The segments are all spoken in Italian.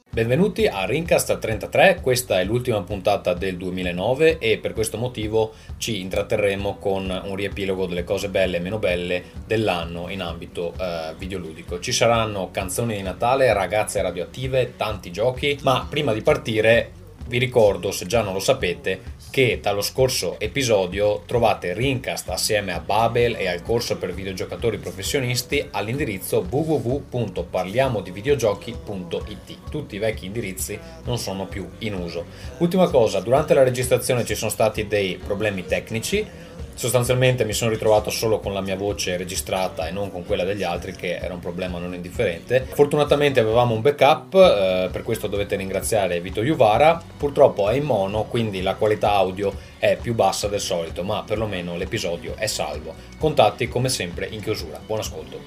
Benvenuti a Rincast 33, questa è l'ultima puntata del 2009 e per questo motivo ci intratterremo con un riepilogo delle cose belle e meno belle dell'anno in ambito videoludico. Ci saranno canzoni di Natale, ragazze radioattive, tanti giochi, ma prima di partire vi ricordo, se già non lo sapete, che dallo scorso episodio trovate Rincast assieme a Babel e al corso per videogiocatori professionisti all'indirizzo www.parliamodivideogiochi.it. Tutti i vecchi indirizzi non sono più in uso. Ultima cosa, durante la registrazione ci sono stati dei problemi tecnici. Sostanzialmente mi sono ritrovato solo con la mia voce registrata e non con quella degli altri, che era un problema non indifferente. Fortunatamente avevamo un backup, per questo dovete ringraziare Vito Juvara. Purtroppo è in mono, quindi la qualità audio è più bassa del solito, ma perlomeno l'episodio è salvo. Contatti come sempre in chiusura. Buon ascolto.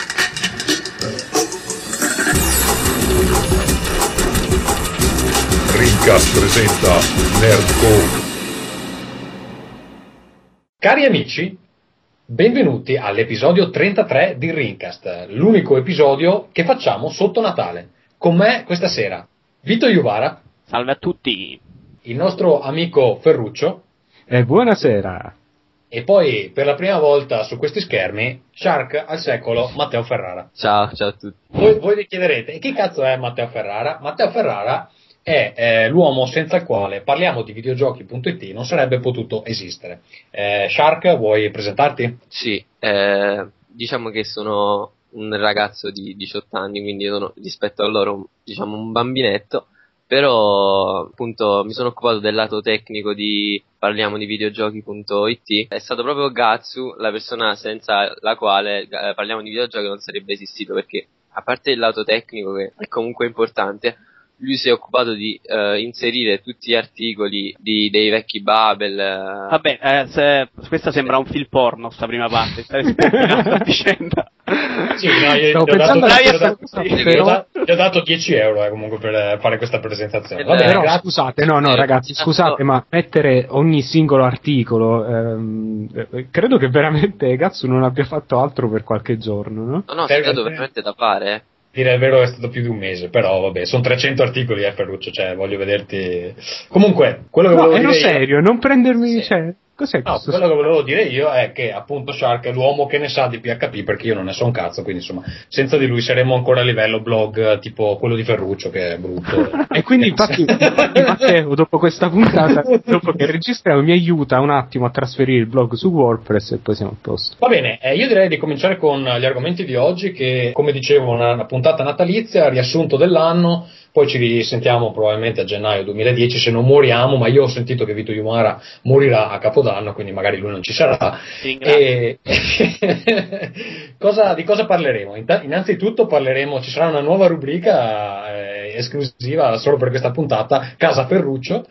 Rincast presenta Nerdcore. Cari amici, benvenuti all'episodio 33 di Rincast, l'unico episodio che facciamo sotto Natale. Con me questa sera Vito Juvara. Salve a tutti. Il nostro amico Ferruccio. Buonasera. E poi per la prima volta su questi schermi, Shark al secolo, Matteo Ferrara. Ciao a tutti. Voi vi chiederete, e chi cazzo è Matteo Ferrara? Matteo Ferrara è l'uomo senza il quale parliamo di videogiochi.it non sarebbe potuto esistere. Shark, vuoi presentarti? Sì, diciamo che sono un ragazzo di 18 anni, quindi rispetto a loro diciamo un bambinetto, però appunto mi sono occupato del lato tecnico di parliamo di videogiochi.it. È stato proprio Gatsu la persona senza la quale parliamo di videogiochi non sarebbe esistito, perché a parte il lato tecnico che è comunque importante, lui si è occupato di inserire tutti gli articoli dei vecchi Babel. Vabbè, questa sembra un film porno, sta prima parte. Stai dicendo. Sì, no, gli ho dato 10 euro comunque per fare questa presentazione. Vabbè, però scusate, ragazzi, scusate, ma mettere ogni singolo articolo, credo che veramente Gatsu non abbia fatto altro per qualche giorno, no? No, è stato veramente da fare. Dire il vero è stato più di un mese, però vabbè, sono 300 articoli, Ferruccio, cioè voglio vederti. Comunque, quello che volevo dire serio, non prendermi, sì. Cioè, cos'è questo? Quello che volevo dire io è che appunto Shark è l'uomo che ne sa di PHP, perché io non ne so un cazzo, quindi insomma, senza di lui saremmo ancora a livello blog tipo quello di Ferruccio, che è brutto. E quindi infatti Matteo, dopo questa puntata, dopo che registriamo, mi aiuta un attimo a trasferire il blog su WordPress e poi siamo a posto. Va bene, io direi di cominciare con gli argomenti di oggi, che come dicevo una puntata natalizia, riassunto dell'anno. Poi ci risentiamo probabilmente a gennaio 2010 se non moriamo, ma io ho sentito che Vito Jumara morirà a Capodanno, quindi magari lui non ci sarà. E di cosa parleremo? Innanzitutto ci sarà una nuova rubrica esclusiva solo per questa puntata, Casa Ferruccio.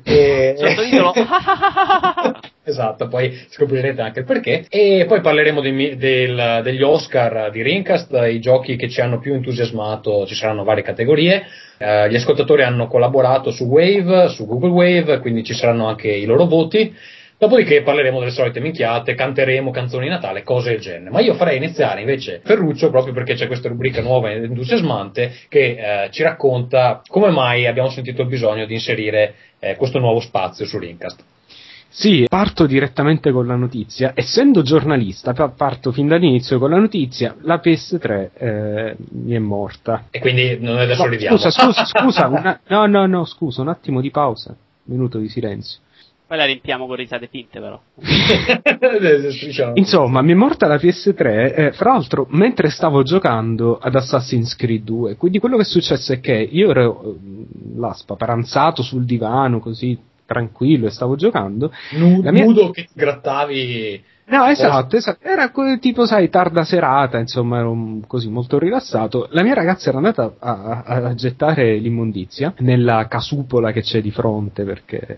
Esatto, poi scoprirete anche il perché. E poi parleremo degli Oscar di Rincast, i giochi che ci hanno più entusiasmato. Ci saranno varie categorie. Gli ascoltatori hanno collaborato su Wave, su Google Wave, quindi ci saranno anche i loro voti. Dopodiché parleremo delle solite minchiate, canteremo canzoni di Natale, cose del genere. Ma io farei iniziare invece Ferruccio, proprio perché c'è questa rubrica nuova e entusiasmante che ci racconta come mai abbiamo sentito il bisogno di inserire questo nuovo spazio su Rincast. Sì, parto direttamente con la notizia. Essendo giornalista, parto fin dall'inizio con la notizia: la PS3 mi è morta. E quindi noi adesso ridiamo. Scusa, scusa, un attimo di pausa, minuto di silenzio. Poi la riempiamo con risate finte, però. Insomma, mi è morta la PS3, fra l'altro mentre stavo giocando ad Assassin's Creed 2. Quindi quello che è successo è che io ero là spaparanzato sul divano, così tranquillo, e stavo giocando. Nudo che ti grattavi. No, esatto. Era tipo, sai, tarda serata, insomma, ero così molto rilassato. La mia ragazza era andata a gettare l'immondizia nella casupola che c'è di fronte, perché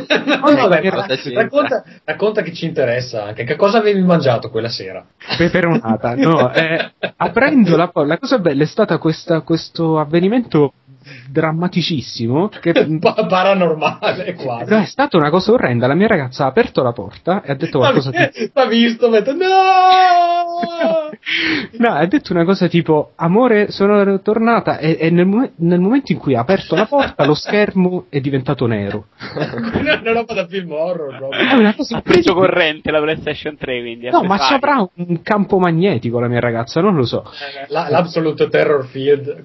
racconta che ci interessa anche. Che cosa avevi mangiato quella sera? Peperonata. No, aprendo la cosa bella è stata questo avvenimento drammaticissimo che paranormale quasi. è stata una cosa orrenda. La mia ragazza ha aperto la porta e ha detto qualcosa l'ha visto, ha detto no, ha detto una cosa tipo amore sono tornata e nel momento in cui ha aperto la porta lo schermo è diventato nero. Una roba da film horror proprio. È una cosa ha preso corrente la PlayStation 3, quindi no, ma ci avrà un campo magnetico la mia ragazza, non lo so. L'Absolute Terror Field.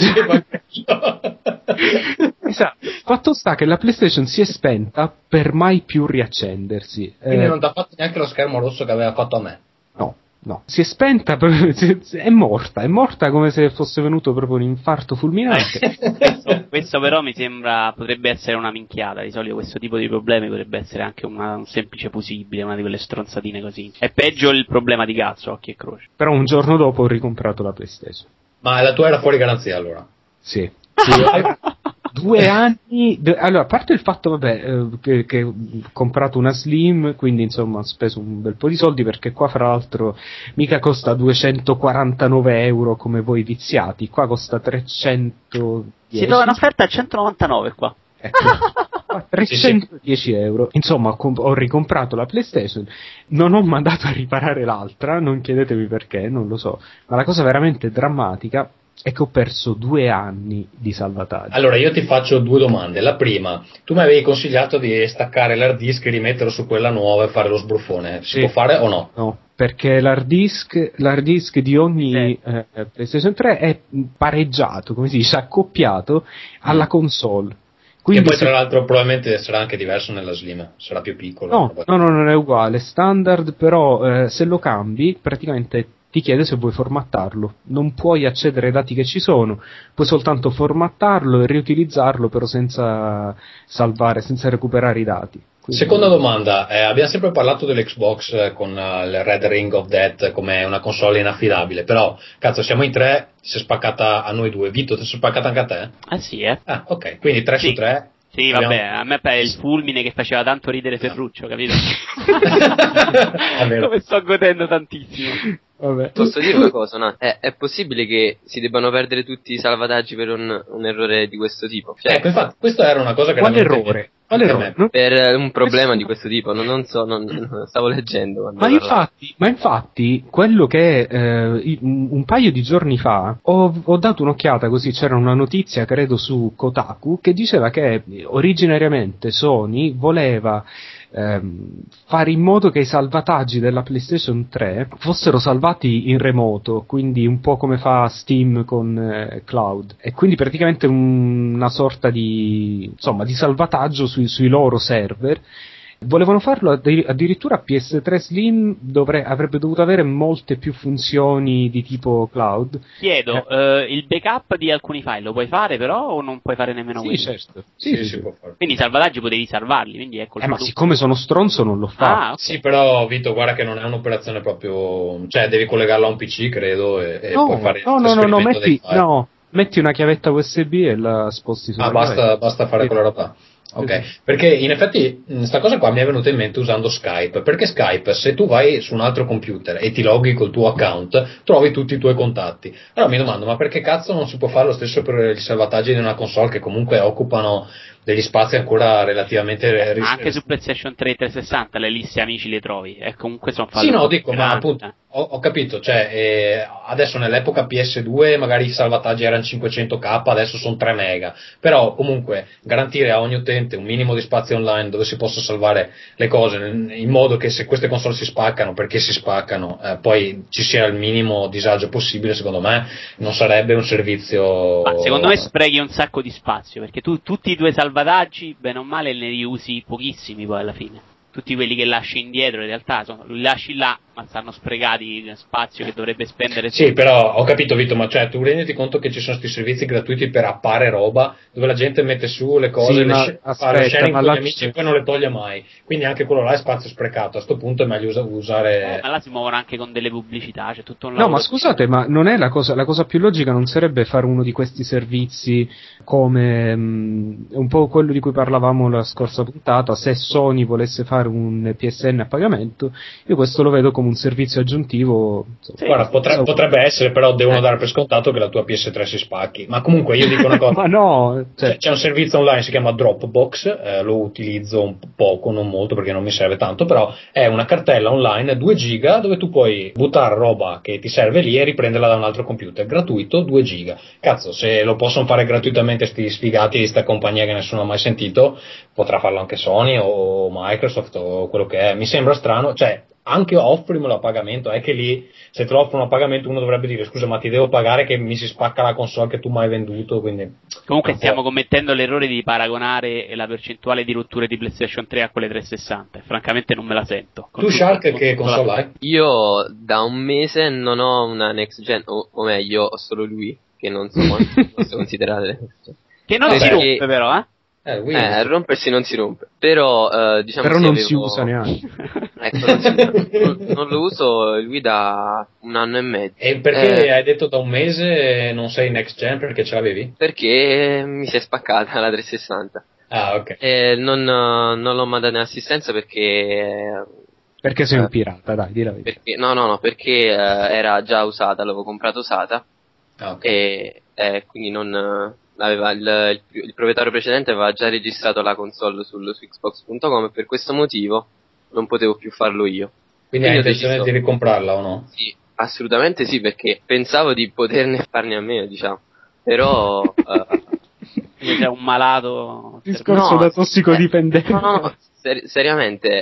Esatto. Fatto sta che la PlayStation si è spenta per mai più riaccendersi. Quindi non ti ha fatto neanche lo schermo rosso che aveva fatto a me. No, si è spenta, è morta come se fosse venuto proprio un infarto fulminante. Questo però mi sembra potrebbe essere una minchiata. Di solito questo tipo di problemi potrebbe essere anche un semplice fusibile, una di quelle stronzatine così. È peggio il problema di cazzo, occhi e croce. Però un giorno dopo ho ricomprato la PlayStation. Ma la tua era fuori garanzia allora? Sì. 2 anni. Allora, a parte il fatto, che ho comprato una Slim, quindi insomma ho speso un bel po' di soldi, perché qua fra l'altro mica costa 249 euro come voi viziati, qua costa 310. Si trova in offerta a 199 qua. Ecco, 310 euro. Insomma, ho ricomprato la PlayStation, non ho mandato a riparare l'altra, non chiedetemi perché, non lo so, ma la cosa veramente drammatica è che ho perso 2 anni di salvataggio. Allora io ti faccio 2 domande. La prima, tu mi avevi consigliato di staccare l'hard disk e rimetterlo su quella nuova e fare lo sbruffone. Si può fare o no? No, perché l'hard disk di ogni PlayStation 3 è pareggiato, come si dice, accoppiato alla console. Quindi e poi tra l'altro probabilmente sarà anche diverso nella Slim, sarà più piccolo. No, non è uguale, standard, però se lo cambi praticamente ti chiede se vuoi formattarlo. Non puoi accedere ai dati che ci sono, puoi soltanto formattarlo e riutilizzarlo, però senza salvare, senza recuperare i dati. Quindi... Seconda domanda, abbiamo sempre parlato dell'Xbox con il Red Ring of Death come una console inaffidabile, però cazzo siamo in 3, si è spaccata a noi 2. Vito, ti è spaccata anche a te? Sì, Ah, ok, quindi 3 su 3. Sì, vabbè, a me è il fulmine che faceva tanto ridere Ferruccio, capito? È vero. Come sto godendo tantissimo. Vabbè. Posso dire una cosa, no? È possibile che si debbano perdere tutti i salvataggi per un errore di questo tipo? Cioè, Ecco, infatti, questa era una cosa che Quale errore? per un problema di questo tipo, non so, stavo leggendo. Ma infatti, quello che un paio di giorni fa ho dato un'occhiata, così c'era una notizia, credo su Kotaku, che diceva che originariamente Sony voleva fare in modo che i salvataggi della PlayStation 3 fossero salvati in remoto, quindi un po' come fa Steam con Cloud, e quindi praticamente una sorta di salvataggio sui loro server. Volevano farlo addirittura PS3 Slim avrebbe dovuto avere molte più funzioni di tipo cloud. Chiedo, il backup di alcuni file lo puoi fare però o non puoi fare nemmeno quello? Sì, certo. Sì, può fare. Quindi i salvataggi potevi salvarli, quindi ecco. Ma siccome sono stronzo non l'ho fatto. Ah, okay. Sì, però Vito, guarda che non è un'operazione proprio, cioè devi collegarlo a un PC, credo, e puoi fare metti una chiavetta USB e la sposti su. Basta fare quella roba. Ok, perché in effetti sta cosa qua mi è venuta in mente usando Skype, perché Skype, se tu vai su un altro computer e ti loghi col tuo account, trovi tutti i tuoi contatti. Allora mi domando, ma perché cazzo non si può fare lo stesso per i salvataggi di una console che comunque occupano degli spazi ancora relativamente anche su PlayStation 3 e 360 le liste amici le trovi, e comunque sono fatti. Sì, no, dico, ma appunto ho capito, cioè adesso nell'epoca PS2 magari i salvataggi erano 500k, adesso sono 3 mega, però comunque garantire a ogni utente un minimo di spazio online dove si possa salvare le cose, in modo che se queste console si spaccano, perché si spaccano, poi ci sia il minimo disagio possibile, secondo me non sarebbe un servizio. Ma secondo me sprechi un sacco di spazio, perché tu tutti i tuoi salvataggi bene o male ne riusi pochissimi poi alla fine. Tutti quelli che lasci indietro in realtà li lasci là, ma stanno sprecati spazio che dovrebbe spendere. Sì, però ho capito, Vito, ma cioè tu renditi conto che ci sono questi servizi gratuiti per appare roba dove la gente mette su le cose, fa le sharing con gli amici e poi non le toglie mai, quindi anche quello là è spazio sprecato. A sto punto è meglio usare. Ma là si muovono anche con delle pubblicità, c'è tutto un lavoro. No, ma scusate, ma non è la cosa più logica non sarebbe fare uno di questi servizi come un po' quello di cui parlavamo la scorsa puntata? Se Sony volesse fare un PSN a pagamento, io questo lo vedo come come un servizio aggiuntivo. Sì. Guarda, potrebbe essere, però devono dare per scontato che la tua PS3 si spacchi. Ma comunque io dico una cosa. Ma no, cioè... C'è un servizio online, si chiama Dropbox, lo utilizzo un poco, non molto perché non mi serve tanto, però è una cartella online 2 giga dove tu puoi buttare roba che ti serve lì e riprenderla da un altro computer, gratuito, 2 giga. Cazzo, se lo possono fare gratuitamente sti sfigati di sta compagnia che nessuno ha mai sentito, potrà farlo anche Sony o Microsoft o quello che è. Mi sembra strano, cioè anche offrimelo a pagamento, è che lì se te lo offrono a pagamento uno dovrebbe dire scusa ma ti devo pagare che mi si spacca la console che tu mi hai venduto, quindi Comunque stiamo commettendo l'errore di paragonare la percentuale di rotture di PlayStation 3 a quelle 360, francamente non me la sento. Tu Shark che console hai? Io da un mese non ho una next gen, o meglio ho solo lui, che non so quanto posso considerare next gen. Che non si rompe però, rompersi non si rompe, però diciamo però se non avevo... si usa neanche. Ecco, non lo uso lui da 1 anno e mezzo. E perché hai detto da un mese non sei next gen, perché ce l'avevi? Perché mi si è spaccata la 360. Ah, ok. Non l'ho mandata in assistenza perché sei un pirata, dai, di la verità. Perché era già usata, l'avevo comprata usata. Ah, ok. E quindi non aveva il proprietario precedente aveva già registrato la console su Xbox.com e per questo motivo non potevo più farlo io. Quindi hai intenzione di ricomprarla o no? Sì, assolutamente sì, perché pensavo di poterne farne a meno, diciamo. Però Quindi sei un malato. Discorso da tossicodipendente. No, seriamente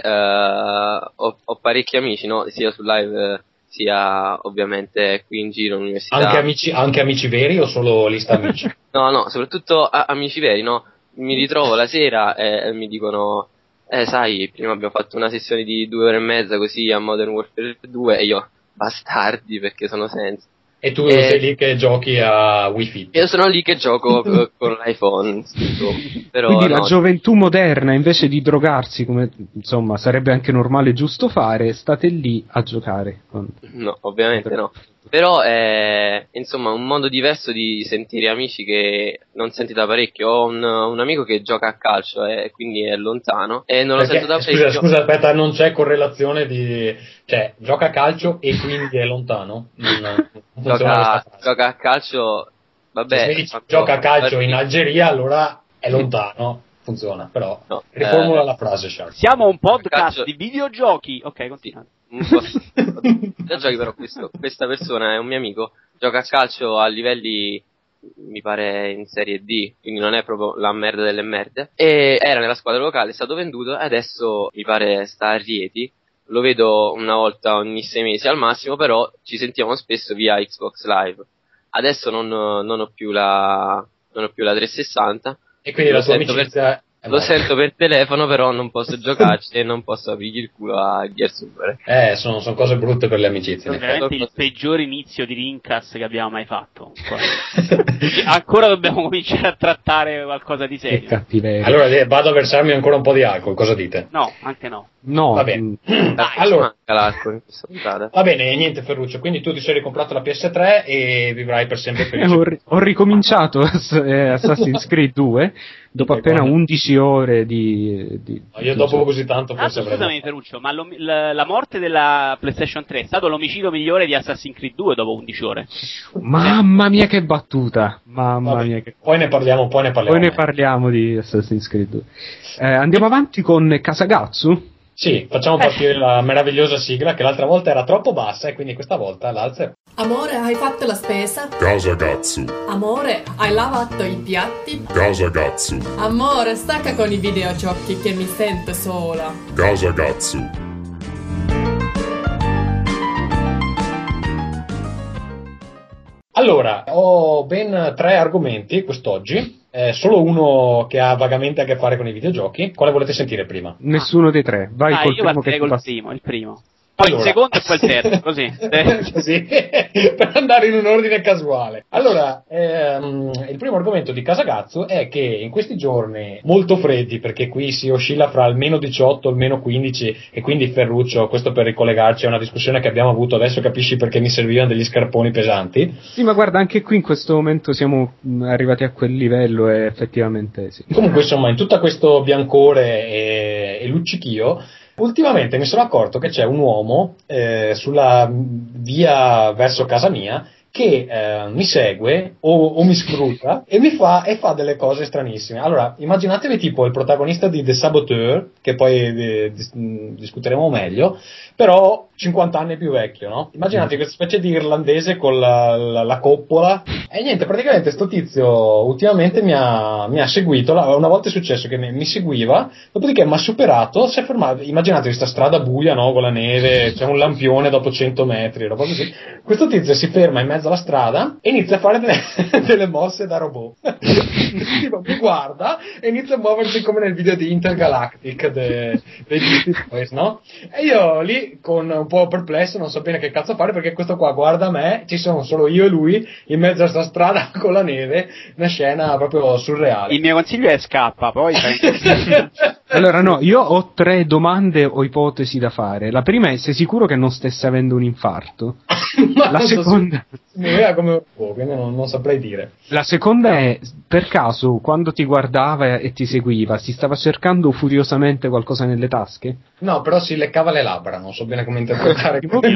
ho parecchi amici, no? Sia su live sia ovviamente qui in giro all'università. Anche amici veri o solo lista amici? No, soprattutto amici veri, no? Mi ritrovo la sera e mi dicono sai, prima abbiamo fatto una sessione di 2 ore e mezza così a Modern Warfare 2 e io, bastardi, perché sono senza. E tu sei lì che giochi a Wii Fit? Io sono lì che gioco con l'iPhone. Però, quindi la gioventù moderna, invece di drogarsi, come insomma sarebbe anche normale e giusto fare, state lì a giocare. No, ovviamente no. Però è insomma un modo diverso di sentire amici che non senti da parecchio. Ho un amico che gioca a calcio e quindi è lontano e non lo sento da parecchio. Scusa, aspetta, non c'è correlazione di... Cioè, gioca a calcio e quindi è lontano? Gioca a calcio, vabbè. Se gioca a calcio in Algeria, allora è lontano. Funziona, però no, riformula la frase, Shark. Siamo un podcast di videogiochi. Ok, continua. Giochi, però questa persona è un mio amico, gioca a calcio a livelli mi pare in Serie D, quindi non è proprio la merda delle merde, e era nella squadra locale, è stato venduto e adesso mi pare sta a Rieti. Lo vedo una volta ogni 6 mesi al massimo, però ci sentiamo spesso via Xbox Live. Adesso non ho più la 360 e quindi la tua amicizia lo sento per telefono, però non posso giocarci e non posso aprirgli il culo a Gears of War. Sono cose brutte per le amicizie. È veramente il peggior inizio di Rincast che abbiamo mai fatto. Ancora dobbiamo cominciare a trattare qualcosa di serio. Che cattiveria. Allora vado a versarmi ancora un po' di alcol, cosa dite? No, anche no. No, va bene. Dai, allora, l'alcol in questa puntata. Va bene, niente Ferruccio, quindi tu ti sei ricomprato la PS3 e vivrai per sempre felice. Ho ricominciato Assassin's Creed 2 dopo appena 11 ore di io dopo così tanto forse scusami Ferruccio, ma la morte della PlayStation 3 è stato l'omicidio migliore di Assassin's Creed 2 dopo 11 ore. Mamma mia che battuta. Mia che... Poi ne parliamo di Assassin's Creed 2. Andiamo avanti con Kasagazzu. Sì, facciamo partire la meravigliosa sigla che l'altra volta era troppo bassa e quindi questa volta l'alza. Amore, hai fatto la spesa? Kasagazzu. Amore, hai lavato i piatti? Kasagazzu. Amore, stacca con i videogiochi che mi sento sola. Kasagazzu. Allora, ho ben 3 argomenti quest'oggi. Solo uno che ha vagamente a che fare con i videogiochi. Quale volete sentire prima? Nessuno dei 3. Vai col io primo che col primo, il primo. Poi allora, il secondo e poi il terzo, così. Così, per andare in un ordine casuale. Allora, il primo argomento di Kasagazzu è che in questi giorni molto freddi, perché qui si oscilla fra il meno 18 e il meno 15, e quindi Ferruccio, questo per ricollegarci a una discussione che abbiamo avuto, adesso capisci perché mi servivano degli scarponi pesanti. Sì, ma guarda, anche qui in questo momento siamo arrivati a quel livello e effettivamente sì. Comunque, insomma, in tutto questo biancore e luccichio, Ultimamente mi sono accorto che c'è un uomo sulla via verso casa mia che mi segue o mi scruta e fa delle cose stranissime. Allora, immaginatevi tipo il protagonista di The Saboteur, che poi discuteremo meglio, però 50 anni più vecchio, no? Immaginate questa specie di irlandese con la coppola. E niente, praticamente sto tizio ultimamente mi ha seguito. Una volta è successo che mi seguiva, dopodiché mi ha superato, si è fermato. Immaginate questa strada buia, no? Con la neve, c'è un lampione dopo 100 metri, roba così. Questo tizio si ferma in mezzo alla strada e inizia a fare delle mosse da robot. Tipo, mi guarda e inizia a muoversi come nel video di Intergalactic dei Beastie Boys, no? E io lì con un po' perplesso, non so bene che cazzo fare, perché questo qua guarda me, ci sono solo io e lui in mezzo a sta strada con la neve, una scena proprio surreale. Il mio consiglio è scappa, poi Allora no, io ho 3 domande o ipotesi da fare. La prima è: sei sicuro che non stesse avendo un infarto? La seconda mi vedeva come un po', quindi non saprei dire. La seconda è: per caso quando ti guardava e ti seguiva si stava cercando furiosamente qualcosa nelle tasche? No, però si leccava le labbra, non so bene come interpretare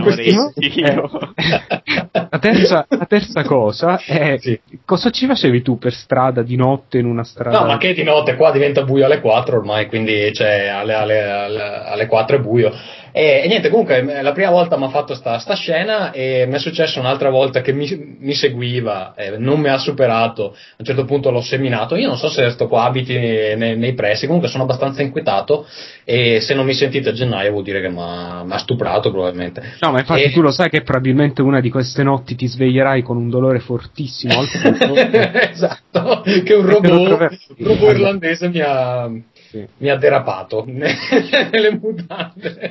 La terza cosa è: sì. Cosa ci facevi tu per strada di notte in una strada? No, ma che di notte? Qua diventa buio alle 4 ormai, quindi cioè, alle 4 è buio. E niente, comunque la prima volta mi ha fatto sta scena e mi è successo un'altra volta che mi seguiva, non mi ha superato, a un certo punto l'ho seminato. Io non so se sto qua abiti nei pressi, comunque sono abbastanza inquietato e se non mi sentite a gennaio vuol dire che mi ha stuprato probabilmente. No, ma infatti tu lo sai che probabilmente una di queste notti ti sveglierai con un dolore fortissimo al culo. Esatto, che un robot irlandese mi ha derapato nelle mutande.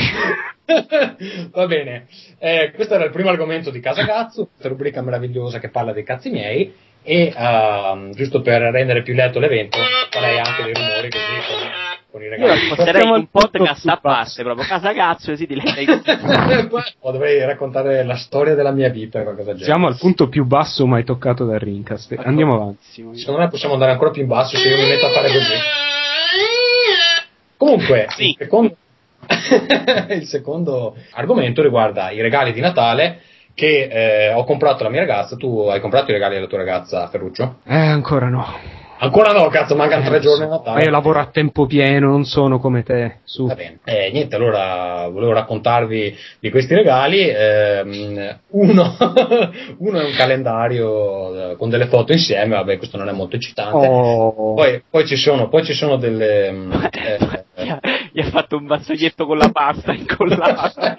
Va bene, questo era il primo argomento di Casagazzo, questa rubrica meravigliosa che parla dei cazzi miei. E giusto per rendere più letto l'evento farei anche dei rumori così con i regali. Io farei un podcast a parte, proprio Casagazzo, così dovrei raccontare la storia della mia vita, qualcosa del genere. Siamo al punto più basso mai toccato da Rincast. Andiamo avanti. Secondo me possiamo andare ancora più in basso se io mi metto a fare così. Comunque, sì. Il secondo argomento riguarda i regali di Natale che ho comprato alla mia ragazza. Tu hai comprato i regali alla tua ragazza, Ferruccio? Ancora no. Ancora no, cazzo, mancano 3 giorni a Natale. Ma io lavoro a tempo pieno, non sono come te. Su. Va bene. Niente, allora volevo raccontarvi di questi regali. Uno è un calendario con delle foto insieme, vabbè, questo non è molto eccitante. Oh. Poi ci sono delle... Gli ha fatto un vassoietto con la pasta incollata.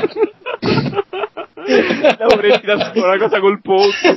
Lavoreresti da scuola, una cosa col polso.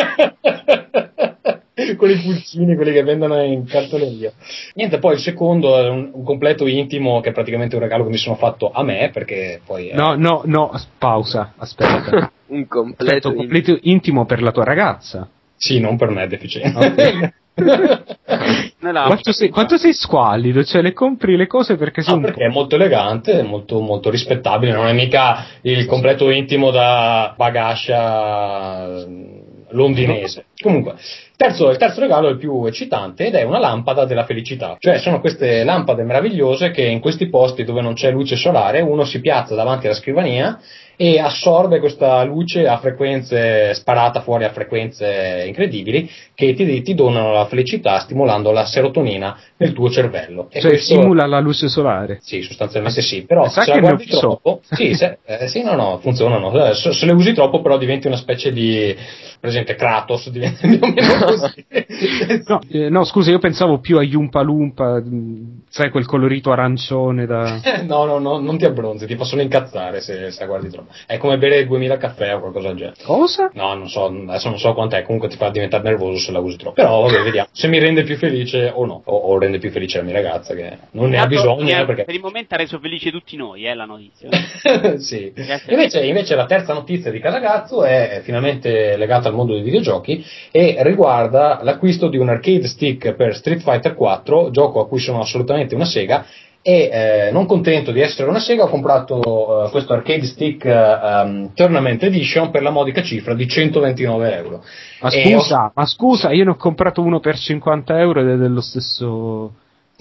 Con i pulcini, quelli che vendono in cartoleria. Niente, poi il secondo è un completo intimo, che è praticamente un regalo che mi sono fatto a me, perché poi... No, pausa, aspetta. Un completo intimo per la tua ragazza? Sì, non per me, deficiente. Okay. Quanto sei squallido, cioè le compri le cose perché sei perché è molto elegante, molto, molto rispettabile, non è mica il completo intimo da bagascia londinese. Comunque, il terzo regalo è il più eccitante ed è una lampada della felicità. Cioè sono queste lampade meravigliose che in questi posti dove non c'è luce solare uno si piazza davanti alla scrivania e assorbe questa luce a frequenze, sparata fuori a frequenze incredibili, che ti donano la felicità stimolando la serotonina nel tuo cervello. E cioè questo simula la luce solare? Sì, sostanzialmente sì, però se la guardi troppo funzionano. Se le usi troppo però diventi una specie di, per esempio, Kratos, diventa più o meno così. No, scusa, io pensavo più a Yumpa Lumpa, sai, quel colorito arancione da... No, non ti abbronzi, ti fa solo incazzare se la guardi troppo. È come bere 2000 caffè o qualcosa del genere. Cosa? No, non so, adesso non so quant'è, comunque ti fa diventare nervoso se la usi troppo. Però vabbè, vediamo se mi rende più felice o no, o rende più felice la mia ragazza, che non ne ha bisogno, perché per il momento ha reso felice tutti noi, la notizia. Sì. Invece la terza notizia di Casagazzo è finalmente legata al mondo dei videogiochi e riguarda l'acquisto di un arcade stick per Street Fighter 4, gioco a cui sono assolutamente una sega. E non contento di essere una sega ho comprato questo arcade stick Tournament Edition per la modica cifra di 129 euro. Ma scusa, io ne ho comprato uno per 50 euro ed è dello stesso...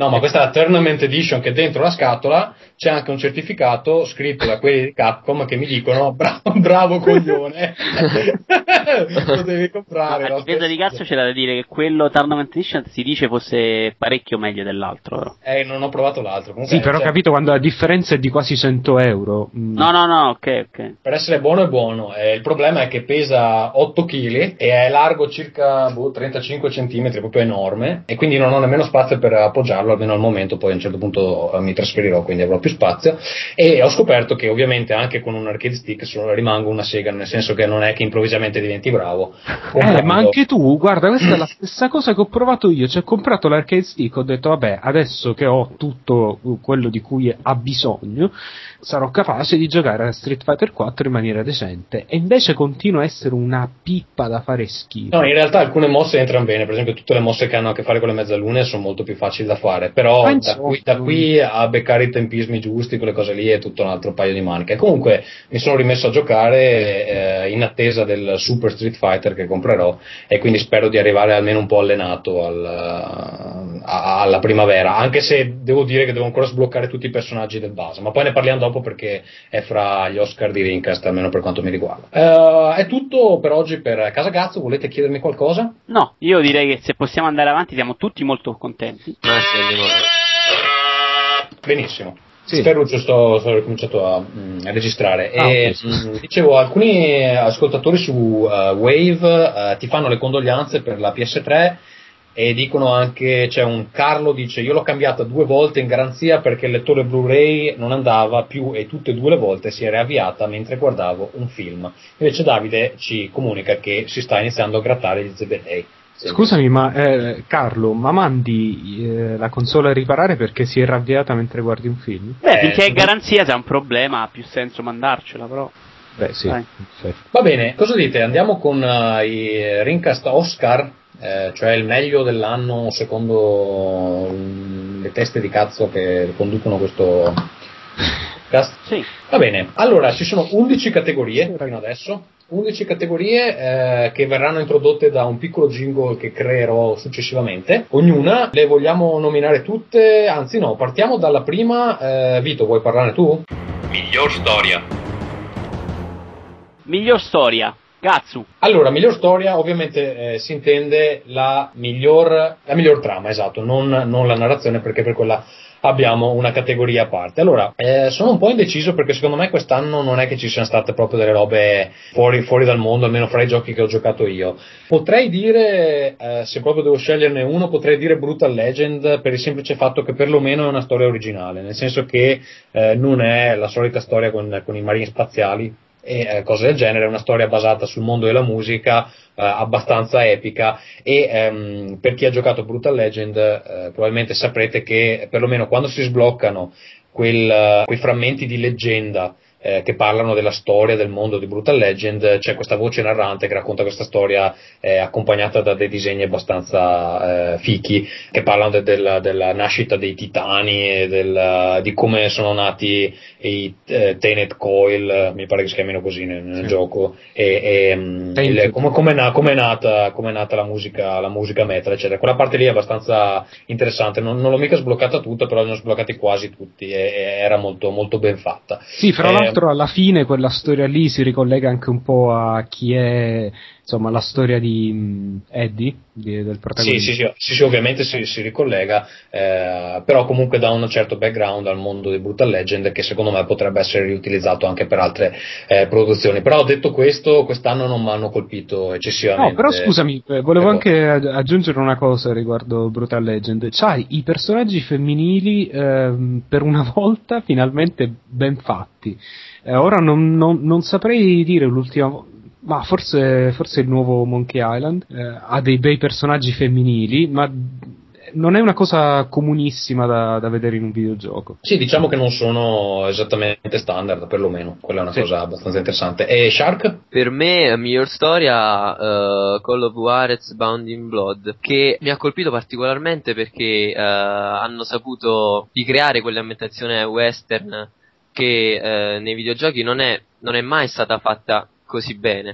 No, ma questa è la Tournament Edition, che dentro la scatola c'è anche un certificato scritto da quelli di Capcom che mi dicono bravo coglione, lo devi comprare. A difesa di cazzo c'è da dire che quello Tournament Edition si dice fosse parecchio meglio dell'altro. Non ho provato l'altro. Comunque, sì, però ho capito quando la differenza è di quasi 100 euro. No, ok. Per essere buono è buono, il problema è che pesa 8 kg e è largo circa 35 cm, proprio enorme, e quindi non ho nemmeno spazio per appoggiarlo, almeno al momento. Poi a un certo punto mi trasferirò, quindi avrò più spazio, e ho scoperto che ovviamente anche con un arcade stick rimango una sega, nel senso che non è che improvvisamente diventi bravo. Ma anche tu, guarda, questa è la stessa cosa che ho provato io, cioè ho comprato l'arcade stick, ho detto vabbè, adesso che ho tutto quello di cui ha bisogno, sarò capace di giocare a Street Fighter 4 in maniera decente, e invece continua a essere una pippa da fare schifo. No, in realtà alcune mosse entrano bene, per esempio tutte le mosse che hanno a che fare con le mezzalune sono molto più facili da fare, però da qui a beccare i tempismi giusti, quelle cose lì, è tutto un altro paio di maniche. Comunque mi sono rimesso a giocare in attesa del Super Street Fighter che comprerò, e quindi spero di arrivare almeno un po' allenato alla primavera, anche se devo dire che devo ancora sbloccare tutti i personaggi del base, ma poi ne parliamo dopo perché è fra gli Oscar di Rincast, almeno per quanto mi riguarda. È tutto per oggi per Casagazzo. Volete chiedermi qualcosa? No, io direi che se possiamo andare avanti siamo tutti molto contenti. Benissimo. Sì. Ferruccio, sto ricominciato a registrare. Dicevo, alcuni ascoltatori su Wave ti fanno le condoglianze per la PS3 e dicono anche, c'è un Carlo dice: io l'ho cambiata 2 volte in garanzia perché il lettore Blu-ray non andava più e tutte e 2 le volte si era avviata mentre guardavo un film. Invece Davide ci comunica che si sta iniziando a grattare gli zebedei. Scusami, ma Carlo, ma mandi la console a riparare perché si è ravviata mentre guardi un film? Finché è garanzia, se è un problema ha più senso mandarcela, però. Beh, sì. Va bene, cosa dite? Andiamo con i Rincast Oscar, cioè il meglio dell'anno secondo le teste di cazzo che conducono questo cast? Sì. Va bene, allora ci sono 11 categorie fino adesso. 11 categorie che verranno introdotte da un piccolo jingle che creerò successivamente. Ognuna le vogliamo nominare tutte, anzi no, partiamo dalla prima. Vito, vuoi parlare tu? Miglior storia. Miglior storia, Gatsu. Allora, miglior storia ovviamente si intende la miglior trama, esatto, non la narrazione, perché per quella abbiamo una categoria a parte. Allora, sono un po' indeciso perché secondo me quest'anno non è che ci siano state proprio delle robe fuori dal mondo, almeno fra i giochi che ho giocato io. Potrei dire, se proprio devo sceglierne uno, potrei dire Brutal Legend, per il semplice fatto che perlomeno è una storia originale, nel senso che non è la solita storia con i marini spaziali e cose del genere, è una storia basata sul mondo della musica, abbastanza epica, e per chi ha giocato Brutal Legend probabilmente saprete che perlomeno quando si sbloccano quei frammenti di leggenda che parlano della storia del mondo di Brutal Legend, c'è questa voce narrante che racconta questa storia accompagnata da dei disegni abbastanza fichi, che parlano della nascita dei titani e di come sono nati i Tenet Coil, mi pare che si chiamino così nel gioco, e come è nata la musica metal, eccetera. Quella parte lì è abbastanza interessante, non l'ho mica sbloccata tutta, però ne ho sbloccati quasi tutti e era molto, molto ben fatta. Sì, fra l'altro alla fine quella storia lì si ricollega anche un po' a chi è, insomma, la storia di Eddie, del protagonista. Sì, ovviamente si ricollega, però comunque dà un certo background al mondo di Brutal Legend che secondo me potrebbe essere riutilizzato anche per altre produzioni. Però detto questo, quest'anno non mi hanno colpito eccessivamente. No, però scusami, volevo anche aggiungere una cosa riguardo Brutal Legend. C'hai i personaggi femminili per una volta finalmente ben fatti. Ora non saprei dire l'ultima, ma forse il nuovo Monkey Island ha dei bei personaggi femminili, ma non è una cosa comunissima da vedere in un videogioco. Sì, diciamo che non sono esattamente standard, perlomeno. Quella è una cosa abbastanza interessante. E Shark? Per me, miglior storia, Call of Juarez Bound in Blood, che mi ha colpito particolarmente perché hanno saputo ricreare quell'ambientazione western che nei videogiochi non è mai stata fatta così bene.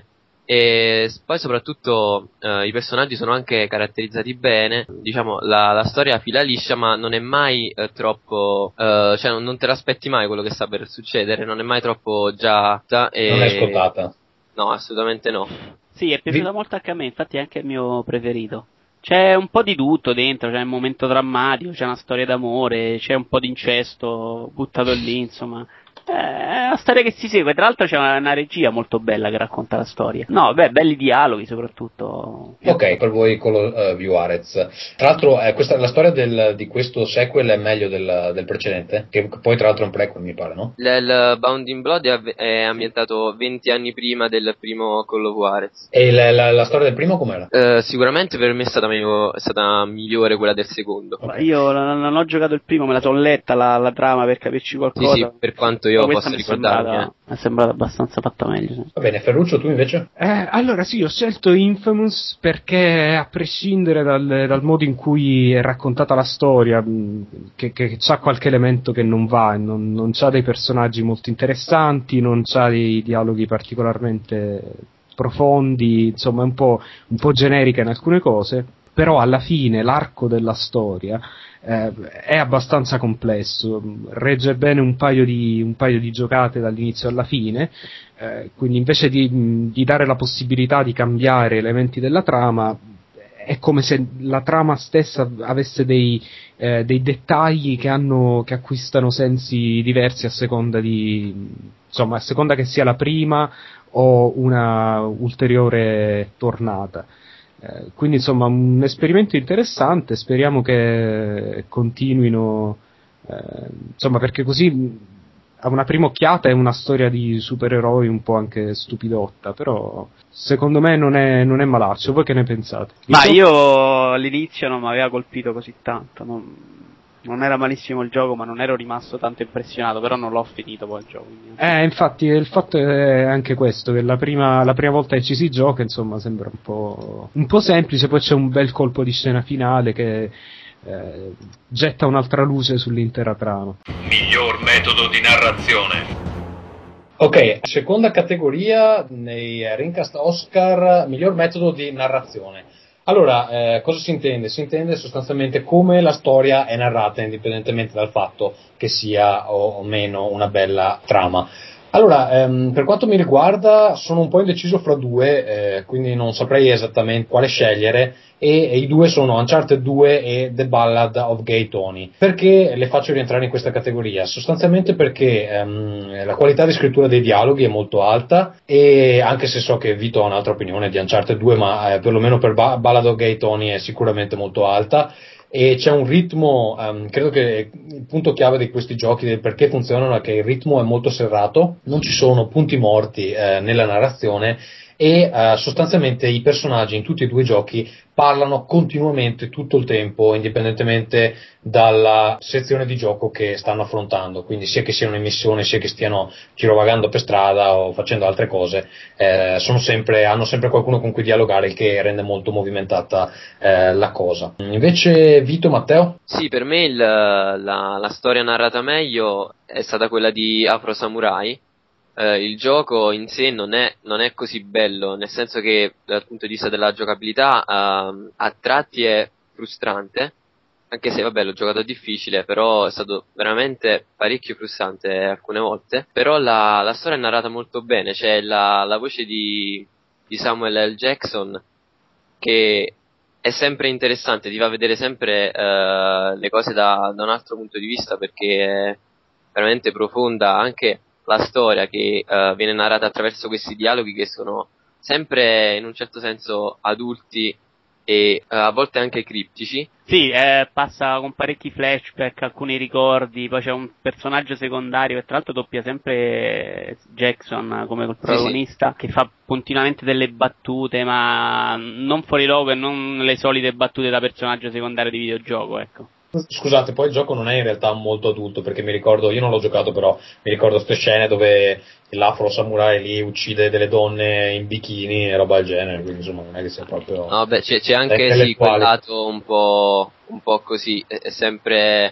E poi soprattutto i personaggi sono anche caratterizzati bene, diciamo la storia fila liscia, ma non è mai troppo, cioè non te l'aspetti mai quello che sta per succedere, non è mai troppo già non è scontata. No, assolutamente no. Sì, è piaciuta molto anche a me, infatti è anche il mio preferito. C'è un po' di tutto dentro, c'è un momento drammatico, c'è una storia d'amore, c'è un po' di incesto buttato lì, insomma. È una storia che si segue, tra l'altro c'è una regia molto bella che racconta la storia. No, beh, belli dialoghi soprattutto. Ok, per voi con lo View Arez. Tra l'altro la storia di questo sequel è meglio del precedente, che poi tra l'altro è un prequel mi pare, no? Il Bound in Blood è ambientato 20 anni prima del primo Call of Juarez. E la storia del primo com'era? Sicuramente per me è stata migliore quella del secondo. Okay. Io non ho giocato il primo, me la sono letta la trama per capirci qualcosa. Sì, per quanto io posso ricordarmi. Mi è sembrata abbastanza fatta meglio. Sì. Va bene, Ferruccio, tu invece? Allora sì, ho scelto Infamous perché a prescindere dal modo in cui è raccontata la storia, che c'ha qualche elemento che non va, non c'ha dei personaggi molto interessanti, non c'ha dei dialoghi particolarmente profondi, insomma è un po' generica in alcune cose, però alla fine l'arco della storia è abbastanza complesso, regge bene un paio di giocate dall'inizio alla fine, quindi invece di dare la possibilità di cambiare elementi della trama, è come se la trama stessa avesse dei dettagli che acquistano sensi diversi a seconda che sia la prima o una ulteriore tornata. Quindi insomma un esperimento interessante, speriamo che continuino, insomma, perché così a una prima occhiata è una storia di supereroi un po' anche stupidotta, però secondo me non è malaccio. Voi che ne pensate? Ma io all'inizio non mi aveva colpito così tanto, non era malissimo il gioco, ma non ero rimasto tanto impressionato, però non l'ho finito poi il gioco. Quindi. Infatti il fatto è anche questo, che la prima volta che ci si gioca, insomma, sembra un po' semplice, poi c'è un bel colpo di scena finale che getta un'altra luce sull'intera trama. Miglior metodo di narrazione. Ok, seconda categoria nei Rincast Oscar, miglior metodo di narrazione. Allora, cosa si intende? Si intende sostanzialmente come la storia è narrata, indipendentemente dal fatto che sia o meno una bella trama. Allora, per quanto mi riguarda, sono un po' indeciso fra due, quindi non saprei esattamente quale scegliere, e i due sono Uncharted 2 e The Ballad of Gay Tony. Perché le faccio rientrare in questa categoria? Sostanzialmente perché la qualità di scrittura dei dialoghi è molto alta, e anche se so che Vito ha un'altra opinione di Uncharted 2, ma perlomeno per Ballad of Gay Tony è sicuramente molto alta. E c'è un ritmo, credo che il punto chiave di questi giochi del perché funzionano è che il ritmo è molto serrato, non ci sono punti morti nella narrazione, e sostanzialmente i personaggi in tutti e due i giochi parlano continuamente tutto il tempo, indipendentemente dalla sezione di gioco che stanno affrontando, quindi sia che siano in missione, sia che stiano girovagando per strada o facendo altre cose, hanno sempre qualcuno con cui dialogare, il che rende molto movimentata la cosa. Invece Vito, Matteo? Sì, per me la storia narrata meglio è stata quella di Afro Samurai. Il gioco in sé non è così bello, nel senso che dal punto di vista della giocabilità a tratti è frustrante, anche se vabbè l'ho giocato difficile, però è stato veramente parecchio frustrante alcune volte. Però la storia è narrata molto bene, c'è la voce di Samuel L. Jackson che è sempre interessante, ti fa vedere sempre le cose da un altro punto di vista, perché è veramente profonda anche la storia che viene narrata attraverso questi dialoghi che sono sempre in un certo senso adulti e a volte anche criptici. Sì, passa con parecchi flashback, alcuni ricordi, poi c'è un personaggio secondario che tra l'altro doppia sempre Jackson come col protagonista, sì. Che fa continuamente delle battute, ma non fuori luogo e non le solite battute da personaggio secondario di videogioco, ecco. Scusate, poi il gioco non è in realtà molto adulto, perché mi ricordo, io non l'ho giocato, però mi ricordo queste scene dove l'afro samurai lì uccide delle donne in bikini e roba del genere, quindi insomma non è che sia proprio... No, beh, c'è anche sì, quel lato un po' così, è sempre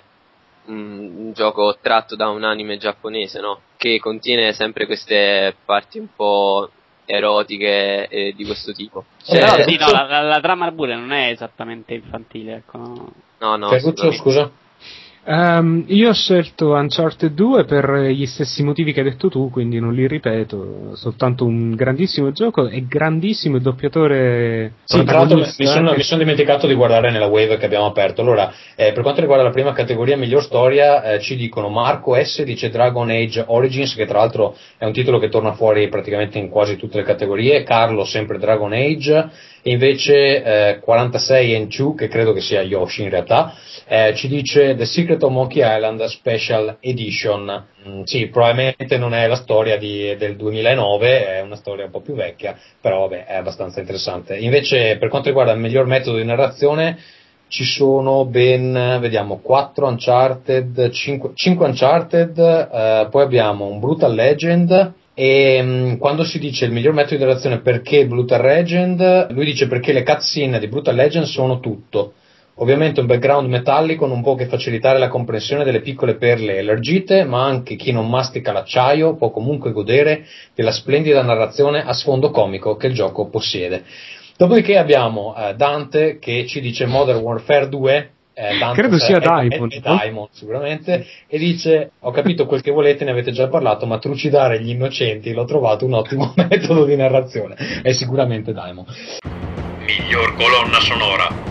un gioco tratto da un anime giapponese, no? Che contiene sempre queste parti un po' erotiche e di questo tipo. Però sì, no, la trama pure non è esattamente infantile, ecco. No. Ferruccio, scusa. Io ho scelto Uncharted 2 per gli stessi motivi che hai detto tu, quindi non li ripeto, soltanto un grandissimo gioco e grandissimo il doppiatore. Sì, tra l'altro mi sono dimenticato di guardare nella wave che abbiamo aperto. Allora, per quanto riguarda la prima categoria, miglior storia, ci dicono Marco S dice Dragon Age Origins, che tra l'altro è un titolo che torna fuori praticamente in quasi tutte le categorie. Carlo sempre Dragon Age, e invece 46 and 2, che credo che sia Yoshi in realtà, ci dice The Secret of Monkey Island Special Edition. Sì, probabilmente non è la storia del 2009, è una storia un po' più vecchia, però vabbè, è abbastanza interessante. Invece per quanto riguarda il miglior metodo di narrazione, ci sono ben, vediamo, 4 Uncharted, 5 Uncharted, poi abbiamo un Brutal Legend. E quando si dice il miglior metodo di narrazione perché Brutal Legend, lui dice perché le cutscene di Brutal Legend sono tutto. Ovviamente un background metallico non può che facilitare la comprensione delle piccole perle elargite, ma anche chi non mastica l'acciaio può comunque godere della splendida narrazione a sfondo comico che il gioco possiede. Dopodiché abbiamo Dante che ci dice Modern Warfare 2, credo sia Daimon, Daimon sicuramente, e dice ho capito quel che volete, ne avete già parlato, ma trucidare gli innocenti l'ho trovato un ottimo metodo di narrazione. È sicuramente Daimon. Miglior colonna sonora.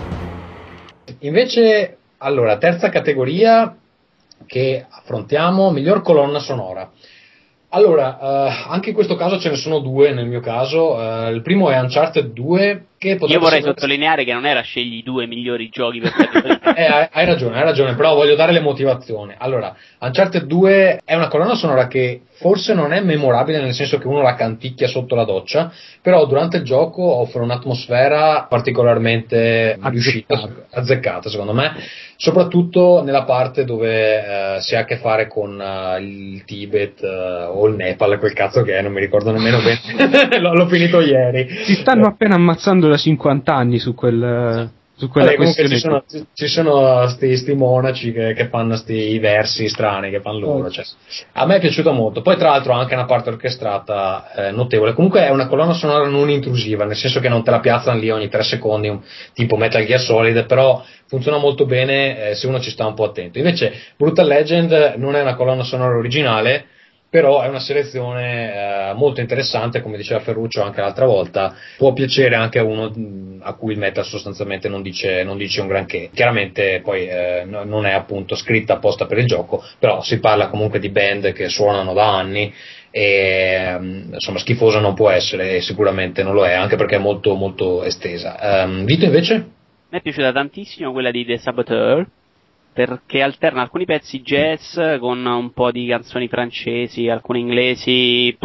Invece, allora, terza categoria che affrontiamo, miglior colonna sonora. Allora, anche in questo caso ce ne sono due nel mio caso. Il primo è Uncharted 2, che potrebbe Io vorrei sottolineare che non era scegli i 2 migliori giochi per hai ragione, però voglio dare le motivazioni. Allora, Uncharted 2 è una colonna sonora che forse non è memorabile, nel senso che uno la canticchia sotto la doccia, però durante il gioco offre un'atmosfera particolarmente riuscita, azzeccata secondo me, soprattutto nella parte dove si ha a che fare con il Tibet o il Nepal, quel cazzo che è, non mi ricordo nemmeno bene, l'ho finito ieri. Si stanno appena ammazzando da 50 anni su quella questione. Ci sono sti monaci che fanno i versi strani che fanno loro, cioè. A me è piaciuto molto. Poi tra l'altro ha anche una parte orchestrata notevole. Comunque è una colonna sonora non intrusiva, nel senso che non te la piazzano lì ogni 3 secondi, tipo Metal Gear Solid, però funziona molto bene se uno ci sta un po' attento. Invece Brutal Legend non è una colonna sonora originale, però è una selezione molto interessante, come diceva Ferruccio anche l'altra volta, può piacere anche a uno a cui il metal sostanzialmente non dice un granché. Chiaramente poi non è appunto scritta apposta per il gioco, però si parla comunque di band che suonano da anni e insomma schifosa non può essere, e sicuramente non lo è, anche perché è molto molto estesa. Vito invece? Mi è piaciuta tantissimo quella di The Saboteur, perché alterna alcuni pezzi jazz con un po' di canzoni francesi, alcune inglesi,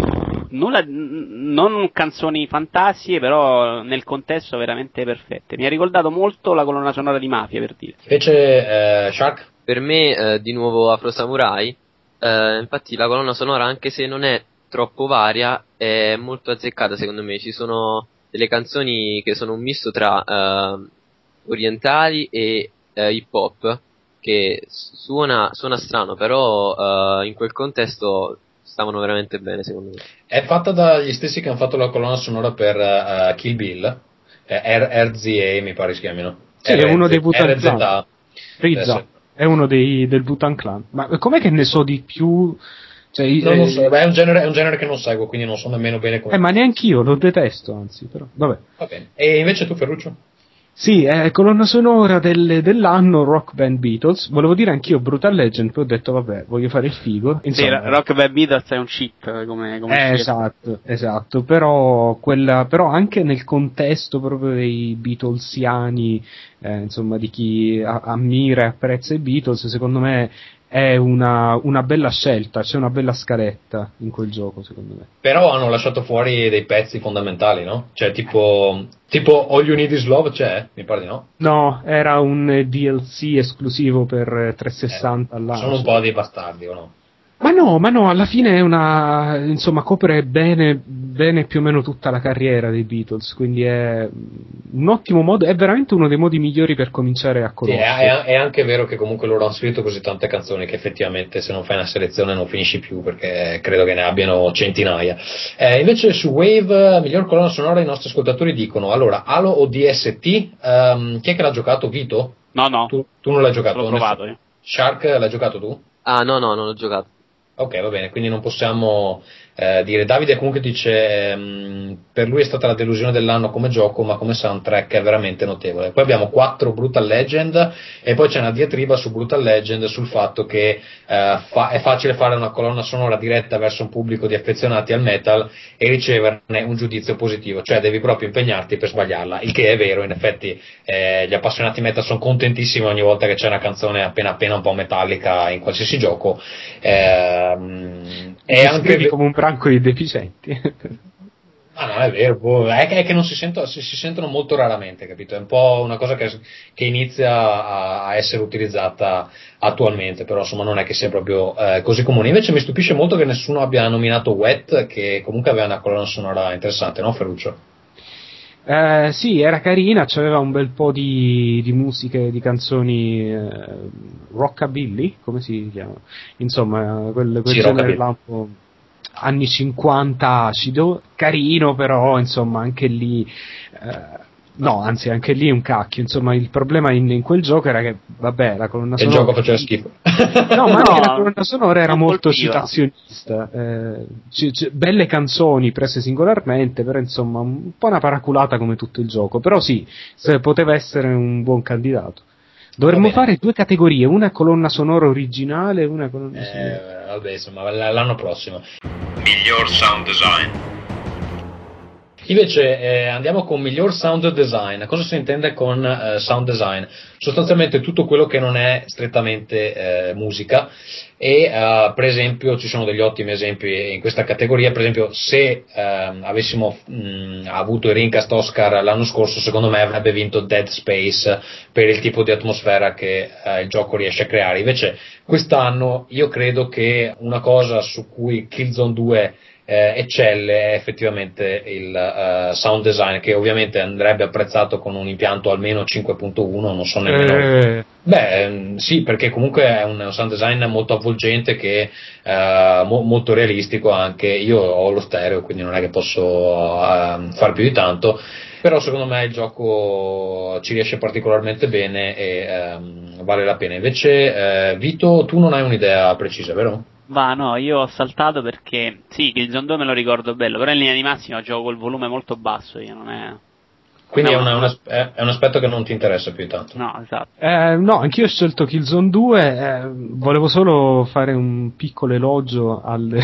non canzoni fantastiche, però nel contesto veramente perfette. Mi ha ricordato molto la colonna sonora di Mafia, per dire. Invece Shark? Per me di nuovo Afro Samurai, infatti la colonna sonora, anche se non è troppo varia, è molto azzeccata secondo me. Ci sono delle canzoni che sono un misto tra orientali e hip hop, che suona strano, però in quel contesto stavano veramente bene secondo me. È fatta dagli stessi che hanno fatto la colonna sonora per Kill Bill, RZA mi pare si chiamino. Sì, è uno dei Wu-Tang Clan. Rizza, è uno del Wu-Tang Clan. Ma com'è che ne so di più? Cioè, non lo so, è un genere che non seguo, quindi non so nemmeno bene come. Ma neanch'io, lo detesto, anzi, però. Vabbè. Va bene. E invece tu, Ferruccio? Sì, colonna sonora dell'anno Rock Band Beatles. Volevo dire anch'io Brutal Legend, poi ho detto vabbè, voglio fare il figo. Insomma, sì, Rock Band Beatles è un cheat come esatto, però anche nel contesto proprio dei Beatlesiani, insomma, di chi ammira e apprezza i Beatles, secondo me è una bella scelta, c'è una bella scaletta in quel gioco, secondo me. Però hanno lasciato fuori dei pezzi fondamentali, no? Cioè tipo All You Need Is Love c'è? Mi pare di no? No, era un DLC esclusivo per 360 all'anno. Sono un po' dei bastardi, o no? Ma no, alla fine è insomma, copre bene bene più o meno tutta la carriera dei Beatles, quindi è un ottimo modo, è veramente uno dei modi migliori per cominciare a Sì, conoscere. è anche vero che comunque loro hanno scritto così tante canzoni che effettivamente se non fai una selezione non finisci più, perché credo che ne abbiano centinaia. Invece su Wave, miglior colonna sonora, i nostri ascoltatori dicono, allora, Halo o DST, chi è che l'ha giocato? Vito? No, Tu non l'hai giocato? l'ho provato io. Shark, l'hai giocato tu? Ah, no, non l'ho giocato. Ok, va bene, quindi non possiamo dire. Davide comunque dice per lui è stata la delusione dell'anno come gioco, ma come soundtrack è veramente notevole. Poi abbiamo 4 Brutal Legend e poi c'è una diatriba su Brutal Legend sul fatto che è facile fare una colonna sonora diretta verso un pubblico di affezionati al metal e riceverne un giudizio positivo, cioè devi proprio impegnarti per sbagliarla, il che è vero. In effetti gli appassionati metal sono contentissimi ogni volta che c'è una canzone appena un po' metallica in qualsiasi gioco. È anche come un branco di deficienti. Ah, no, è vero, è che non si sentono molto raramente, capito? È un po' una cosa che inizia a essere utilizzata attualmente, però insomma non è che sia proprio così comune. Invece mi stupisce molto che nessuno abbia nominato Wet, che comunque aveva una colonna sonora interessante, no Ferruccio? Sì, era carina, c'aveva un bel po' di musiche, di canzoni rockabilly, come si chiama? Insomma, quel Sì, genere là un po' anni 50 acido, carino, però insomma anche lì no, anzi anche lì un cacchio, insomma il problema in quel gioco era che vabbè, la colonna sonora il gioco faceva schifo. no, ma anche la colonna sonora era molto colpiva. citazionista, belle canzoni prese singolarmente, però insomma un po' una paraculata come tutto il gioco, però sì, poteva essere un buon candidato. Dovremmo fare 2 categorie, una colonna sonora originale e una colonna sonora. Vabbè, insomma, l'anno prossimo. Miglior sound design. Invece andiamo con miglior sound design. Cosa si intende con sound design? Sostanzialmente tutto quello che non è strettamente musica e per esempio ci sono degli ottimi esempi in questa categoria. Per esempio se avessimo avuto il Rincast Oscar l'anno scorso, secondo me avrebbe vinto Dead Space per il tipo di atmosfera che il gioco riesce a creare. Invece quest'anno io credo che una cosa su cui Killzone 2 eccelle è effettivamente il sound design, che ovviamente andrebbe apprezzato con un impianto almeno 5.1, non so nemmeno. Sì, perché comunque è un sound design molto avvolgente, che molto realistico anche. Io ho lo stereo, quindi non è che posso far più di tanto, però secondo me il gioco ci riesce particolarmente bene e vale la pena. Invece Vito, tu non hai un'idea precisa, vero? Va, no, io ho saltato perché sì, Killzone 2 me lo ricordo bello, però in linea di massima gioco col volume molto basso, io non è... Quindi no, è un aspetto che non ti interessa più di tanto. No, esatto. No, anch'io ho scelto Killzone 2, volevo solo fare un piccolo elogio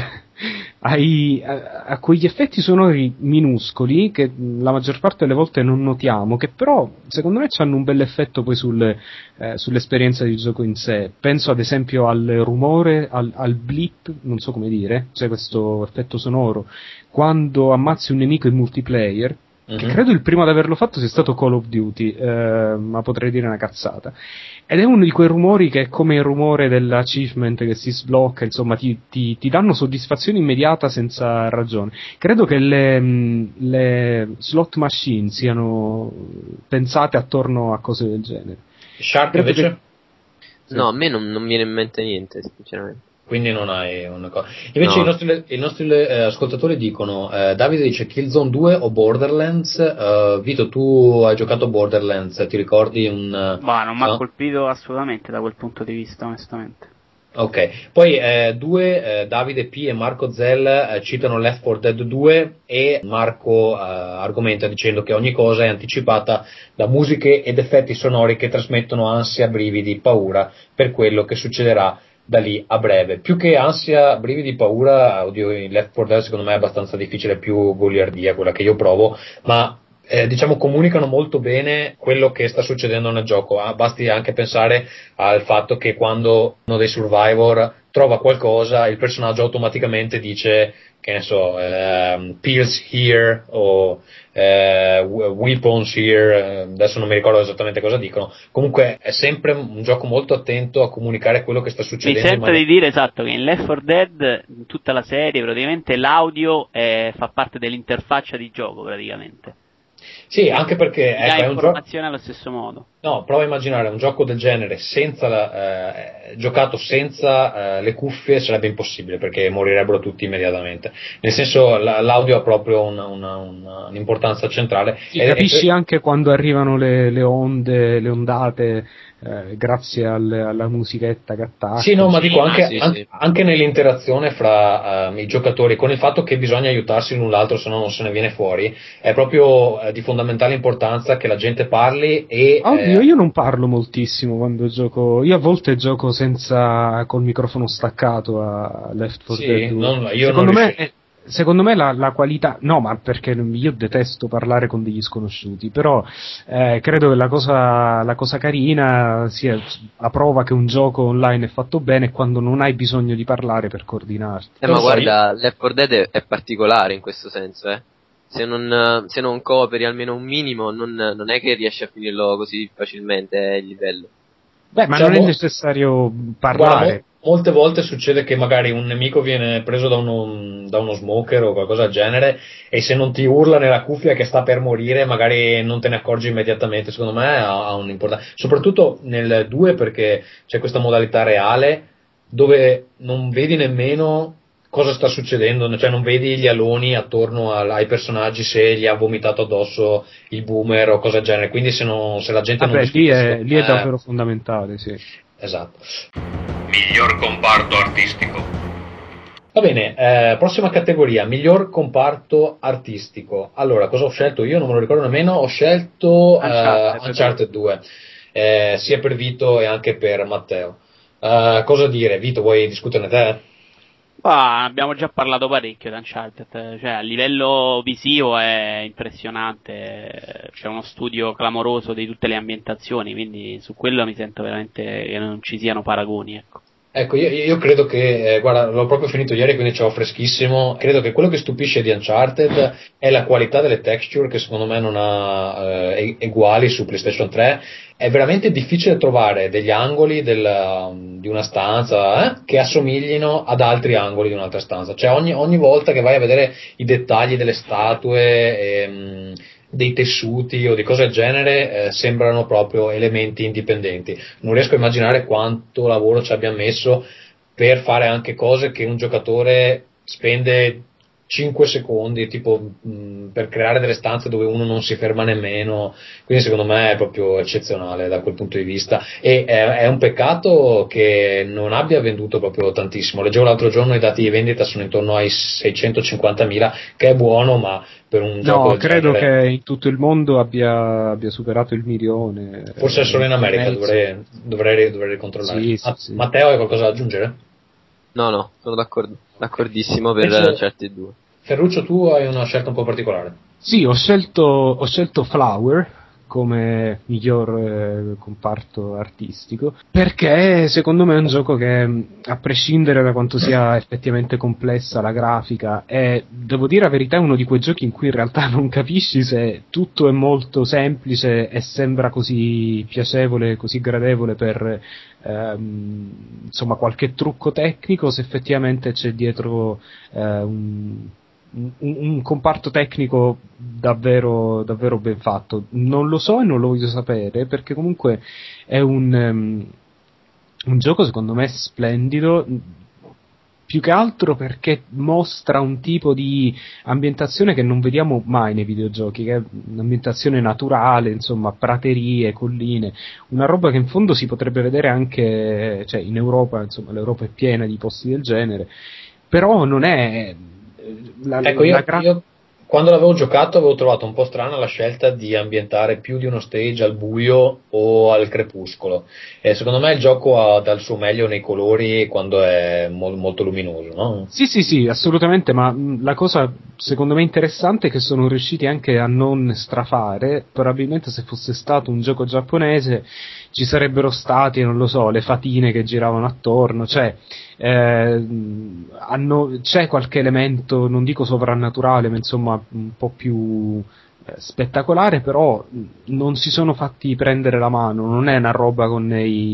a quegli effetti sonori minuscoli che la maggior parte delle volte non notiamo, che però secondo me hanno un bel effetto poi sull'esperienza di gioco in sé. Penso ad esempio al rumore, al blip, non so come dire, c'è questo effetto sonoro quando ammazzi un nemico in multiplayer. Che credo il primo ad averlo fatto sia stato Call of Duty, ma potrei dire una cazzata. Ed è uno di quei rumori che è come il rumore dell'achievement che si sblocca, insomma ti danno soddisfazione immediata senza ragione. Credo che le slot machine siano pensate attorno a cose del genere. Shark invece? No, a me non viene in mente niente, sinceramente. Quindi non hai una cosa. Invece no. I nostri ascoltatori dicono Davide dice Killzone 2 o Borderlands. Vito, tu hai giocato Borderlands, ti ricordi un... Ma non mi ha colpito assolutamente da quel punto di vista, onestamente. Ok, poi Davide P e Marco Zell citano Left 4 Dead 2 e Marco argomenta dicendo che ogni cosa è anticipata da musiche ed effetti sonori che trasmettono ansia, brividi, paura per quello che succederà da lì a breve. Più che ansia, brividi, paura, oddio, in Left 4 Dead secondo me è abbastanza difficile, più goliardia quella che io provo, ma diciamo comunicano molto bene quello che sta succedendo nel gioco. Basti anche pensare al fatto che quando uno dei Survivor trova qualcosa, il personaggio automaticamente dice, che ne so, pills here o weapons here, adesso non mi ricordo esattamente cosa dicono. Comunque è sempre un gioco molto attento a comunicare quello che sta succedendo. Mi sento di dire, esatto, che in Left 4 Dead, in tutta la serie, praticamente l'audio fa parte dell'interfaccia di gioco, praticamente. Sì, anche perché dà è un informazione allo stesso modo. No, prova a immaginare un gioco del genere giocato senza le cuffie, sarebbe impossibile perché morirebbero tutti immediatamente. Nel senso, l'audio ha proprio un'importanza centrale. Sì, capisci anche quando arrivano le onde, le ondate, grazie alla musichetta che attacca. Sì, no, ma dico sì. anche nell'interazione fra i giocatori, con il fatto che bisogna aiutarsi l'un l'altro, se no non se ne viene fuori, è proprio di fondamentale importanza che la gente parli e... Io non parlo moltissimo quando gioco, io a volte gioco col microfono staccato a Left 4 Dead 2. Secondo me la qualità, no, ma perché io detesto parlare con degli sconosciuti, però credo che la cosa carina sia a prova che un gioco online è fatto bene quando non hai bisogno di parlare per coordinarti. Ma guarda, Left 4 Dead è particolare in questo senso, Se non cooperi almeno un minimo, non è che riesci a finirlo così facilmente il livello. Beh, ma non è necessario parlare. Guarda, molte volte succede che magari un nemico viene preso da uno smoker o qualcosa del genere, e se non ti urla nella cuffia che sta per morire, magari non te ne accorgi immediatamente. Secondo me ha un'importanza, soprattutto nel 2, perché c'è questa modalità reale dove non vedi nemmeno cosa sta succedendo, cioè non vedi gli aloni attorno ai personaggi, se gli ha vomitato addosso il boomer o cosa del genere, quindi se la gente non lì è davvero fondamentale, sì. Esatto. Miglior comparto artistico. Va bene, prossima categoria, miglior comparto artistico. Allora, cosa ho scelto io? Non me lo ricordo nemmeno, ho scelto Uncharted 2, sia per Vito e anche per Matteo. Cosa dire? Vito, vuoi discuterne te? Abbiamo già parlato parecchio di Uncharted, cioè a livello visivo è impressionante, c'è uno studio clamoroso di tutte le ambientazioni, quindi su quello mi sento veramente che non ci siano paragoni, ecco. Ecco, io credo che, guarda, l'ho proprio finito ieri, quindi ce l'ho freschissimo. Credo che quello che stupisce di Uncharted è la qualità delle texture, che secondo me non ha eguali su PlayStation 3. È veramente difficile trovare degli angoli di una stanza che assomiglino ad altri angoli di un'altra stanza. Cioè ogni volta che vai a vedere i dettagli delle statue, dei tessuti o di cose del genere, sembrano proprio elementi indipendenti. Non riesco a immaginare quanto lavoro ci abbia messo per fare anche cose che un giocatore spende 5 secondi, tipo per creare delle stanze dove uno non si ferma nemmeno. Quindi secondo me è proprio eccezionale da quel punto di vista, e è un peccato che non abbia venduto proprio tantissimo. Leggevo l'altro giorno i dati di vendita sono intorno ai 650.000, che è buono, ma per un gioco del credo genere... che in tutto il mondo abbia superato il 1.000.000. Forse è solo in America, dovrei ricontrollare. Sì. Matteo, hai qualcosa da aggiungere? No, sono d'accordissimo per Uncharted 2. Ferruccio, tu hai una scelta un po' particolare. Sì, ho scelto Flower come miglior comparto artistico, perché secondo me è un gioco che, a prescindere da quanto sia effettivamente complessa la grafica, è, devo dire la verità, uno di quei giochi in cui in realtà non capisci se tutto è molto semplice e sembra così piacevole, così gradevole per insomma qualche trucco tecnico, se effettivamente c'è dietro un comparto tecnico davvero ben fatto. Non lo so e non lo voglio sapere, perché comunque è un gioco secondo me splendido, più che altro perché mostra un tipo di ambientazione che non vediamo mai nei videogiochi, che è un'ambientazione naturale, insomma, praterie, colline, una roba che in fondo si potrebbe vedere anche, cioè, in Europa, insomma, l'Europa è piena di posti del genere, però non è io quando l'avevo giocato avevo trovato un po' strana la scelta di ambientare più di uno stage al buio o al crepuscolo, e secondo me il gioco ha dal suo meglio nei colori quando è molto luminoso, no? Sì, assolutamente, ma la cosa secondo me interessante è che sono riusciti anche a non strafare. Probabilmente se fosse stato un gioco giapponese ci sarebbero stati, non lo so, le fatine che giravano attorno, cioè c'è qualche elemento, non dico sovrannaturale, ma insomma un po' più spettacolare, però non si sono fatti prendere la mano, non è una roba con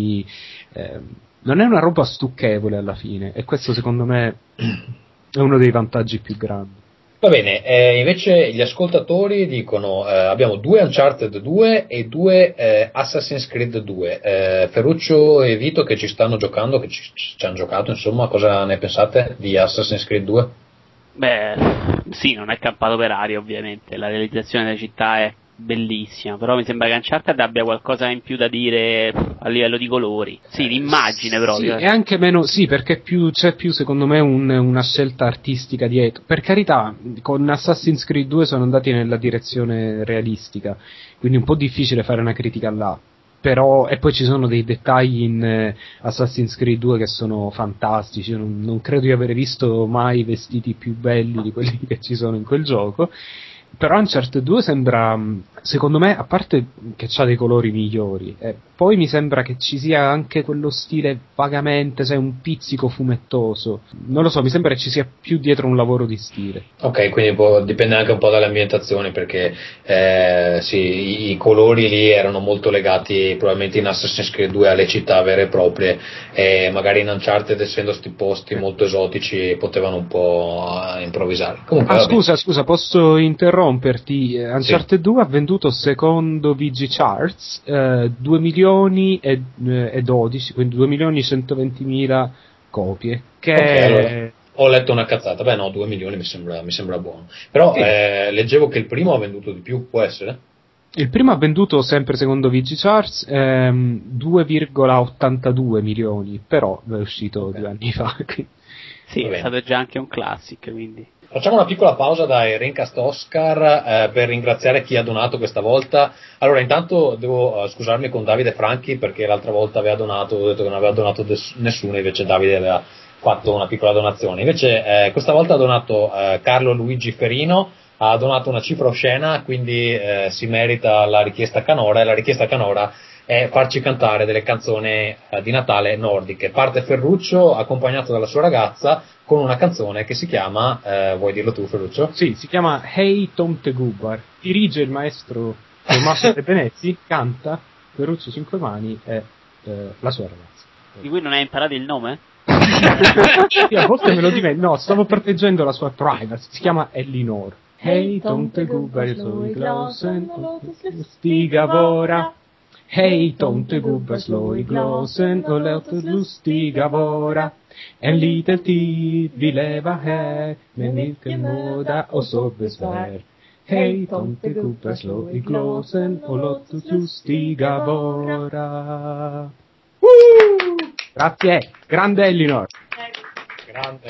non è una roba stucchevole alla fine, e questo secondo me è uno dei vantaggi più grandi. Va bene, invece gli ascoltatori dicono abbiamo 2 Uncharted 2 e 2 Assassin's Creed 2. Ferruccio e Vito che ci stanno giocando, che ci hanno giocato, insomma, cosa ne pensate di Assassin's Creed 2? Beh, sì, non è campato per aria ovviamente, la realizzazione della città è bellissima, però mi sembra che Uncharted abbia qualcosa in più da dire a livello di colori, sì, l'immagine proprio. Sì, e anche meno, sì, perché c'è più secondo me una scelta artistica dietro. Per carità, con Assassin's Creed 2 sono andati nella direzione realistica, quindi un po' difficile fare una critica là. Però, e poi ci sono dei dettagli in Assassin's Creed 2 che sono fantastici. Non credo di aver visto mai vestiti più belli di quelli che ci sono in quel gioco. Però Uncharted 2 sembra, secondo me, a parte che c'ha dei colori migliori, poi mi sembra che ci sia anche quello stile vagamente, sai, un pizzico fumettoso. Non lo so, mi sembra che ci sia più dietro un lavoro di stile. Ok, quindi dipende anche un po' dalle ambientazioni, perché sì, i colori lì erano molto legati probabilmente in Assassin's Creed 2 alle città vere e proprie, e magari in Uncharted, essendo sti posti molto esotici, potevano un po' improvvisare. Comunque, scusa, posso interromperti? Uncharted 2 ha venduto secondo VG Charts 2 milioni e 12, quindi 2 milioni e 120.000 copie. Che okay, allora, ho letto una cazzata, beh no, 2 milioni mi sembra buono. Però leggevo che il primo ha venduto di più, può essere? Il primo ha venduto, sempre secondo VG Charts, 2,82 milioni, però è uscito 2 anni fa. Sì, è stato già anche un classic, quindi. Facciamo una piccola pausa dai Rincast Oscar per ringraziare chi ha donato questa volta. Allora, intanto devo scusarmi con Davide Franchi, perché l'altra volta aveva donato, ho detto che non aveva donato nessuno, invece Davide aveva fatto una piccola donazione. Invece questa volta ha donato Carlo Luigi Ferino, ha donato una cifra oscena, quindi si merita la richiesta canora, e la richiesta canora è farci cantare delle canzoni di Natale nordiche. Parte Ferruccio accompagnato dalla sua ragazza con una canzone che si chiama, vuoi dirlo tu Ferruccio? Sì, si chiama Hey Tomte Gubbar, dirige il maestro Tommaso De Benetti, canta Ferruccio Cinquemani e la sua ragazza. Di cui non hai imparato il nome? Sì, a volte me lo dimentico, no, stavo proteggendo la sua privacy, si chiama Elinor. Hey Tomte Gubbar, slå i glasen och lustiga våra. Hej tomtegubbar, slå i glasen och låt oss lustiga vara. En liten tid vi leva här, med vilken måda och så besvär. Hej tomtegubbar, slå i glasen och låt oss lustiga vara. Grazie, grande Elinor. Grande.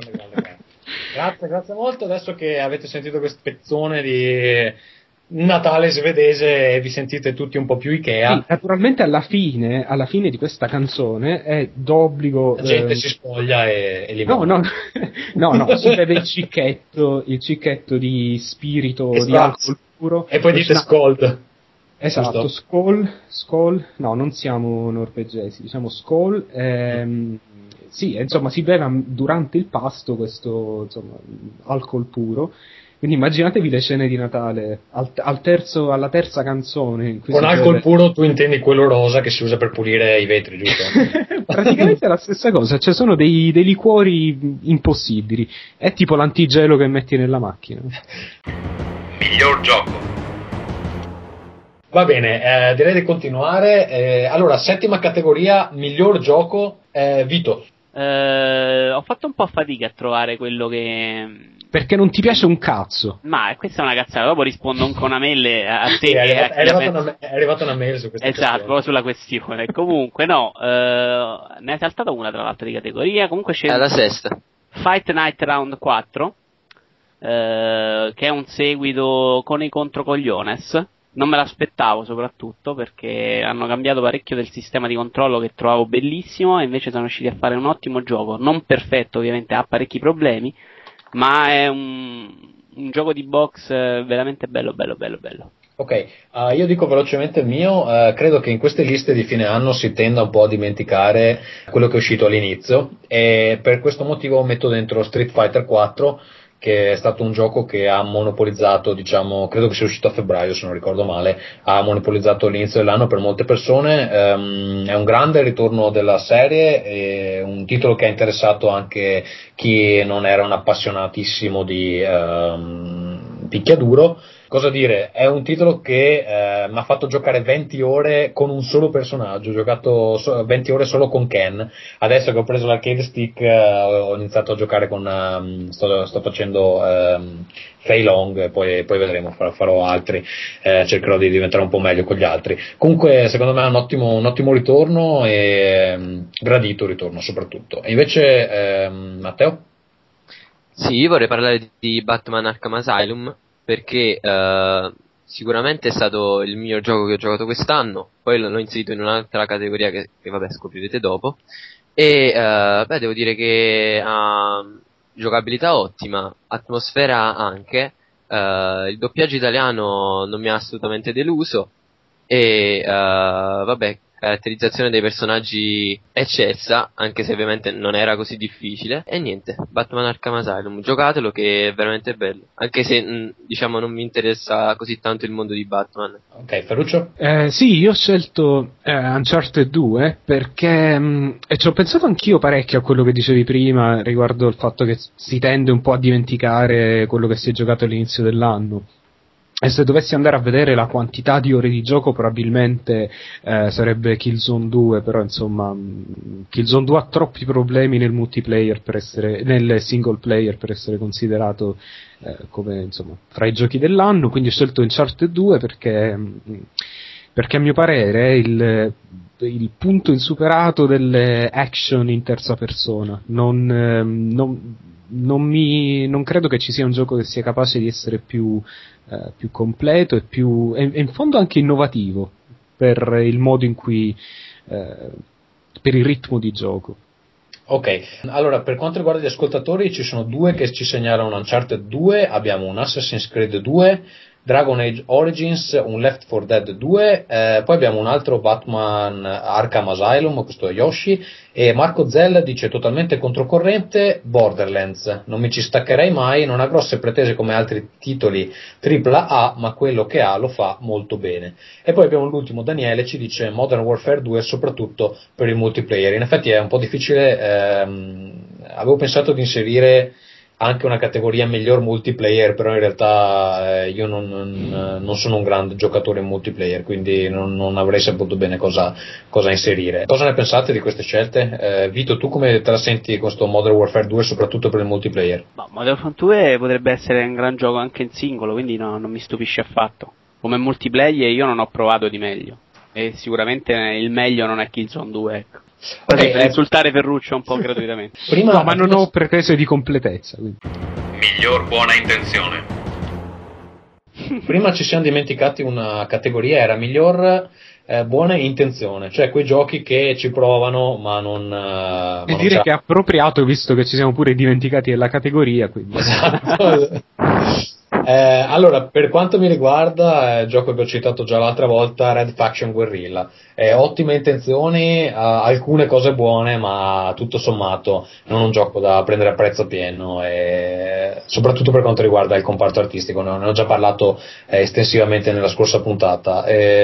Grazie molto. Adesso che avete sentito questo pezzone di Natale svedese e vi sentite tutti un po' più Ikea. Sì, naturalmente alla fine di questa canzone è d'obbligo. La gente si spoglia e li no, si beve il cicchetto di spirito, di alcol puro. E poi dite Skold. Esatto, Skål. No, non siamo norvegesi, diciamo Skål. Sì, insomma, si beve durante il pasto questo, insomma, alcol puro. Quindi immaginatevi le scene di Natale alla terza canzone. In cui con alcol puro tu intendi quello rosa che si usa per pulire i vetri, giusto? Praticamente è la stessa cosa, cioè sono dei liquori impossibili. È tipo l'antigelo che metti nella macchina. Miglior gioco. Va bene, direi di continuare. Allora, settima categoria, miglior gioco, Vito. Ho fatto un po' fatica a trovare quello che... Perché non ti piace un cazzo. Ma questa è una cazzata, dopo rispondo anche con una mail a te. Sì, è arrivata una mail su questa esatto, questione. proprio sulla questione. Comunque no, ne hai saltata una tra l'altro di categoria. Comunque c'è la sesta. Fight Night Round 4, che è un seguito con i controcogliones. Non me l'aspettavo soprattutto perché hanno cambiato parecchio del sistema di controllo che trovavo bellissimo, e invece sono riusciti a fare un ottimo gioco, non perfetto ovviamente, ha parecchi problemi, ma è un un gioco di box veramente bello. Ok, io dico velocemente il mio, credo che in queste liste di fine anno si tenda un po' a dimenticare quello che è uscito all'inizio, e per questo motivo metto dentro Street Fighter 4, che è stato un gioco che ha monopolizzato, diciamo, credo che sia uscito a febbraio se non ricordo male, ha monopolizzato l'inizio dell'anno per molte persone. È un grande ritorno della serie, è un titolo che ha interessato anche chi non era un appassionatissimo di picchiaduro. Cosa dire, è un titolo che mi ha fatto giocare 20 ore con un solo personaggio, ho giocato 20 ore solo con Ken. Adesso che ho preso l'arcade stick ho iniziato a giocare con, sto facendo Fei Long, poi vedremo, farò altri, cercherò di diventare un po' meglio con gli altri. Comunque secondo me è un ottimo ritorno e gradito ritorno soprattutto. E invece Matteo? Sì, io vorrei parlare di Batman Arkham Asylum, perché sicuramente è stato il miglior gioco che ho giocato quest'anno, poi l'ho inserito in un'altra categoria che vabbè scoprirete dopo, e devo dire che ha giocabilità ottima, atmosfera anche, il doppiaggio italiano non mi ha assolutamente deluso, e vabbè, caratterizzazione dei personaggi eccessa, anche se ovviamente non era così difficile. E niente, Batman Arkham Asylum, giocatelo che è veramente bello, anche se diciamo non mi interessa così tanto il mondo di Batman. Ok, Ferruccio? Sì, io ho scelto Uncharted 2 perché e ci ho pensato anch'io parecchio a quello che dicevi prima riguardo il fatto che si tende un po' a dimenticare quello che si è giocato all'inizio dell'anno. E se dovessi andare a vedere la quantità di ore di gioco probabilmente sarebbe Killzone 2, però insomma Killzone 2 ha troppi problemi nel multiplayer nel single player per essere considerato come insomma fra i giochi dell'anno, quindi ho scelto Uncharted 2 perché a mio parere è il punto insuperato delle action in terza persona. Non credo che ci sia un gioco che sia capace di essere più completo e in fondo anche innovativo per il modo in cui per il ritmo di gioco. Ok, allora per quanto riguarda gli ascoltatori ci sono due che ci segnalano Uncharted 2, abbiamo un Assassin's Creed 2, Dragon Age Origins, un Left 4 Dead 2, poi abbiamo un altro Batman Arkham Asylum, questo è Yoshi, e Marco Zell dice totalmente controcorrente Borderlands, non mi ci staccherei mai, non ha grosse pretese come altri titoli AAA, ma quello che ha lo fa molto bene. E poi abbiamo l'ultimo, Daniele ci dice Modern Warfare 2 soprattutto per il multiplayer. In effetti è un po' difficile, avevo pensato di inserire anche una categoria miglior multiplayer, però in realtà io non sono un grande giocatore in multiplayer, quindi non avrei saputo bene cosa inserire. Cosa ne pensate di queste scelte? Vito, tu come te la senti con questo Modern Warfare 2 soprattutto per il multiplayer? Modern Warfare 2 potrebbe essere un gran gioco anche in singolo, quindi non mi stupisce affatto. Come multiplayer io non ho provato di meglio, e sicuramente il meglio non è Killzone 2, ecco. Okay, per insultare Ferruccio un po' gratuitamente. No, ma non ho pretese di completezza. Quindi. Miglior buona intenzione. Prima ci siamo dimenticati una categoria, era miglior buona intenzione, cioè quei giochi che ci provano ma non... E direi che è appropriato visto che ci siamo pure dimenticati della categoria. Quindi. Esatto. Allora, per quanto mi riguarda, il gioco che ho citato già l'altra volta, Red Faction Guerrilla, ottime intenzioni, alcune cose buone, ma tutto sommato non un gioco da prendere a prezzo pieno, soprattutto per quanto riguarda il comparto artistico, ne ho già parlato estensivamente nella scorsa puntata.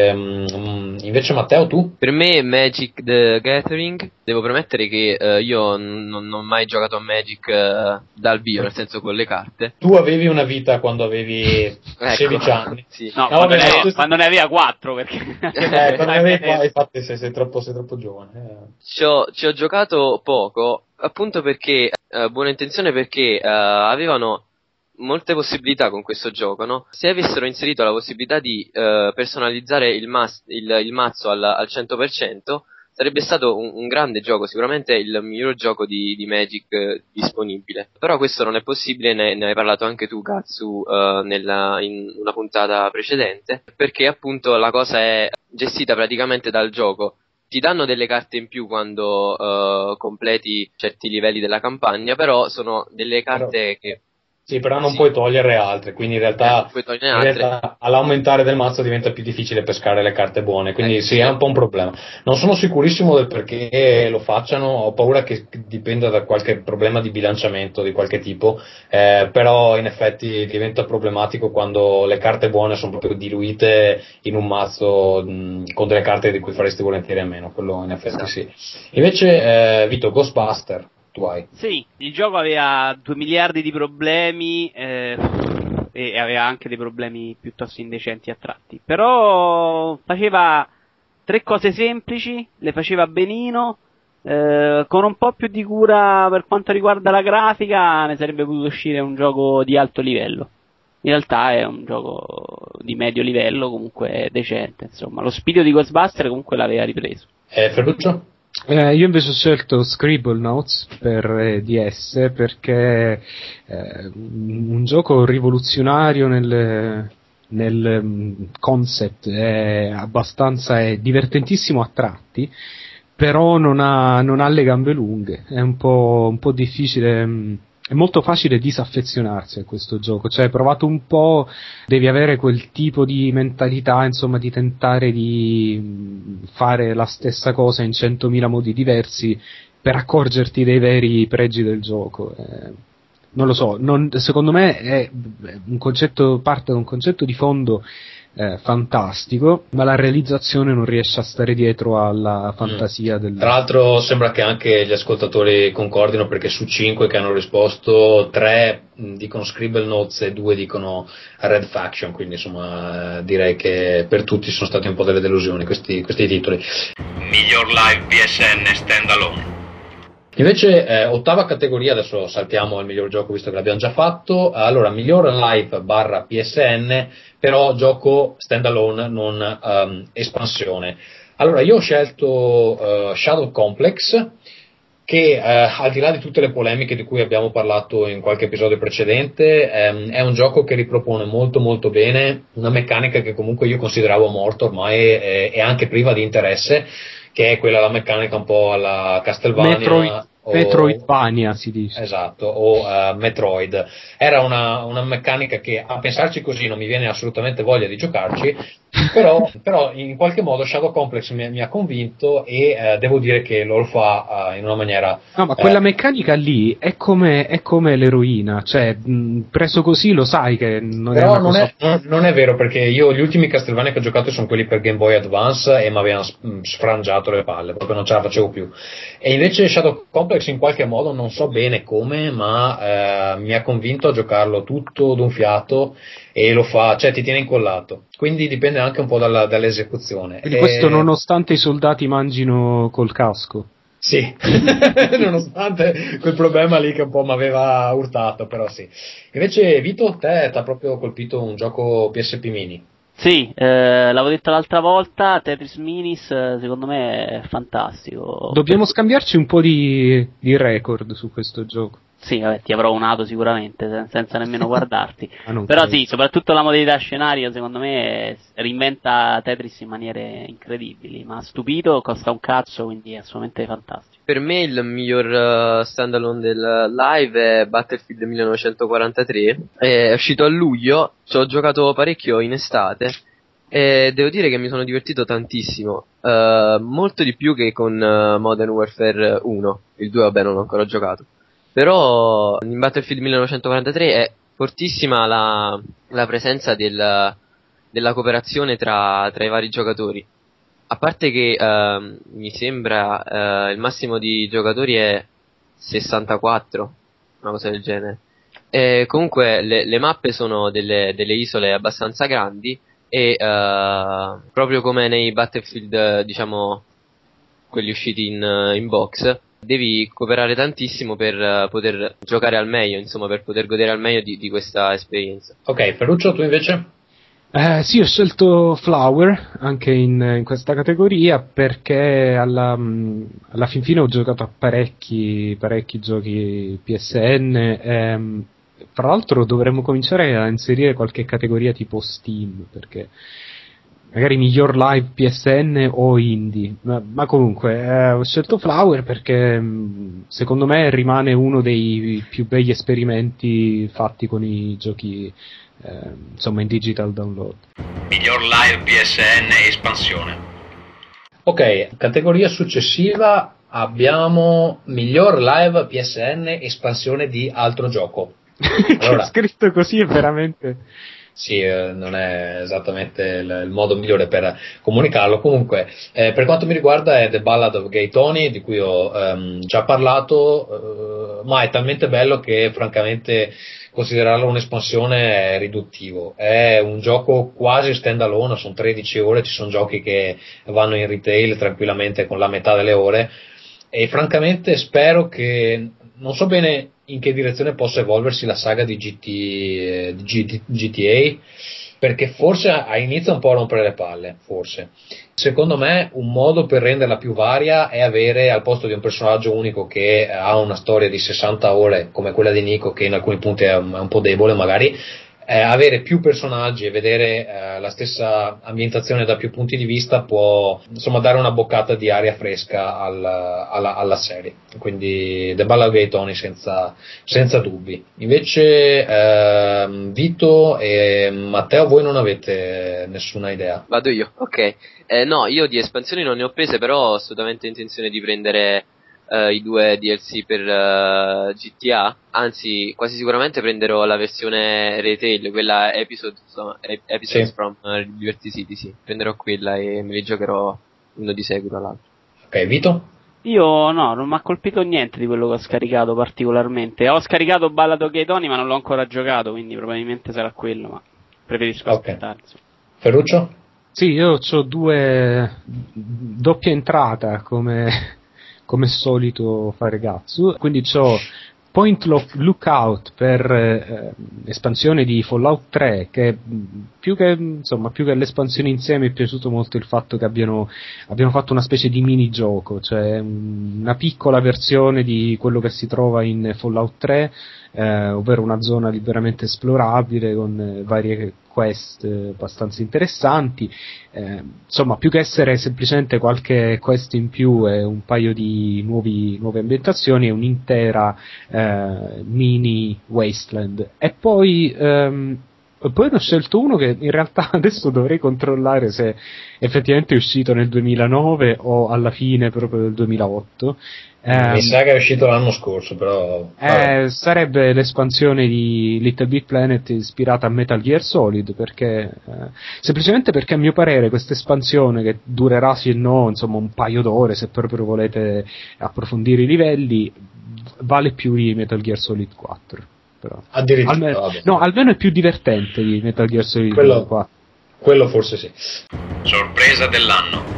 Invece Matteo, tu? Per me Magic the Gathering, devo premettere che io non ho mai giocato a Magic dal vivo, nel senso con le carte. Tu avevi una vita quando avevi 16 anni. Sì. No, quando ne aveva 4, perché... quando ne avevi 4, infatti sei troppo giovane. Ci ho giocato poco, appunto perché, buona intenzione, perché avevano molte possibilità con questo gioco, no? Se avessero inserito la possibilità di personalizzare il mazzo al 100%, sarebbe stato un grande gioco, sicuramente il miglior gioco di Magic disponibile. Però questo non è possibile, ne hai parlato anche tu, Katsu, in una puntata precedente, perché appunto la cosa è gestita praticamente dal gioco. Ti danno delle carte in più quando completi certi livelli della campagna, però sono delle carte che Sì, però non puoi togliere altre, quindi in realtà all'aumentare del mazzo diventa più difficile pescare le carte buone, quindi sì, è un po' un problema. Non sono sicurissimo del perché lo facciano, ho paura che dipenda da qualche problema di bilanciamento di qualche tipo, però in effetti diventa problematico quando le carte buone sono proprio diluite in un mazzo con delle carte di cui faresti volentieri a meno, quello in effetti sì. Invece, Vito, Ghostbuster. Sì, il gioco aveva 2 miliardi di problemi e aveva anche dei problemi piuttosto indecenti a tratti, però faceva 3 cose semplici, le faceva benino, con un po' più di cura per quanto riguarda la grafica ne sarebbe potuto uscire un gioco di alto livello. In realtà è un gioco di medio livello, comunque decente, insomma. Lo spirito di Ghostbuster comunque l'aveva ripreso. Ferruccio? Io invece ho scelto Scribblenauts per DS perché un gioco rivoluzionario nel concept, è divertentissimo a tratti, però non ha le gambe lunghe, è un po' difficile. È molto facile disaffezionarsi a questo gioco, cioè provato un po', devi avere quel tipo di mentalità, insomma, di tentare di fare la stessa cosa in 100.000 modi diversi per accorgerti dei veri pregi del gioco. Non lo so, secondo me è parte da un concetto di fondo fantastico, ma la realizzazione non riesce a stare dietro alla fantasia del... Tra l'altro sembra che anche gli ascoltatori concordino, perché su 5 che hanno risposto 3 dicono Scribblenauts e 2 dicono Red Faction, quindi insomma direi che per tutti sono stati un po' delle delusioni questi titoli. Miglior live PSN standalone. Invece ottava categoria, adesso saltiamo al miglior gioco visto che l'abbiamo già fatto. Allora, miglior live / PSN, però gioco standalone, non espansione. Allora, io ho scelto Shadow Complex, che al di là di tutte le polemiche di cui abbiamo parlato in qualche episodio precedente, è un gioco che ripropone molto molto bene una meccanica che comunque io consideravo morta ormai e anche priva di interesse, che è quella, la meccanica un po' alla Castlevania. Metroidvania si dice. Esatto, o Metroid. Era una meccanica che, a pensarci così, non mi viene assolutamente voglia di giocarci, però in qualche modo Shadow Complex mi ha convinto e devo dire che lo fa in una maniera... No, ma quella meccanica lì è come l'eroina, cioè preso così lo sai che non però è una cosa... non è vero, perché io gli ultimi Castlevania che ho giocato sono quelli per Game Boy Advance e mi avevano sfrangiato le palle, proprio non ce la facevo più. E invece Shadow Complex in qualche modo, non so bene come, ma mi ha convinto a giocarlo tutto d'un fiato, e lo fa, cioè ti tiene incollato, quindi dipende anche un po' dall'esecuzione. Quindi questo nonostante i soldati mangino col casco. Sì, nonostante quel problema lì che un po' mi aveva urtato, però sì. Invece Vito, te t'ha proprio colpito un gioco PSP Mini? Sì, l'avevo detto l'altra volta, Tetris Minis secondo me è fantastico. Dobbiamo scambiarci un po' di record su questo gioco. Sì, vabbè, ti avrò unato sicuramente, senza nemmeno guardarti. Però credo. sì, soprattutto la modalità scenario, secondo me, reinventa Tetris in maniere incredibili. Ma stupito, costa un cazzo, quindi è assolutamente fantastico. Per me il miglior standalone del live è Battlefield 1943. È uscito a luglio, ci ho giocato parecchio in estate e devo dire che mi sono divertito tantissimo. Molto di più che con Modern Warfare 1. Il 2 vabbè non l'ho ancora giocato. Però in Battlefield 1943 è fortissima la presenza della cooperazione tra i vari giocatori. A parte che mi sembra il massimo di giocatori è 64, una cosa del genere. Comunque le mappe sono delle isole abbastanza grandi e proprio come nei Battlefield, diciamo, quelli usciti in box, devi cooperare tantissimo per poter giocare al meglio, insomma, per poter godere al meglio di questa esperienza. Ok, Ferruccio, tu invece? Sì, ho scelto Flower anche in questa categoria perché alla fin fine ho giocato a parecchi giochi PSN. Fra l'altro dovremmo cominciare a inserire qualche categoria tipo Steam, perché magari miglior live PSN o indie, ma comunque ho scelto Flower perché secondo me rimane uno dei più begli esperimenti fatti con i giochi insomma in digital download. Miglior live PSN espansione. Ok, categoria successiva abbiamo miglior live PSN espansione di altro gioco. Allora, scritto così è veramente... Sì, non è esattamente il modo migliore per comunicarlo. Comunque, per quanto mi riguarda è The Ballad of Gay Tony, di cui ho già parlato, ma è talmente bello che francamente considerarlo un'espansione è riduttivo. È un gioco quasi stand alone, sono 13 ore, ci sono giochi che vanno in retail tranquillamente con la metà delle ore, e francamente spero che, non so bene in che direzione possa evolversi la saga di GTA, perché forse a inizio un po' a rompere le palle, forse. Secondo me un modo per renderla più varia è avere, al posto di un personaggio unico che ha una storia di 60 ore come quella di Nico, che in alcuni punti è un po' debole magari, avere più personaggi e vedere la stessa ambientazione da più punti di vista può insomma dare una boccata di aria fresca alla serie. Quindi The Ballad of Gay Tony senza dubbi. Invece Vito e Matteo, voi non avete nessuna idea? Vado io, ok. No, io di espansioni non ne ho prese, però ho assolutamente intenzione di prendere i 2 DLC per GTA, anzi quasi sicuramente prenderò la versione retail, quella episodes sì. from Liberty City, sì, prenderò quella e me li giocherò uno di seguito all'altro. Ok, Vito? Io no, non mi ha colpito niente di quello che ho scaricato particolarmente. Ho scaricato Ballad of Gay Tony ma non l'ho ancora giocato, quindi probabilmente sarà quello, ma preferisco aspettare. Ferruccio? Sì, io ho 2 doppia entrata come solito fare Gatsu, quindi c'ho Point Lookout per espansione di Fallout 3, che più che l'espansione insieme mi è piaciuto molto il fatto che abbiano fatto una specie di minigioco, cioè una piccola versione di quello che si trova in Fallout 3, ovvero una zona liberamente esplorabile con varie quest abbastanza interessanti, insomma più che essere semplicemente qualche quest in più e un paio di nuove ambientazioni, è un'intera mini wasteland. E poi ne ho scelto uno che in realtà adesso dovrei controllare se effettivamente è uscito nel 2009 o alla fine proprio del 2008. Mi sa che è uscito l'anno scorso, però sarebbe l'espansione di Little Big Planet ispirata a Metal Gear Solid, perché semplicemente perché a mio parere questa espansione, che durerà sì e no insomma un paio d'ore se proprio volete approfondire i livelli, vale più di Metal Gear Solid 4. Però addirittura almeno è più divertente di Metal Gear Solid 4. Quello forse sì. Sorpresa dell'anno.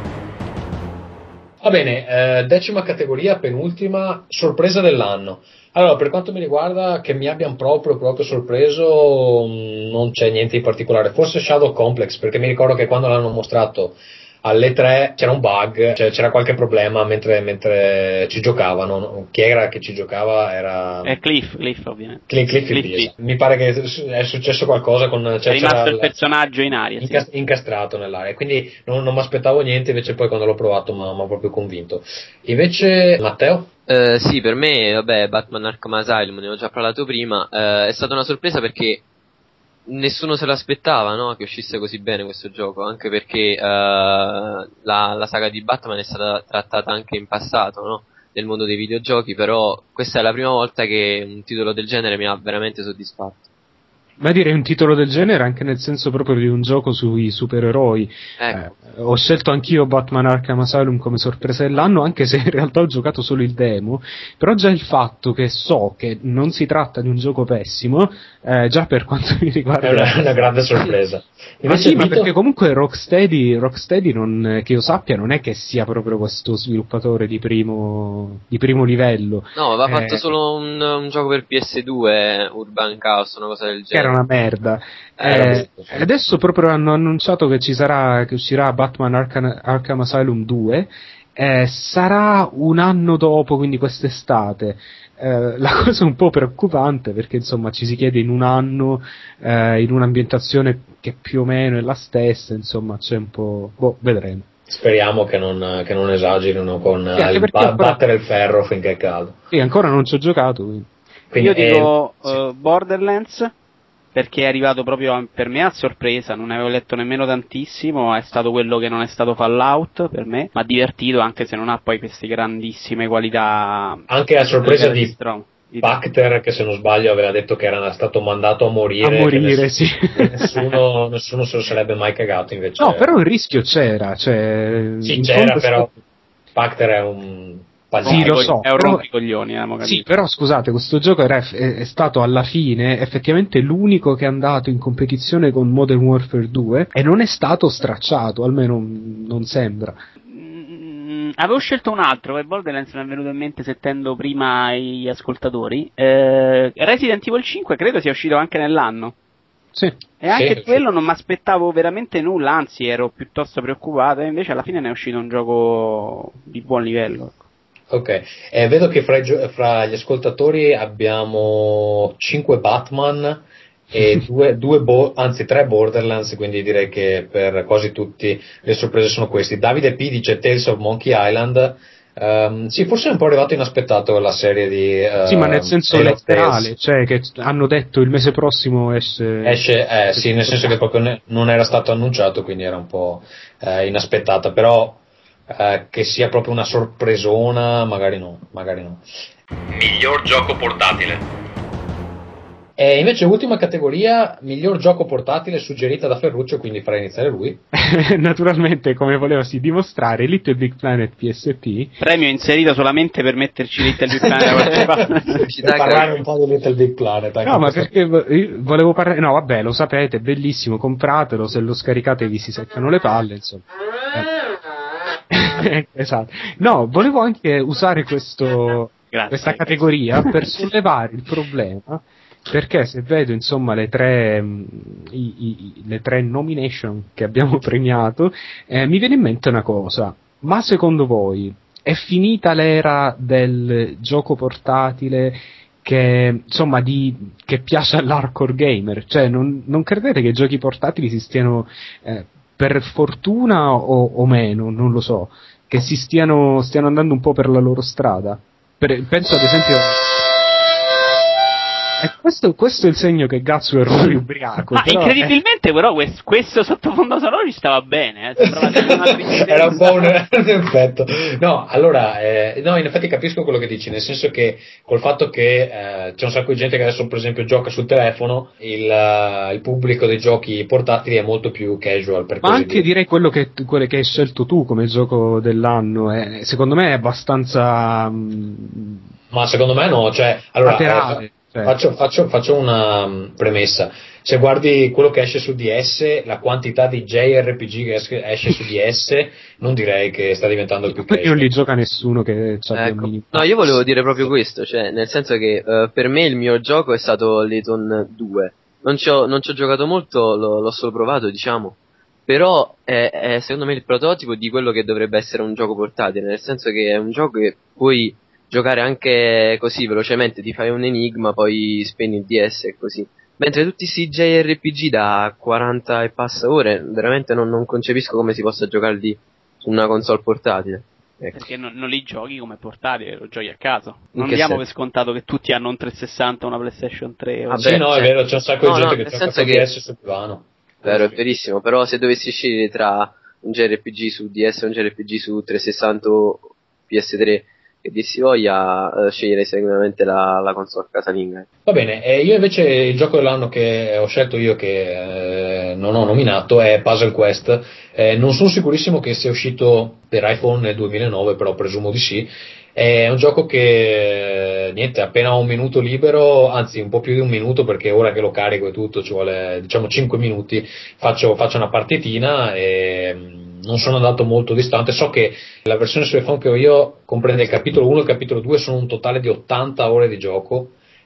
Va bene, 10ª categoria, penultima, sorpresa dell'anno. Allora, per quanto mi riguarda, che mi abbiano proprio sorpreso, non c'è niente di particolare. Forse Shadow Complex, perché mi ricordo che quando l'hanno mostrato alle 3 c'era un bug, cioè c'era qualche problema mentre ci giocavano. Chi era che ci giocava? Era Cliff ovviamente. Cliff. Mi pare che è successo qualcosa con... è rimasto il personaggio in aria, incastrato nell'aria, quindi non mi aspettavo niente, invece poi quando l'ho provato mi ha proprio convinto. Invece Matteo? Sì, per me, vabbè, Batman Arkham Asylum, ne ho già parlato prima, è stata una sorpresa perché nessuno se l'aspettava, no? Che uscisse così bene questo gioco, anche perché la saga di Batman è stata trattata anche in passato, no? Nel mondo dei videogiochi, però questa è la prima volta che un titolo del genere mi ha veramente soddisfatto. Ma direi un titolo del genere anche nel senso proprio di un gioco sui supereroi. Ecco. Ho scelto anch'io Batman Arkham Asylum come sorpresa dell'anno, anche se in realtà ho giocato solo il demo, però già il fatto che so che non si tratta di un gioco pessimo, già per quanto mi riguarda è una grande sorpresa. Ma sì, ma perché comunque Rocksteady non, che io sappia, non è che sia proprio questo sviluppatore di primo livello. No, aveva fatto solo un gioco per PS2, Urban Chaos, una cosa del genere. Era una merda. Adesso proprio hanno annunciato che uscirà Batman Arkham Asylum 2, sarà un anno dopo, quindi quest'estate. La cosa è un po' preoccupante perché insomma ci si chiede in un anno, in un'ambientazione che più o meno è la stessa, insomma c'è un po'... vedremo. Speriamo che non esagerino con battere il ferro finché è caldo. Sì, ancora non ci ho giocato. Quindi io dico Borderlands, perché è arrivato proprio per me a sorpresa, non ne avevo letto nemmeno tantissimo, è stato quello che non è stato Fallout per me, ma divertito anche se non ha poi queste grandissime qualità. Anche a sorpresa di Pacter, che se non sbaglio aveva detto che era stato mandato a morire, sì. Nessuno se lo sarebbe mai cagato invece. No, però il rischio c'era, sì, c'era, però Pacter è un... Sì, lo so, è un rompicoglioni, sì, però scusate, questo gioco è stato alla fine effettivamente l'unico che è andato in competizione con Modern Warfare 2 e non è stato stracciato, almeno non sembra. Avevo scelto un altro, per Borderlands mi è venuto in mente sentendo prima gli ascoltatori. Resident Evil 5 credo sia uscito anche nell'anno. Sì. E anche quello non mi aspettavo veramente nulla, anzi ero piuttosto preoccupato, e invece alla fine ne è uscito un gioco di buon livello. Ok, vedo che fra gli ascoltatori abbiamo 5 Batman e 3 Borderlands, quindi direi che per quasi tutti le sorprese sono questi. Davide P dice Tales of Monkey Island. Sì, forse è un po' arrivato inaspettato la serie di sì, ma nel senso letterale, cioè che hanno detto il mese prossimo esce sì, nel senso che proprio non era stato annunciato, quindi era un po' inaspettata, però che sia proprio una sorpresona, magari no. Miglior gioco portatile. E invece ultima categoria, miglior gioco portatile suggerita da Ferruccio, quindi farei iniziare lui. Naturalmente, come volevasi dimostrare, Little Big Planet PSP. Premio inserito solamente per metterci Little Big Planet per parlare un po' di Little Big Planet. No, ma perché volevo parlare... No, vabbè, lo sapete, bellissimo, compratelo, se lo scaricate vi si seccano le palle, insomma. Esatto. No, volevo anche usare questa categoria per sollevare il problema, perché se vedo insomma le tre nomination che abbiamo premiato, mi viene in mente una cosa: ma secondo voi è finita l'era del gioco portatile che insomma che piace all'hardcore gamer? Cioè non credete che i giochi portatili si stiano per fortuna o meno, non lo so, che stiano andando un po' per la loro strada? Penso ad esempio... Questo è il segno che Gatsu è ubriaco. Ma però, incredibilmente però questo sottofondo sonoro ci stava bene, era un po' un effetto. No, allora no, in effetti capisco quello che dici, nel senso che col fatto che c'è un sacco di gente che adesso per esempio gioca sul telefono, il pubblico dei giochi portatili è molto più casual, per ma così anche dire. Direi quello che hai scelto tu come gioco dell'anno secondo me è abbastanza ma secondo me no, cioè allora laterale. Faccio una premessa. Se guardi quello che esce su DS, la quantità di JRPG che esce su DS, non direi che sta diventando più casual. Non li gioca nessuno che abbia un minimo. No, io volevo dire proprio questo, cioè nel senso che per me il mio gioco è stato Layton 2. Non ci ho giocato molto, l'ho solo provato, diciamo. Però è secondo me il prototipo di quello che dovrebbe essere un gioco portatile, nel senso che è un gioco che puoi giocare anche così velocemente, ti fai un enigma, poi spegni il DS e così. Mentre tutti questi JRPG da 40 e passa ore, veramente non concepisco come si possa giocarli su una console portatile. Ecco. Perché non li giochi come portatile, lo giochi a caso. Non che diamo senso? per scontato che tutti hanno un 360, una PlayStation 3. Vabbè, sì, no, è vero, c'è un sacco di gente che gioca con DS sul divano. Vero, è verissimo, però se dovessi scegliere tra un JRPG su DS e un JRPG su 360 o PS3, che dir si voglia, sceglierei sicuramente la console casalinga. Va bene, io invece il gioco dell'anno che ho scelto io, che non ho nominato, è Puzzle Quest. Non sono sicurissimo che sia uscito per iPhone nel 2009, però presumo di sì. È un gioco che, niente, appena ho un minuto libero, anzi un po' più di un minuto, perché ora che lo carico e tutto ci vuole, diciamo, 5 minuti, faccio una partitina e non sono andato molto distante. So che la versione su iPhone che ho io comprende il capitolo 1 e il capitolo 2, sono un totale di 80 ore di gioco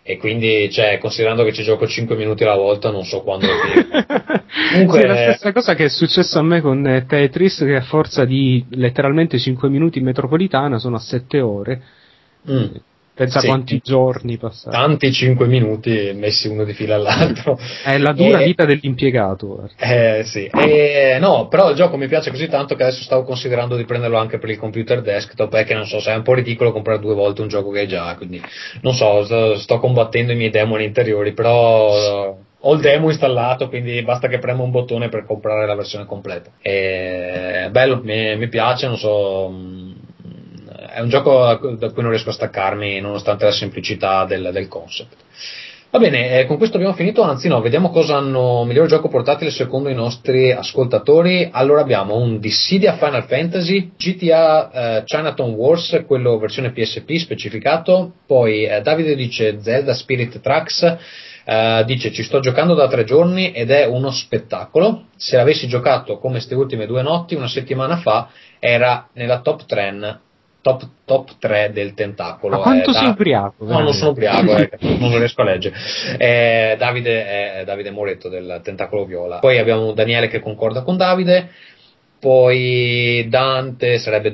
e quindi, cioè, considerando che ci gioco 5 minuti alla volta, non so quando comunque sì, è la stessa cosa che è successo a me con Tetris, che a forza di letteralmente 5 minuti in metropolitana sono a 7 ore. Pensa quanti giorni passati. Tanti 5 minuti messi uno di fila all'altro. È la dura vita dell'impiegato. Sì. No, però il gioco mi piace così tanto che adesso stavo considerando di prenderlo anche per il computer desktop, che non so, se è un po' ridicolo comprare 2 volte un gioco che hai già, quindi non so, sto combattendo i miei demoni interiori, però ho il demo installato, quindi basta che premo un bottone per comprare la versione completa. Bello, mi piace, non so, è un gioco da cui non riesco a staccarmi nonostante la semplicità del concept. Va bene, con questo abbiamo finito, anzi no, vediamo cosa hanno miglior gioco portatile secondo i nostri ascoltatori. Allora abbiamo un Dissidia Final Fantasy, GTA Chinatown Wars, quello versione PSP specificato, poi Davide dice Zelda Spirit Tracks, dice ci sto giocando da 3 giorni ed è uno spettacolo, se l'avessi giocato come ste ultime 2 notti una settimana fa era nella top 3 del tentacolo. Ma quanto sei ubriaco? No, non sono ubriaco, non lo riesco a leggere. Davide Moretto del Tentacolo Viola. Poi abbiamo Daniele che concorda con Davide, poi Dante, sarebbe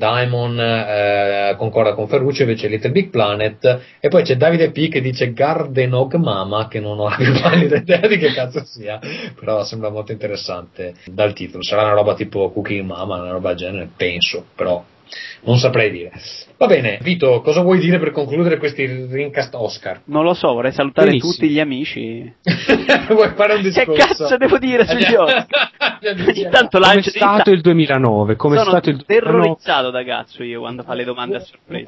Daimon, concorda con Ferruccio, invece Little Big Planet, e poi c'è Davide P che dice Gardenog Mama, che non ho la più valida idea di che cazzo sia, però sembra molto interessante dal titolo. Sarà una roba tipo Cooking Mama, una roba del genere, penso, però non saprei dire. Va bene, Vito, cosa vuoi dire per concludere questi Dreamcast Oscar? Non lo so, vorrei salutare Benissimo. tutti gli amici. Vuoi fare un discorso? Che cazzo devo dire sugli Oscar? Ogni tanto Come è lancio stato il 2009? Come è Sono stato il 2009? terrorizzato da cazzo io quando fa le domande a sorpresa.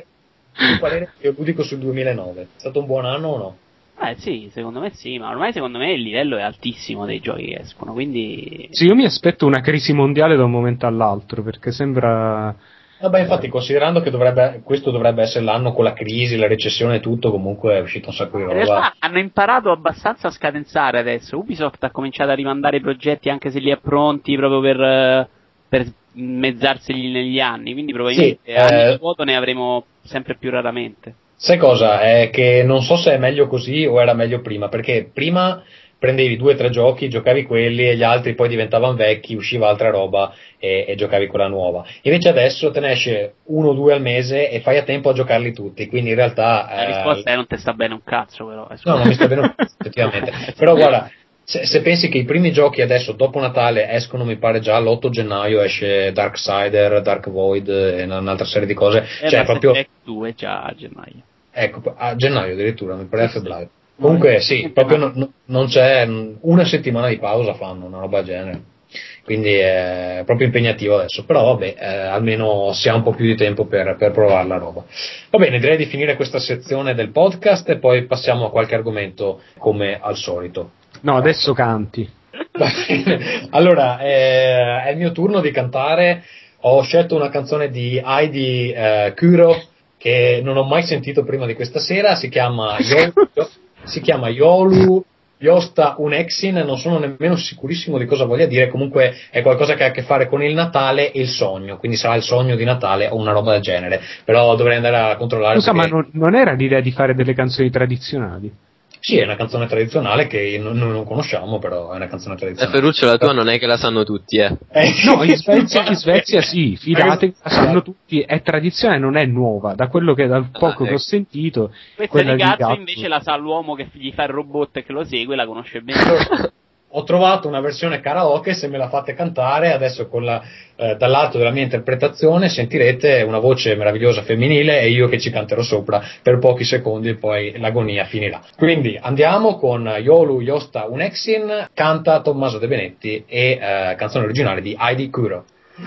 Un parere ludico sul 2009. È stato un buon anno o no? Sì, secondo me sì, ma ormai secondo me il livello è altissimo dei giochi che escono, quindi... Sì, io mi aspetto una crisi mondiale da un momento all'altro, perché sembra... Vabbè, infatti, considerando che questo dovrebbe essere l'anno con la crisi, la recessione e tutto, comunque è uscito un sacco di roba. In realtà hanno imparato abbastanza a scadenzare adesso. Ubisoft ha cominciato a rimandare i progetti anche se li ha pronti proprio per mezzarseli negli anni, quindi probabilmente anni di vuoto ne avremo sempre più raramente. Sai cosa? È che non so se è meglio così o era meglio prima, perché prima prendevi 2 o 3 giochi, giocavi quelli e gli altri poi diventavano vecchi, usciva altra roba e giocavi quella nuova. Invece adesso te ne esce 1 o 2 al mese e fai a tempo a giocarli tutti, quindi in realtà... La risposta è non te sta bene un cazzo, però. No, non mi sta bene un cazzo, effettivamente. Però guarda, se pensi che i primi giochi adesso, dopo Natale, escono, mi pare già l'8 gennaio esce Darksider, Dark Void e un'altra serie di cose. Cioè proprio... Back 2 già a gennaio. Ecco, a gennaio addirittura, mi pare a febbraio. Comunque sì, proprio non c'è una settimana di pausa, fanno una roba del genere, quindi è proprio impegnativo adesso, però vabbè, almeno si ha un po' più di tempo per provare la roba. Va bene, direi di finire questa sezione del podcast e poi passiamo a qualche argomento come al solito. No, adesso canti. Va bene. Allora, è il mio turno di cantare. Ho scelto una canzone di Heidi Kuro che non ho mai sentito prima di questa sera, si chiama Yolu Yosta Unexin, non sono nemmeno sicurissimo di cosa voglia dire, comunque è qualcosa che ha a che fare con il Natale e il sogno, quindi sarà il sogno di Natale o una roba del genere, però dovrei andare a controllare. Scusa, perché... ma non era l'idea di fare delle canzoni tradizionali? Sì, è una canzone tradizionale che noi non conosciamo, però è una canzone tradizionale. Ferruccio, la tua non è che la sanno tutti, No, in Svezia sì, fidatevi, la sanno tutti, è tradizione, non è nuova, da quello che dal poco che ho sentito. Questa di Gatto invece la sa l'uomo che gli fa il robot e che lo segue, la conosce bene. Ho trovato una versione karaoke, se me la fate cantare, adesso con dall'alto della mia interpretazione sentirete una voce meravigliosa femminile e io che ci canterò sopra per pochi secondi e poi l'agonia finirà. Quindi andiamo con Yolu Yosta Unexin, canta Tommaso De Benetti e canzone originale di Heidi Kuro.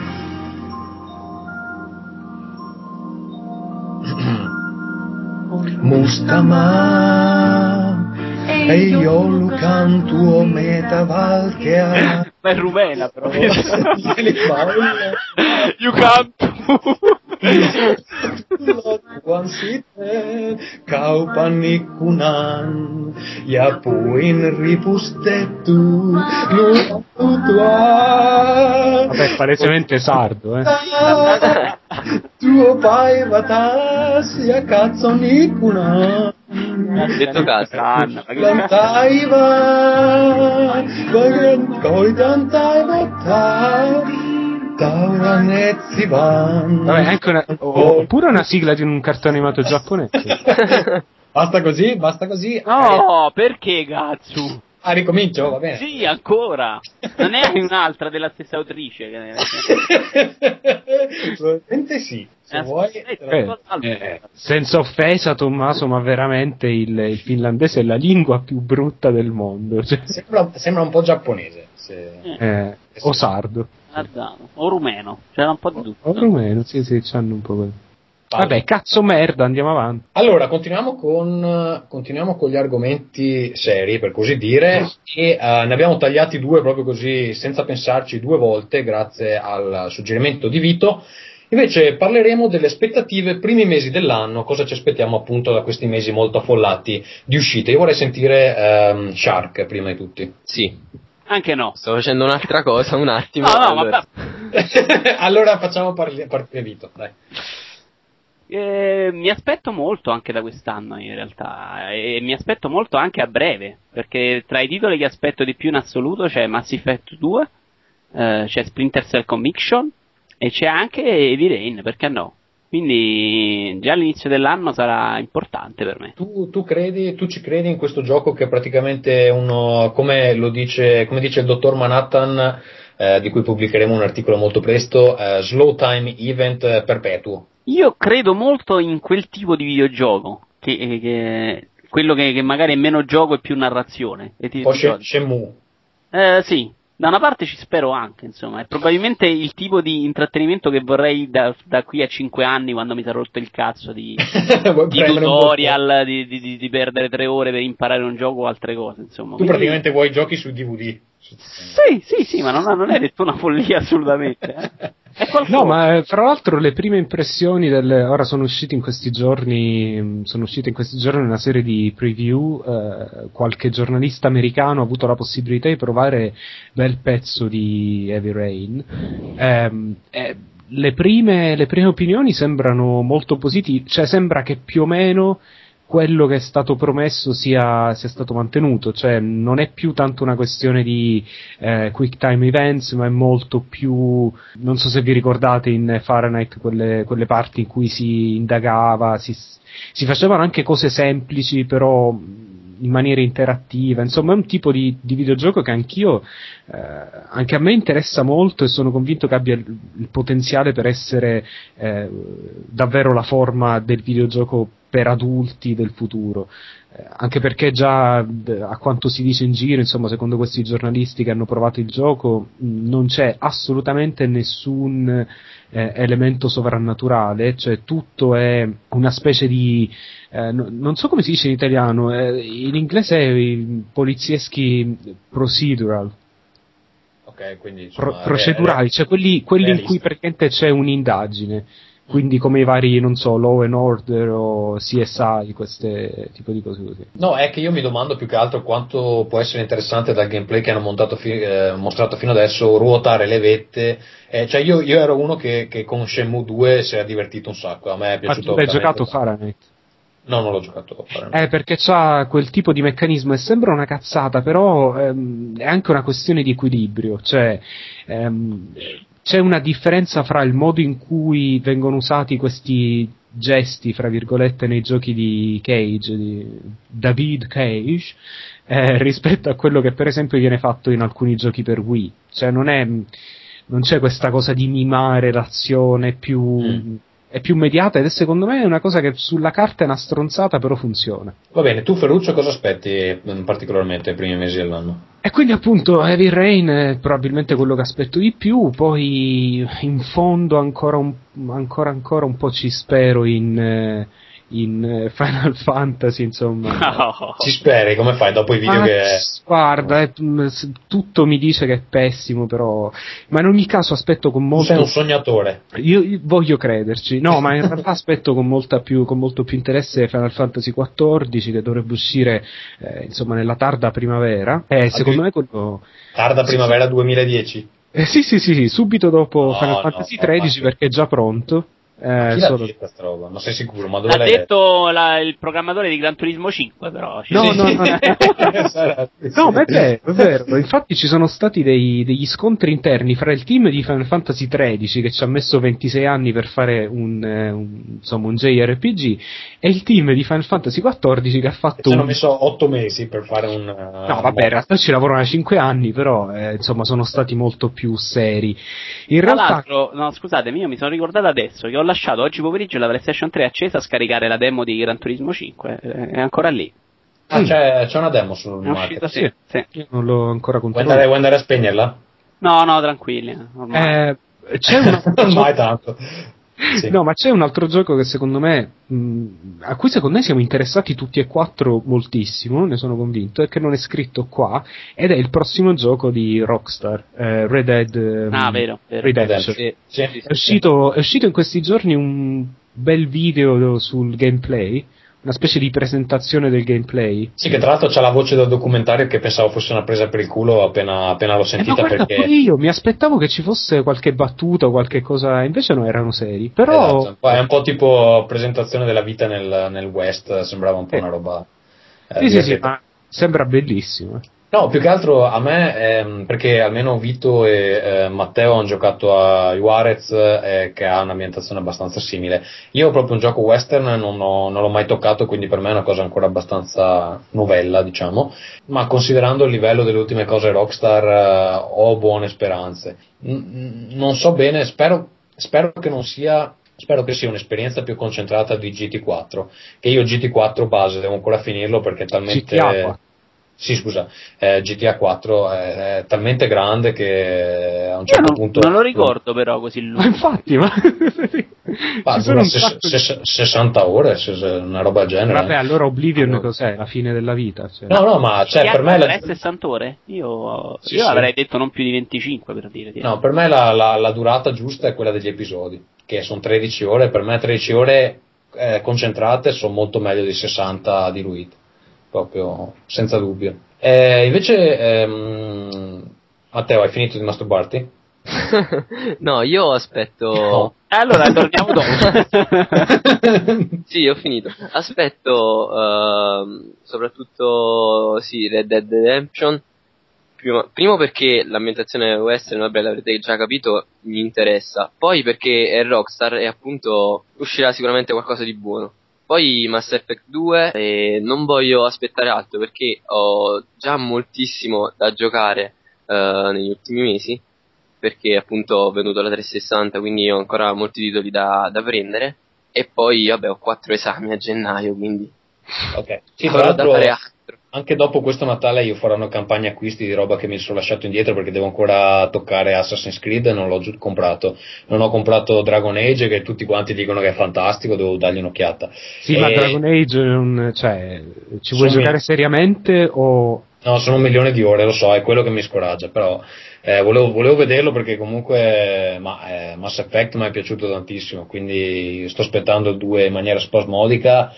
Mustama e io lo canto meta valchea. Ma è rumena però. You Kaupanikunan ja puin ripustettu. Vabbè, palesemente sardo, Tuo pai vatas ja katson ikuna. Detto caso. Vabbè, anche oppure una sigla di un cartone animato giapponese. Basta così. No, perché Gatsu? Ah, ricomincio, va bene. Sì, ancora. Non è un'altra della stessa autrice. Probabilmente sì. Se vuoi. Senza offesa, Tommaso, ma veramente il finlandese è la lingua più brutta del mondo. Cioè. Sembra un po' giapponese. O sardo. O rumeno. C'era un po' di tutto. O rumeno, sì, c'hanno un po' quello. Vabbè, cazzo merda, andiamo avanti. Allora, continuiamo con gli argomenti seri, per così dire, e ne abbiamo tagliati due proprio così, senza pensarci, 2 volte, grazie al suggerimento di Vito. Invece parleremo delle aspettative primi mesi dell'anno, cosa ci aspettiamo appunto da questi mesi molto affollati di uscite. Io vorrei sentire Shark prima di tutti. Sì. Anche no. Sto facendo un'altra cosa, un attimo. No, allora. vabbè. Allora facciamo partire Vito, dai. Mi aspetto molto anche da quest'anno in realtà, e mi aspetto molto anche a breve, perché tra i titoli che aspetto di più in assoluto c'è Mass Effect 2, c'è Splinter Cell Conviction e c'è anche Heavy Rain, perché no? Quindi già all'inizio dell'anno sarà importante per me. Tu ci credi in questo gioco che è praticamente uno, come dice il dottor Manhattan, di cui pubblicheremo un articolo molto presto, slow time event perpetuo? Io credo molto in quel tipo di videogioco, che quello che magari è meno gioco e più narrazione. Un po' Shenmue. Sì, da una parte ci spero anche, insomma, è probabilmente il tipo di intrattenimento che vorrei da qui a 5 anni, quando mi sarò rotto il cazzo di tutorial, di perdere 3 ore per imparare un gioco o altre cose, insomma. Tu praticamente vuoi giochi su DVD? Sì, ma non è detto una follia assolutamente. No, ma fra l'altro le prime impressioni ora sono uscite in questi giorni una serie di preview, qualche giornalista americano ha avuto la possibilità di provare bel pezzo di Heavy Rain. Le prime opinioni sembrano molto positive, cioè sembra che più o meno quello che è stato promesso sia stato mantenuto, cioè non è più tanto una questione di quick time events, ma è molto più, non so se vi ricordate in Fahrenheit quelle parti in cui si indagava, si facevano anche cose semplici però in maniera interattiva, insomma è un tipo di videogioco che anch'io, anche a me interessa molto e sono convinto che abbia il potenziale per essere davvero la forma del videogioco per adulti del futuro, anche perché già a quanto si dice in giro, insomma, secondo questi giornalisti che hanno provato il gioco, non c'è assolutamente nessun elemento sovrannaturale, cioè tutto è una specie di non so come si dice in italiano, in inglese è polizieschi procedural. Ok, quindi insomma, procedurali, cioè quelli in cui praticamente c'è un'indagine. Quindi come i vari, non so, Law and Order o CSI, queste tipo di cose così. No, è che io mi domando più che altro quanto può essere interessante dal gameplay che hanno mostrato fino adesso, ruotare le vette. Cioè io ero uno che con Shenmue 2 si era divertito un sacco, a me è piaciuto. Ma tu hai giocato Fahrenheit? No, non l'ho giocato Fahrenheit. Perché c'ha quel tipo di meccanismo e sembra una cazzata, però è anche una questione di equilibrio, cioè c'è una differenza fra il modo in cui vengono usati questi gesti, fra virgolette, nei giochi di Cage, di David Cage, rispetto a quello che per esempio viene fatto in alcuni giochi per Wii. Cioè non c'è questa cosa di mimare l'azione, è più immediata ed è secondo me una cosa che sulla carta è una stronzata, però funziona. Va bene, tu Ferruccio cosa aspetti particolarmente ai primi mesi dell'anno? E quindi appunto Heavy Rain è probabilmente quello che aspetto di più, poi in fondo ancora un po' ci spero in Final Fantasy, insomma. No. Ci speri, come fai dopo i video Guarda, tutto mi dice che è pessimo, però ma in ogni caso aspetto con molto... Tu sei un sognatore. Io voglio crederci, no, ma in realtà aspetto con molto più interesse Final Fantasy XIV, che dovrebbe uscire insomma nella tarda primavera, secondo me quello... Tarda primavera 2010? Sì, subito dopo Final Fantasy XIII, perché è già pronto. Chi l'ha detto questa roba? Non sei sicuro? Ma dove L'ha l'hai detto il programmatore di Gran Turismo 5, però. No, no, no. No, ma è vero. Infatti ci sono stati degli scontri interni fra il team di Final Fantasy XIII, che ci ha messo 26 anni per fare un JRPG, e il team di Final Fantasy XIV che ha fatto... Ci hanno messo 8 mesi per fare un... No, vabbè, in realtà ci lavorano 5 anni, però insomma sono stati molto più seri. In Tra realtà... l'altro, no, scusatemi, io mi sono ricordato adesso che ho lasciato oggi pomeriggio la PlayStation 3 accesa a scaricare la demo di Gran Turismo 5, è ancora lì. Ah, c'è una demo sul È uscita, market. sì. Io non l'ho ancora Vuoi controllato. andare a spegnerla? No, tranquilli. Ormai. C'è una... Mai tanto. Sì. No, ma c'è un altro gioco che secondo me, a cui secondo me siamo interessati tutti e quattro moltissimo, ne sono convinto, e che non è scritto qua, ed è il prossimo gioco di Rockstar, Red Dead Vero. Redemption. Sì. È uscito in questi giorni un bel video sul gameplay, una specie di presentazione del gameplay. Sì, che tra l'altro c'ha la voce del documentario che pensavo fosse una presa per il culo appena l'ho sentita, Ma guarda, perché... pure io mi aspettavo che ci fosse qualche battuta o qualche cosa, invece no, erano seri. Però Esatto. È un po' tipo presentazione della vita nel West, sembrava un po' una roba... sì, ma sembra bellissimo. No, più che altro a me, perché almeno Vito e Matteo hanno giocato a Juarez, che ha un'ambientazione abbastanza simile. Io proprio un gioco western non l'ho mai toccato, quindi per me è una cosa ancora abbastanza novella, diciamo, ma considerando il livello delle ultime cose Rockstar ho buone speranze. Non so bene, spero che non sia... Spero che sia un'esperienza più concentrata di GT4, che io GT4 base devo ancora finirlo perché è talmente... GTA. Sì, scusa, GTA 4 è talmente grande che a un certo punto... Non lo ricordo però così lungo. Ma infatti, dura 60 ore, una roba del genere. Vabbè, allora Oblivion cos'è? La fine della vita? Cioè. No, ma per me... 60 ore? Io Sì. avrei detto non più di 25 per dire. No, per me la durata giusta è quella degli episodi, che sono 13 ore. Per me 13 ore concentrate sono molto meglio di 60 diluite. Proprio senza dubbio. Invece Matteo, hai finito di masturbarti? No, io aspetto... No. Allora torniamo dopo. Sì, ho finito. Aspetto soprattutto Red Dead Redemption. Primo perché l'ambientazione western, vabbè, l'avrete già capito, mi interessa. Poi perché è Rockstar e appunto uscirà sicuramente qualcosa di buono. Poi Mass Effect 2 e non voglio aspettare altro perché ho già moltissimo da giocare negli ultimi mesi, perché appunto ho venduto la 360, quindi ho ancora molti titoli da prendere, e poi vabbè ho 4 esami a gennaio, quindi Ok. Sì, tra avrò da l'altro, fare altro. anche dopo questo Natale io farò una campagna acquisti di roba che mi sono lasciato indietro perché devo ancora toccare Assassin's Creed e non l'ho comprato. Non ho comprato Dragon Age, che tutti quanti dicono che è fantastico, devo dargli un'occhiata. Sì, ma Dragon Age, ci vuoi giocare seriamente o... No, sono 1 milione di ore, lo so, è quello che mi scoraggia, però volevo vederlo perché comunque Mass Effect mi è piaciuto tantissimo, quindi sto aspettando il 2 in maniera spasmodica.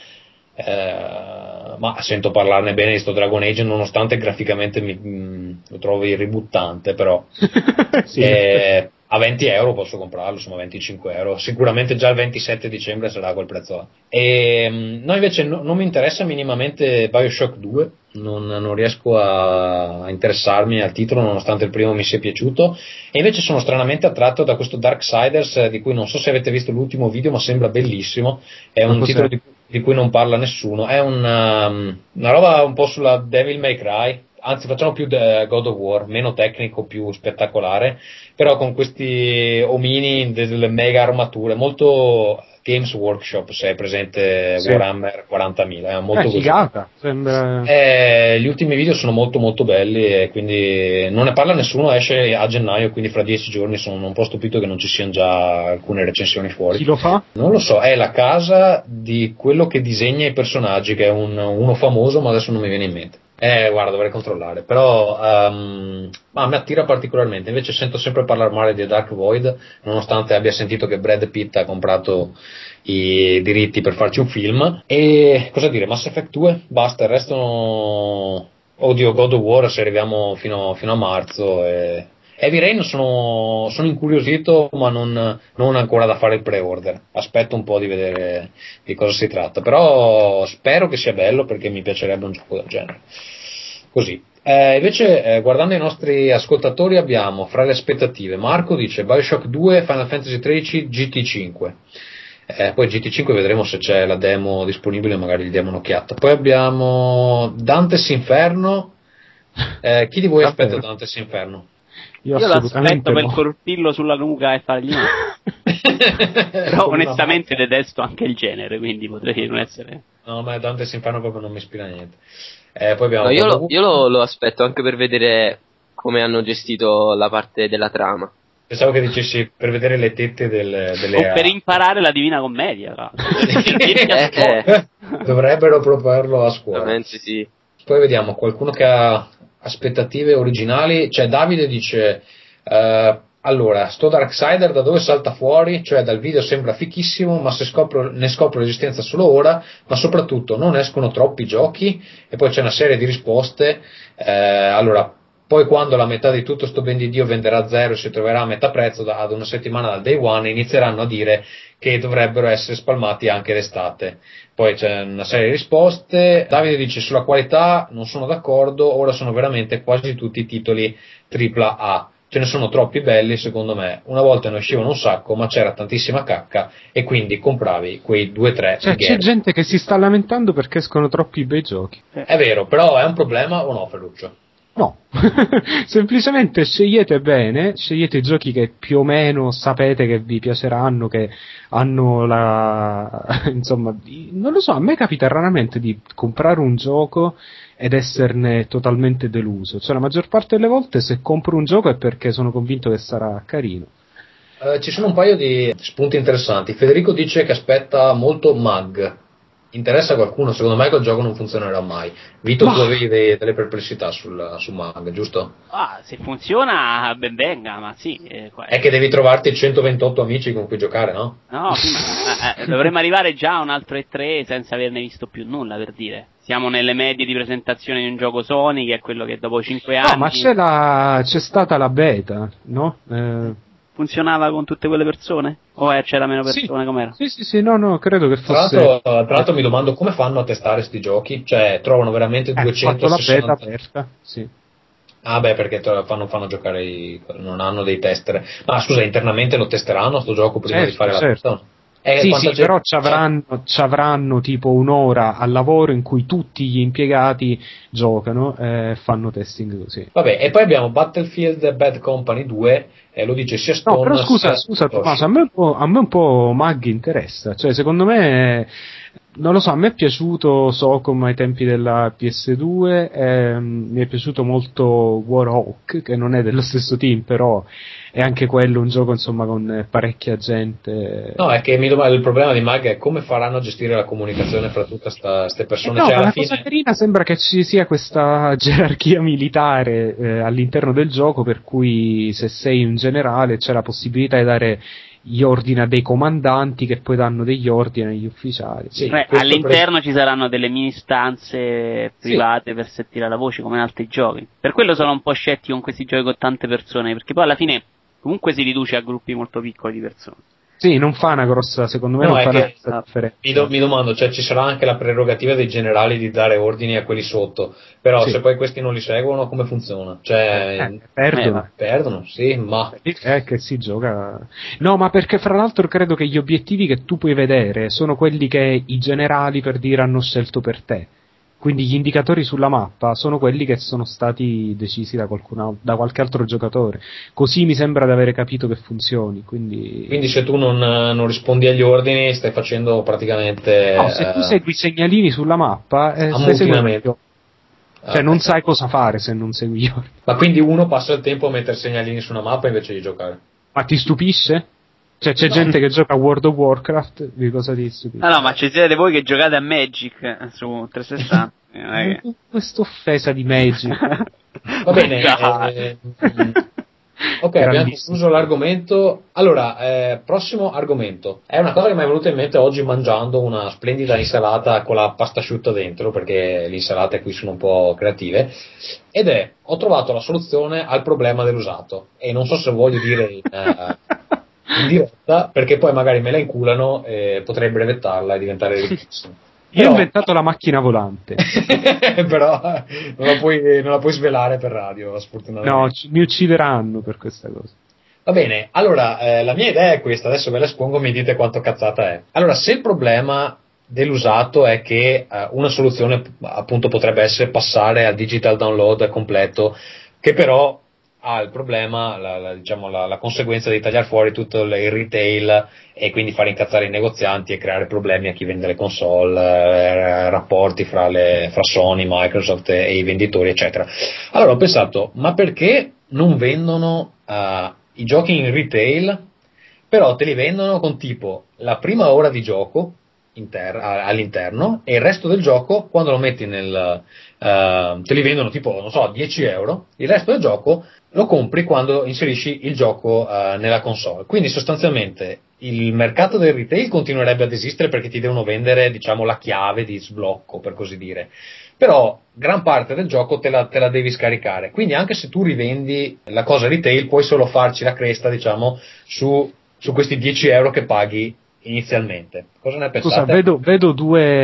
Ma sento parlarne bene di sto Dragon Age, nonostante graficamente lo trovi ributtante, però Sì. a 20 euro posso comprarlo, insomma 25 euro, sicuramente già il 27 dicembre sarà quel prezzo là. No, invece non mi interessa minimamente Bioshock 2, non riesco a interessarmi al titolo nonostante il primo mi sia piaciuto, e invece sono stranamente attratto da questo Darksiders, di cui non so se avete visto l'ultimo video, ma sembra bellissimo. È un titolo di cui non parla nessuno, è una roba un po' sulla Devil May Cry, anzi facciamo più God of War, meno tecnico, più spettacolare, però con questi omini delle mega armature, molto Games Workshop, se è presente, sì. Warhammer 40.000, è molto figata, sembra... Gli ultimi video sono molto molto belli e quindi non ne parla nessuno, esce a gennaio, quindi fra 10 giorni. Sono un po' stupito che non ci siano già alcune recensioni fuori. Chi lo fa? Non lo so, è la casa di quello che disegna i personaggi, che è uno famoso, ma adesso non mi viene in mente. Guarda, dovrei controllare, però mi attira particolarmente. Invece sento sempre parlare male di Dark Void, nonostante abbia sentito che Brad Pitt ha comprato i diritti per farci un film. E cosa dire, Mass Effect 2, basta, il resto... Oddio, God of War se arriviamo fino a marzo, e Heavy Rain sono incuriosito, ma non ancora da fare il pre-order. Aspetto un po' di vedere di cosa si tratta, però spero che sia bello, perché mi piacerebbe un gioco del genere. Così. Invece, guardando i nostri ascoltatori, abbiamo fra le aspettative, Marco dice Bioshock 2, Final Fantasy XIII, GT5. Poi GT5 vedremo se c'è la demo disponibile, magari gli diamo un'occhiata. Poi abbiamo Dante's Inferno. Chi di voi aspetta Dante's Inferno? Io l'aspetto per colpirlo sulla nuca e fargli però onestamente detesto anche il genere, quindi potrei non essere. No, ma Dante's Inferno proprio non mi ispira a niente. Poi abbiamo io lo aspetto anche per vedere come hanno gestito la parte della trama. Pensavo che dicessi per vedere le tette delle o per imparare la Divina Commedia. Dovrebbero proporlo a scuola. Sì. Poi vediamo qualcuno che ha aspettative originali. Cioè Davide dice allora, sto Darksider da dove salta fuori? Cioè dal video sembra fichissimo, ma ne scopro l'esistenza solo ora, ma soprattutto non escono troppi giochi. E poi c'è una serie di risposte. Allora, poi quando la metà di tutto sto ben di Dio venderà a zero e si troverà a metà prezzo ad una settimana dal day one, inizieranno a dire che dovrebbero essere spalmati anche l'estate. Poi c'è una serie di risposte. Davide dice sulla qualità non sono d'accordo, ora sono veramente quasi tutti titoli AAA. Ce ne sono troppi belli secondo me, una volta ne uscivano un sacco ma c'era tantissima cacca e quindi compravi quei 2-3. Cioè c'è gente che si sta lamentando perché escono troppi bei giochi. È vero, però è un problema o no, Ferruccio? No, semplicemente scegliete bene, scegliete i giochi che più o meno sapete che vi piaceranno, che hanno insomma, non lo so, a me capita raramente di comprare un gioco ed esserne totalmente deluso, cioè la maggior parte delle volte se compro un gioco è perché sono convinto che sarà carino. Ci sono un paio di spunti interessanti. Federico dice che aspetta molto Mag. Interessa qualcuno? Secondo me quel gioco non funzionerà mai. Vito, tu avevi delle perplessità su Mag, giusto? Se funziona ben venga, ma sì. È che devi trovarti 128 amici con cui giocare, no? No, sì, ma dovremmo arrivare già a un altro E3 senza averne visto più nulla, per dire. Siamo nelle medie di presentazione di un gioco Sony, che è quello che dopo 5 anni... No, ma c'è stata la beta, no? Funzionava con tutte quelle persone? O c'era meno persone, sì, com'era? Sì, no, credo che fosse... Tra l'altro mi domando come fanno a testare sti giochi, cioè trovano veramente 260... fatto la beta aperta, sì. Ah beh, perché fanno giocare non hanno dei tester. Ma scusa, internamente lo testeranno sto gioco prima di fare la persona? Sì, però c'avranno tipo un'ora al lavoro in cui tutti gli impiegati giocano e fanno testing così. Vabbè, e poi abbiamo Battlefield Bad Company 2, lo dice sia Stone... No, però scusa Tommaso, a me un po' Mag interessa, cioè secondo me... Non lo so, a me è piaciuto Socom ai tempi della PS2, mi è piaciuto molto Warhawk, che non è dello stesso team, però è anche quello un gioco insomma con parecchia gente. No, è che il problema di Mag è come faranno a gestire la comunicazione fra tutte queste persone. No, cioè, ma alla cosa carina sembra che ci sia questa gerarchia militare all'interno del gioco, per cui se sei un generale c'è la possibilità di dare gli ordini a dei comandanti che poi danno degli ordini agli ufficiali. Sì, all'interno ci saranno delle mini stanze private per sentire la voce come in altri giochi. Per quello sono un po' scettico con questi giochi con tante persone, perché poi alla fine comunque si riduce a gruppi molto piccoli di persone. Sì, non fa una grossa, secondo me, non fa una grossa differenza. Mi domando, cioè ci sarà anche la prerogativa dei generali di dare ordini a quelli sotto, però se poi questi non li seguono, come funziona? Cioè, perdono, sì, ma... È che si gioca... No, ma perché fra l'altro credo che gli obiettivi che tu puoi vedere sono quelli che i generali, per dire, hanno scelto per te. Quindi gli indicatori sulla mappa sono quelli che sono stati decisi da qualche altro giocatore. Così mi sembra di avere capito che funzioni. Quindi se tu non rispondi agli ordini stai facendo praticamente... No, se tu segui i segnalini sulla mappa stai seguendo. Cioè non sai cosa fare se non segui gli ordini. Ma quindi uno passa il tempo a mettere segnalini su una mappa invece di giocare. Ma ti stupisce? Cioè c'è gente che gioca a World of Warcraft, di cosa ti stupisce? No, ma ci siete voi che giocate a Magic su 360. Questa offesa di Magic. Va bene. Ok, abbiamo concluso l'argomento. Allora, prossimo argomento. È una cosa che mi è venuta in mente oggi mangiando una splendida insalata con la pasta asciutta dentro, perché le insalate qui sono un po' creative, ed ho trovato la soluzione al problema dell'usato. E non so se voglio dire in diretta, perché poi magari me la inculano e potrei brevettarla e diventare ricchissimo. Io ho inventato la macchina volante. Però non la puoi svelare per radio, sfortunatamente. No, mi uccideranno per questa cosa. Va bene, allora la mia idea è questa, adesso ve la espongo, mi dite quanto cazzata è. Allora, se il problema dell'usato è che una soluzione appunto potrebbe essere passare al digital download completo, che però ha il problema, la conseguenza di tagliare fuori tutto il retail e quindi fare incazzare i negozianti e creare problemi a chi vende le console, rapporti fra Sony, Microsoft e i venditori, eccetera. Allora ho pensato, ma perché non vendono i giochi in retail, però te li vendono con tipo la prima ora di gioco all'interno e il resto del gioco quando lo metti te li vendono tipo, non so, 10 euro, il resto del gioco lo compri quando inserisci il gioco nella console. Quindi sostanzialmente il mercato del retail continuerebbe ad esistere perché ti devono vendere, diciamo, la chiave di sblocco, per così dire. Però gran parte del gioco te la devi scaricare. Quindi anche se tu rivendi la cosa retail puoi solo farci la cresta, diciamo, su questi 10 euro che paghi inizialmente. Cosa ne pensate? Scusa, vedo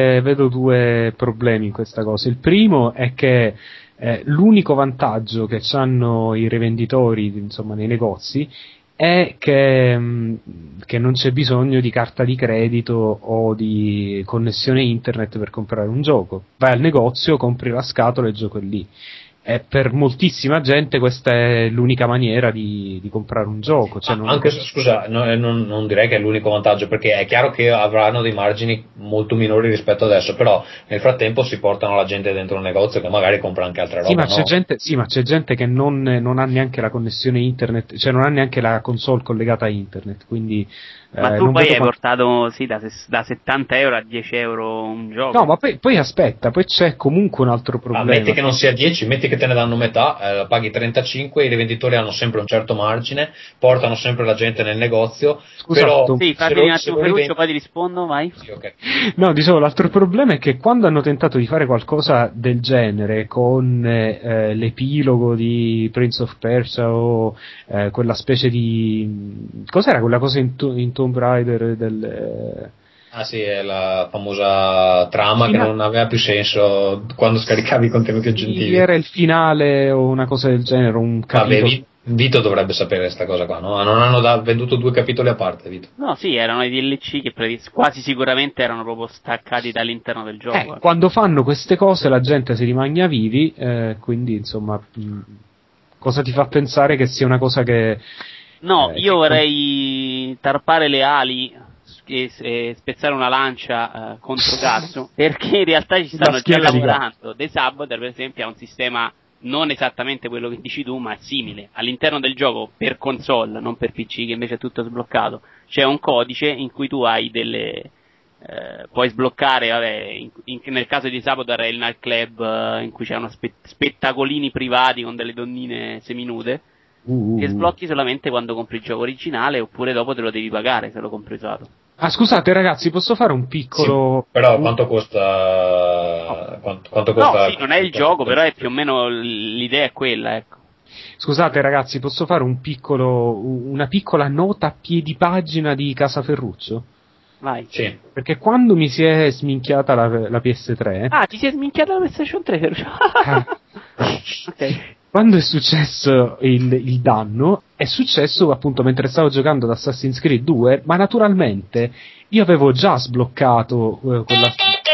due problemi in questa cosa. Il primo è che l'unico vantaggio che hanno i rivenditori, insomma, nei negozi è che non c'è bisogno di carta di credito o di connessione internet per comprare un gioco. Vai al negozio, compri la scatola e il gioco è lì. E per moltissima gente questa è l'unica maniera di comprare un gioco. Cioè scusa, non direi che è l'unico vantaggio, perché è chiaro che avranno dei margini molto minori rispetto adesso, però nel frattempo si portano la gente dentro un negozio che magari compra anche altre robe. Ma c'è gente che non ha neanche la connessione internet, cioè non ha neanche la console collegata a internet, quindi... Ma tu poi hai portato da 70 euro a 10 euro un gioco. No, ma poi aspetta, poi c'è comunque un altro problema. Metti che non sia 10, metti che te ne danno metà, paghi 35, i rivenditori hanno sempre un certo margine, portano sempre la gente nel negozio. Scusa, però sì, fammi un attimo Ferruccio, poi ti rispondo, vai. Sì, okay. No, dicevo, l'altro problema è che quando hanno tentato di fare qualcosa del genere con l'epilogo di Prince of Persia o quella specie di... cos'era quella cosa in Tomb Raider del... Ah sì, è la famosa trama che non aveva più senso quando scaricavi i contenuti aggiuntivi. Era il finale o una cosa del genere, un capitolo. Vabbè, Vito dovrebbe sapere questa cosa qua, no? Non hanno venduto 2 capitoli a parte, Vito. No, sì, erano i DLC che quasi sicuramente erano proprio staccati dall'interno del gioco. Quando fanno queste cose la gente si rimagna vivi, quindi insomma, cosa ti fa pensare che sia una cosa che... No, io vorrei tarpare le ali e spezzare una lancia contro cazzo, perché in realtà ci stanno già lavorando. The Saboteur, per esempio, ha un sistema non esattamente quello che dici tu, ma è simile. All'interno del gioco, per console, non per PC, che invece è tutto sbloccato, c'è un codice in cui tu hai puoi sbloccare, nel caso di Saboteur è il nightclub in cui c'erano spettacolini privati con delle donnine seminude, che sblocchi solamente quando compri il gioco originale, oppure dopo te lo devi pagare se lo compri usato. Ah, scusate ragazzi, posso fare un piccolo... Sì, però quanto costa? Quanto costa? No, sì, non è il gioco, però è più o meno l'idea è quella, ecco. Scusate ragazzi, posso fare una piccola nota a piedipagina di Casa Ferruccio? Vai. Sì. Perché quando mi si è sminchiata la PS3... Ah, ti si è sminchiata la PlayStation 3, Ferruccio? Ok. Quando è successo il danno, è successo appunto mentre stavo giocando ad Assassin's Creed 2, ma naturalmente io avevo già sbloccato quella...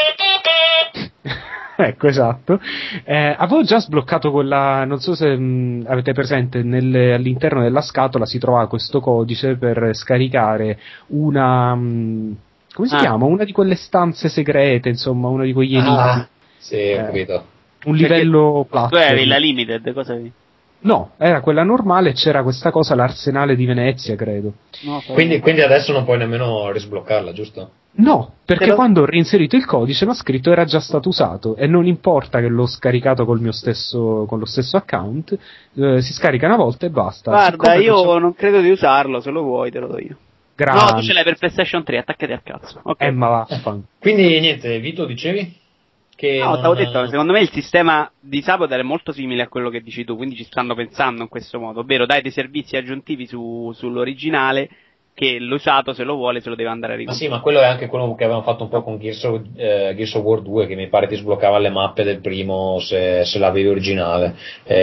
ecco, esatto. Avevo già sbloccato quella, non so se avete presente, all'interno della scatola si trova questo codice per scaricare una... come si chiama? Una di quelle stanze segrete, insomma, uno di quegli enigmi. Sì, ho capito. Un livello platform. Tu avevi la limited, cosa avevi? No, era quella normale, c'era questa cosa, l'Arsenale di Venezia, credo. No, quindi adesso non puoi nemmeno risbloccarla, giusto? No, perché quando ho reinserito il codice m'ha scritto era già stato usato e non importa che l'ho scaricato con lo stesso account, si scarica una volta e basta. Guarda, io non credo di usarlo, se lo vuoi te lo do io. Grande. No, tu ce l'hai per PlayStation 3, attaccati al cazzo. Okay. Ma vaffanculo. Quindi niente, Vito, dicevi? Che no, t'avevo detto, secondo me il sistema di Saboteur è molto simile a quello che dici tu, quindi ci stanno pensando in questo modo, ovvero dai dei servizi aggiuntivi sull'originale, che l'usato se lo vuole se lo deve andare a ricomprare. Ma sì, ma quello è anche quello che avevamo fatto un po' con Gears of War 2, che mi pare ti sbloccava le mappe del primo se l'avevi originale,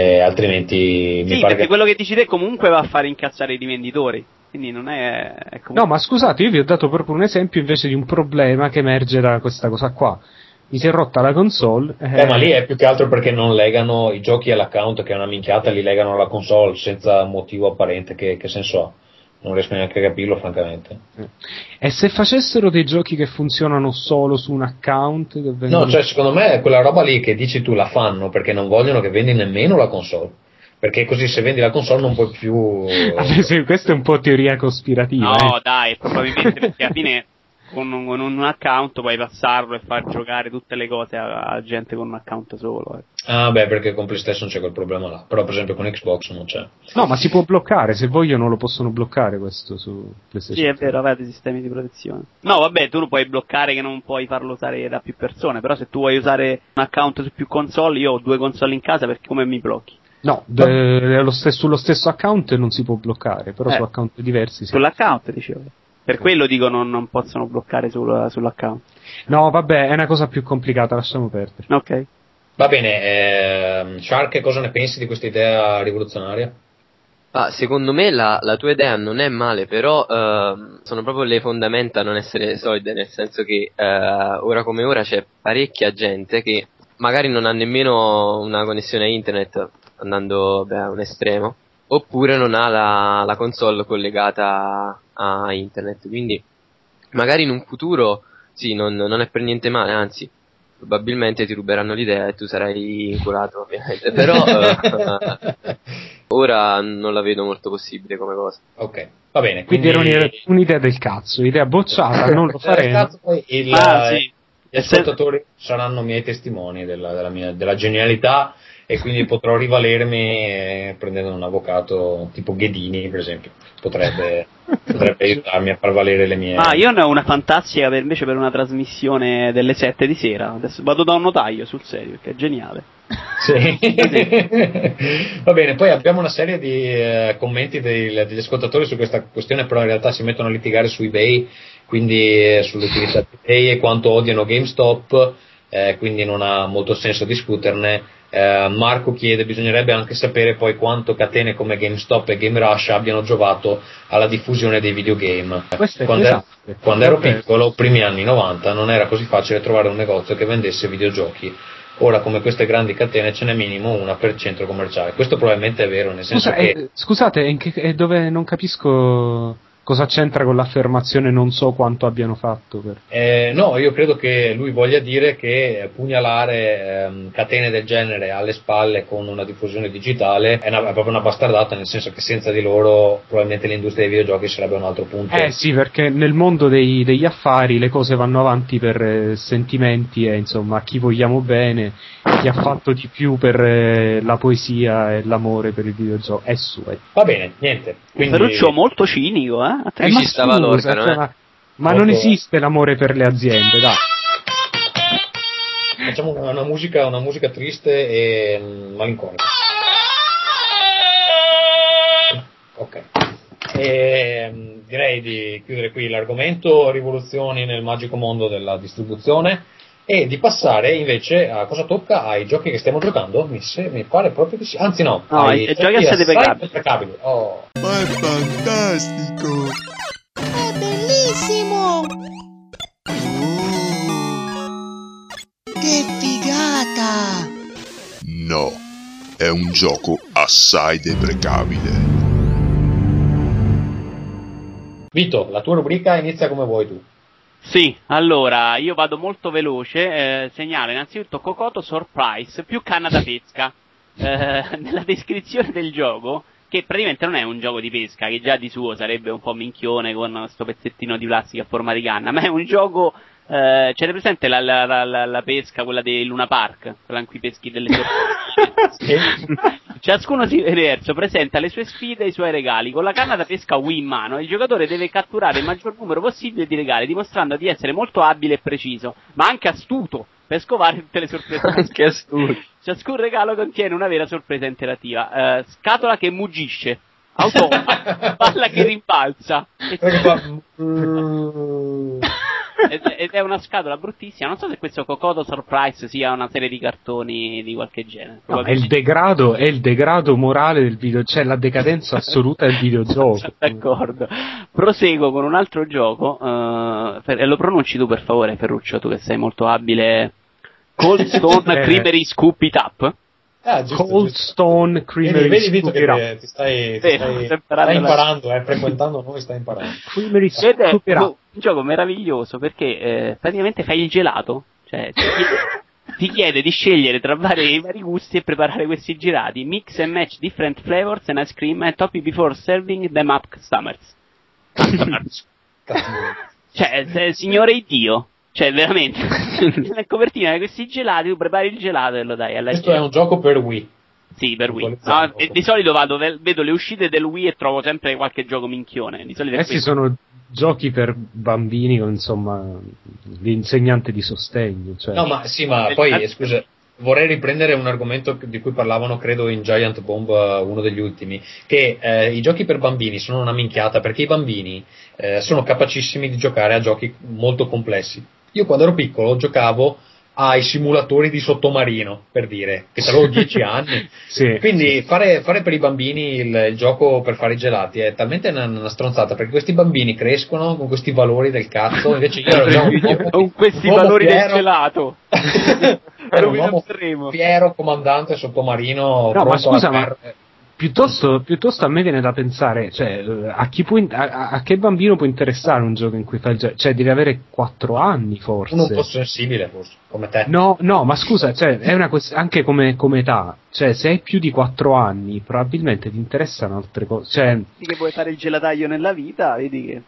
altrimenti sì, mi pare perché quello che dici te comunque va a fare incazzare i rivenditori, quindi non è comunque... No, ma scusate, io vi ho dato proprio un esempio invece di un problema che emerge da questa cosa qua. Mi si è rotta la console. Ma lì è più che altro perché non legano i giochi all'account, che è una minchiata, li legano alla console senza motivo apparente. Che senso ha? Non riesco neanche a capirlo, francamente. E se facessero dei giochi che funzionano solo su un account? Che vengono... No, cioè secondo me quella roba lì che dici tu la fanno perché non vogliono che vendi nemmeno la console. Perché così se vendi la console non puoi più... Adesso, questa è un po' teoria cospirativa. No, dai, probabilmente perché alla fine con un account puoi passarlo e far giocare tutte le cose a gente con un account solo. Ah beh, perché con PlayStation c'è quel problema là, però per esempio con Xbox non c'è. No, ma si può bloccare, se vogliono lo possono bloccare questo su PlayStation. Sì, è vero, avete sistemi di protezione. No, vabbè, tu lo puoi bloccare che non puoi farlo usare da più persone, però se tu vuoi usare un account su più console, io ho 2 console in casa, perché come mi blocchi? No, sullo stesso account non si può bloccare, però su account diversi sì. Sull'account, dicevo. Per quello dico non possono bloccare sull'account. No, vabbè, è una cosa più complicata, lasciamo perdere. Ok. Va bene, Shark, cosa ne pensi di questa idea rivoluzionaria? Secondo me la tua idea non è male, però sono proprio le fondamenta a non essere solide, nel senso che ora come ora c'è parecchia gente che magari non ha nemmeno una connessione a internet, andando a un estremo, oppure non ha la console collegata a internet, quindi magari in un futuro sì, non è per niente male, anzi probabilmente ti ruberanno l'idea e tu sarai inculato ovviamente, però ora non la vedo molto possibile come cosa. Ok, va bene, quindi era un'idea del cazzo, idea bocciata, non lo faremo. Poi sì. Gli ascoltatori saranno miei testimoni della genialità, e quindi potrò rivalermi prendendo un avvocato tipo Ghedini, per esempio. Potrebbe aiutarmi a far valere le mie... io ne ho una fantastica invece per una trasmissione delle 7 di sera. Adesso vado da un notaio, sul serio, che è geniale. Sì. Va bene, poi abbiamo una serie di commenti degli ascoltatori su questa questione, però in realtà si mettono a litigare su eBay, quindi sull'utilità di eBay e quanto odiano GameStop, quindi non ha molto senso discuterne. Marco chiede: bisognerebbe anche sapere poi quanto catene come GameStop e GameRush abbiano giovato alla diffusione dei videogame. Quando ero piccolo, primi anni 90, non era così facile trovare un negozio che vendesse videogiochi. Ora, come queste grandi catene, ce n'è minimo una per centro commerciale. Questo probabilmente è vero, nel senso che... Scusate, dove non capisco cosa c'entra con l'affermazione non so quanto abbiano fatto? No, io credo che lui voglia dire che pugnalare catene del genere alle spalle con una diffusione digitale è proprio una bastardata, nel senso che senza di loro probabilmente l'industria dei videogiochi sarebbe un altro punto. Sì, perché nel mondo degli affari le cose vanno avanti per sentimenti e insomma a chi vogliamo bene, chi ha fatto di più per la poesia e l'amore per il videogioco è suo. Va bene, niente. Quindi... Ferruccio molto cinico, Qui ci stava l'organo, ma non esiste l'amore per le aziende, dai. Facciamo una musica triste e malinconica. Ok. Direi di chiudere qui l'argomento rivoluzioni nel magico mondo della distribuzione e di passare invece a cosa tocca ai giochi che stiamo giocando. Mi pare proprio che sì. Anzi no, ai giochi assai deprecabili. Oh. Ma è fantastico! È bellissimo! Che figata! No, è un gioco assai deprecabile. Vito, la tua rubrica inizia come vuoi tu. Sì, allora, io vado molto veloce, segnalo innanzitutto Kokoto Surprise, più canna da pesca. Nella descrizione del gioco che praticamente non è un gioco di pesca, che già di suo sarebbe un po' minchione con questo pezzettino di plastica a forma di canna, ma è un gioco, c'è presente la pesca, quella di Luna Park, quella in cui peschi delle sorprese? Ciascuno diverso presenta le sue sfide e i suoi regali. Con la canna da pesca Wii in mano, il giocatore deve catturare il maggior numero possibile di regali, dimostrando di essere molto abile e preciso, ma anche astuto, per scovare tutte le sorprese. Anche astuto. Ciascun regalo contiene una vera sorpresa interattiva. Scatola che muggisce, automa, palla che rimbalza. Ed è una scatola bruttissima. Non so se questo Kokoto Surprise sia una serie di cartoni di qualche genere. No, è il degrado morale del video, cioè la decadenza assoluta del videogioco. D'accordo. Proseguo con un altro gioco. E lo pronunci tu, per favore, Ferruccio, tu che sei molto abile. Cold Stone Creamery Scoop It Up. Cold Stone Creamery. Vedi Vito che ti stai imparando, frequentando noi, stai imparando. Creamery Ed è Scoop It Up. un gioco meraviglioso perché praticamente fai il gelato, cioè ti chiede di scegliere tra vari gusti e preparare questi gelati. Mix and match different flavors and ice cream and top it before serving them up customers. Cioè, signore Dio. Cioè, veramente, nella copertina di questi gelati, tu prepari il gelato e lo dai alla gente. Questo è un gioco per Wii. Sì, per Wii. No, di solito vedo le uscite del Wii e trovo sempre qualche gioco minchione. Di solito questi sono giochi per bambini con, insomma, l'insegnante di sostegno. Cioè. No, ma sì, ma poi, scusa, vorrei riprendere un argomento di cui parlavano, credo, in Giant Bomb, uno degli ultimi, che i giochi per bambini sono una minchiata, perché i bambini sono capacissimi di giocare a giochi molto complessi. Io quando ero piccolo giocavo ai simulatori di sottomarino, per dire, che avevo 10 anni. Sì, quindi sì. Fare per i bambini il gioco per fare i gelati è talmente una stronzata, perché questi bambini crescono con questi valori del cazzo, invece io ero già con questi valori del gelato. Ero un uomo fiero, comandante sottomarino. No, ma scusa, ma piuttosto a me viene da pensare, cioè, a che bambino può interessare un gioco in cui fai il gioco? Cioè, devi avere 4 anni, forse. Uno un po' sensibile, forse, come te. No, ma scusa, cioè, è una anche come età. Cioè, se hai più di 4 anni, probabilmente ti interessano altre cose. Cioè, che vuoi fare il gelataio nella vita, vedi che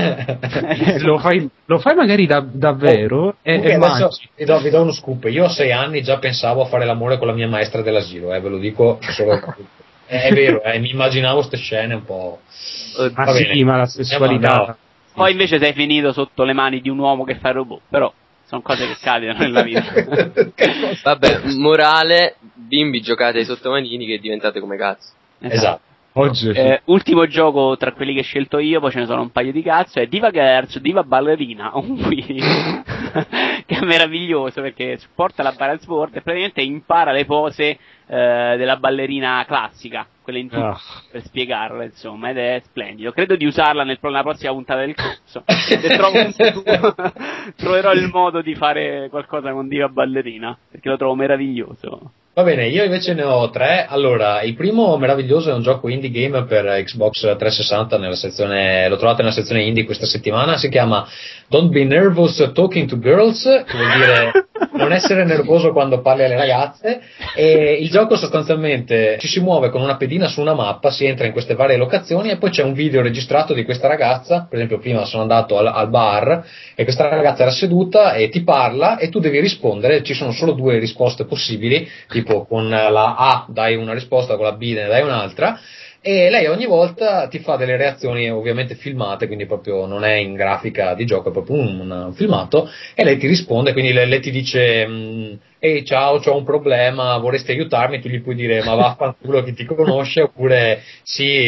lo fai magari davvero e adesso vi do uno scoop. Io a 6 anni già pensavo a fare l'amore con la mia maestra dell'asilo, ve lo dico solo. È vero, mi immaginavo queste scene un po'. Ma sì, ma la sessualità. No. Poi invece sei finito sotto le mani di un uomo che fa il robot, però sono cose che capitano nella vita. Vabbè, morale, bimbi giocate ai sottomanini che diventate come cazzo. Esatto. Oggi. Ultimo gioco tra quelli che ho scelto io, poi ce ne sono un paio di cazzo, è Diva Girls, Diva Ballerina, un Wii che è meraviglioso perché supporta la balance board e praticamente impara le pose della ballerina classica, quelle in tutto, per spiegarla, insomma, ed è splendido. Credo di usarla nella prossima puntata del corso. Se trovo un futuro troverò il modo di fare qualcosa con Diva Ballerina, perché lo trovo meraviglioso. Va bene, io invece ne ho 3. Allora, il primo meraviglioso è un gioco indie game per Xbox 360, lo trovate nella sezione indie questa settimana, si chiama Don't Be Nervous Talking to Girls, che vuol dire non essere nervoso quando parli alle ragazze, e il gioco sostanzialmente ci si muove con una pedina su una mappa, si entra in queste varie locazioni e poi c'è un video registrato di questa ragazza. Per esempio prima sono andato al bar e questa ragazza era seduta e ti parla e tu devi rispondere, ci sono solo 2 risposte possibili, tipo con la A dai una risposta, con la B ne dai un'altra, e lei ogni volta ti fa delle reazioni ovviamente filmate, quindi proprio non è in grafica di gioco, è proprio un filmato, e lei ti risponde, quindi lei ti dice ehi ciao, c'ho un problema, vorresti aiutarmi? Tu gli puoi dire ma vaffanculo chi ti conosce, oppure sì,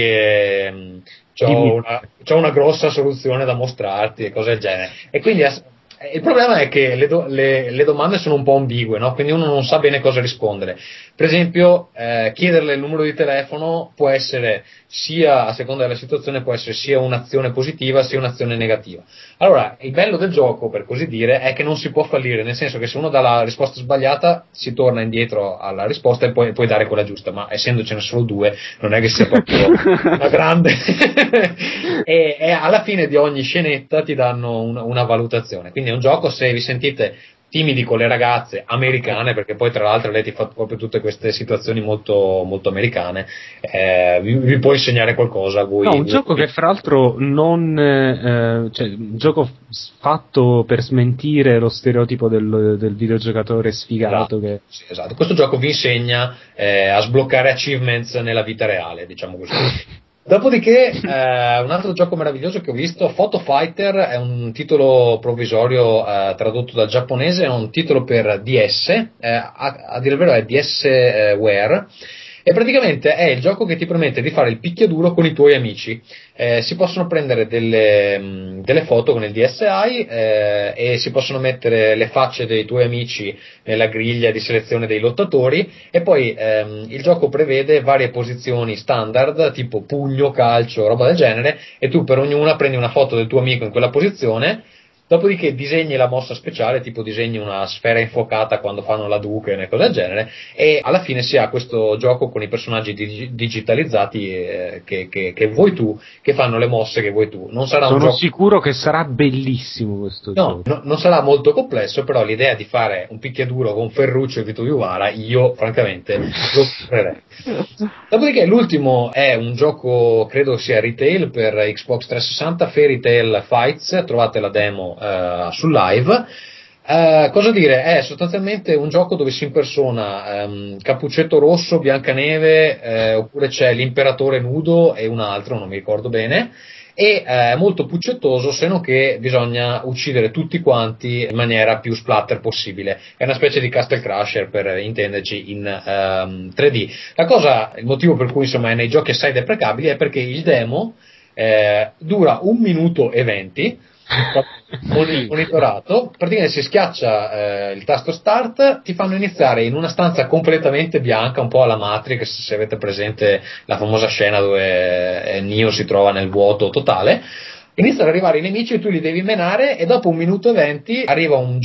c'ho una grossa soluzione da mostrarti e cose del genere. E quindi il problema è che le domande sono un po' ambigue, no? Quindi uno non sa bene cosa rispondere. Per esempio, chiederle il numero di telefono può essere sia, a seconda della situazione, può essere sia un'azione positiva sia un'azione negativa. Allora, il bello del gioco, per così dire, è che non si può fallire, nel senso che se uno dà la risposta sbagliata si torna indietro alla risposta e puoi dare quella giusta, ma essendocene solo 2 non è che sia proprio una grande e alla fine di ogni scenetta ti danno una valutazione. Quindi è un gioco, se vi sentite timidi con le ragazze americane, perché poi tra l'altro lei ti fa proprio tutte queste situazioni molto, molto americane, vi può insegnare qualcosa a voi. No, un gioco che fra l'altro non cioè un gioco fatto per smentire lo stereotipo del videogiocatore sfigato. Esatto. Sì, esatto. Questo gioco vi insegna a sbloccare achievements nella vita reale, diciamo così. Dopodiché un altro gioco meraviglioso che ho visto, Photo Fighter, è un titolo provvisorio tradotto dal giapponese, è un titolo per DS, a dire il vero è DSware, e praticamente è il gioco che ti permette di fare il picchiaduro con i tuoi amici. Si possono prendere delle foto con il DSi e si possono mettere le facce dei tuoi amici nella griglia di selezione dei lottatori, e poi il gioco prevede varie posizioni standard tipo pugno, calcio, roba del genere, e tu per ognuna prendi una foto del tuo amico in quella posizione. Dopodiché disegni la mossa speciale, tipo disegni una sfera infuocata quando fanno la Duke e cose del genere, e alla fine si ha questo gioco con i personaggi digitalizzati che vuoi tu, che fanno le mosse che vuoi tu. Non sarà Sono un gioco... sicuro che sarà bellissimo questo gioco. No, non sarà molto complesso, però l'idea di fare un picchiaduro con Ferruccio e Vito Iuvara, io francamente lo comprerei. Dopodiché l'ultimo è un gioco, credo sia retail per Xbox 360, Fairy Tail Fights, trovate la demo sul live. Cosa dire? È sostanzialmente un gioco dove si impersona Cappuccetto Rosso, Biancaneve, oppure c'è l'imperatore nudo e un altro, non mi ricordo bene, e è molto puccettoso, se non che bisogna uccidere tutti quanti in maniera più splatter possibile. È una specie di Castle Crusher, per intenderci, in 3D. Il motivo per cui insomma è nei giochi assai deprecabili è perché il demo dura 1 minuto e 20, monitorato. Praticamente si schiaccia il tasto start, ti fanno iniziare in una stanza completamente bianca, un po' alla Matrix, se avete presente la famosa scena dove Neo si trova nel vuoto totale. Iniziano ad arrivare i nemici e tu li devi menare, e dopo 1 minuto e 20 arriva un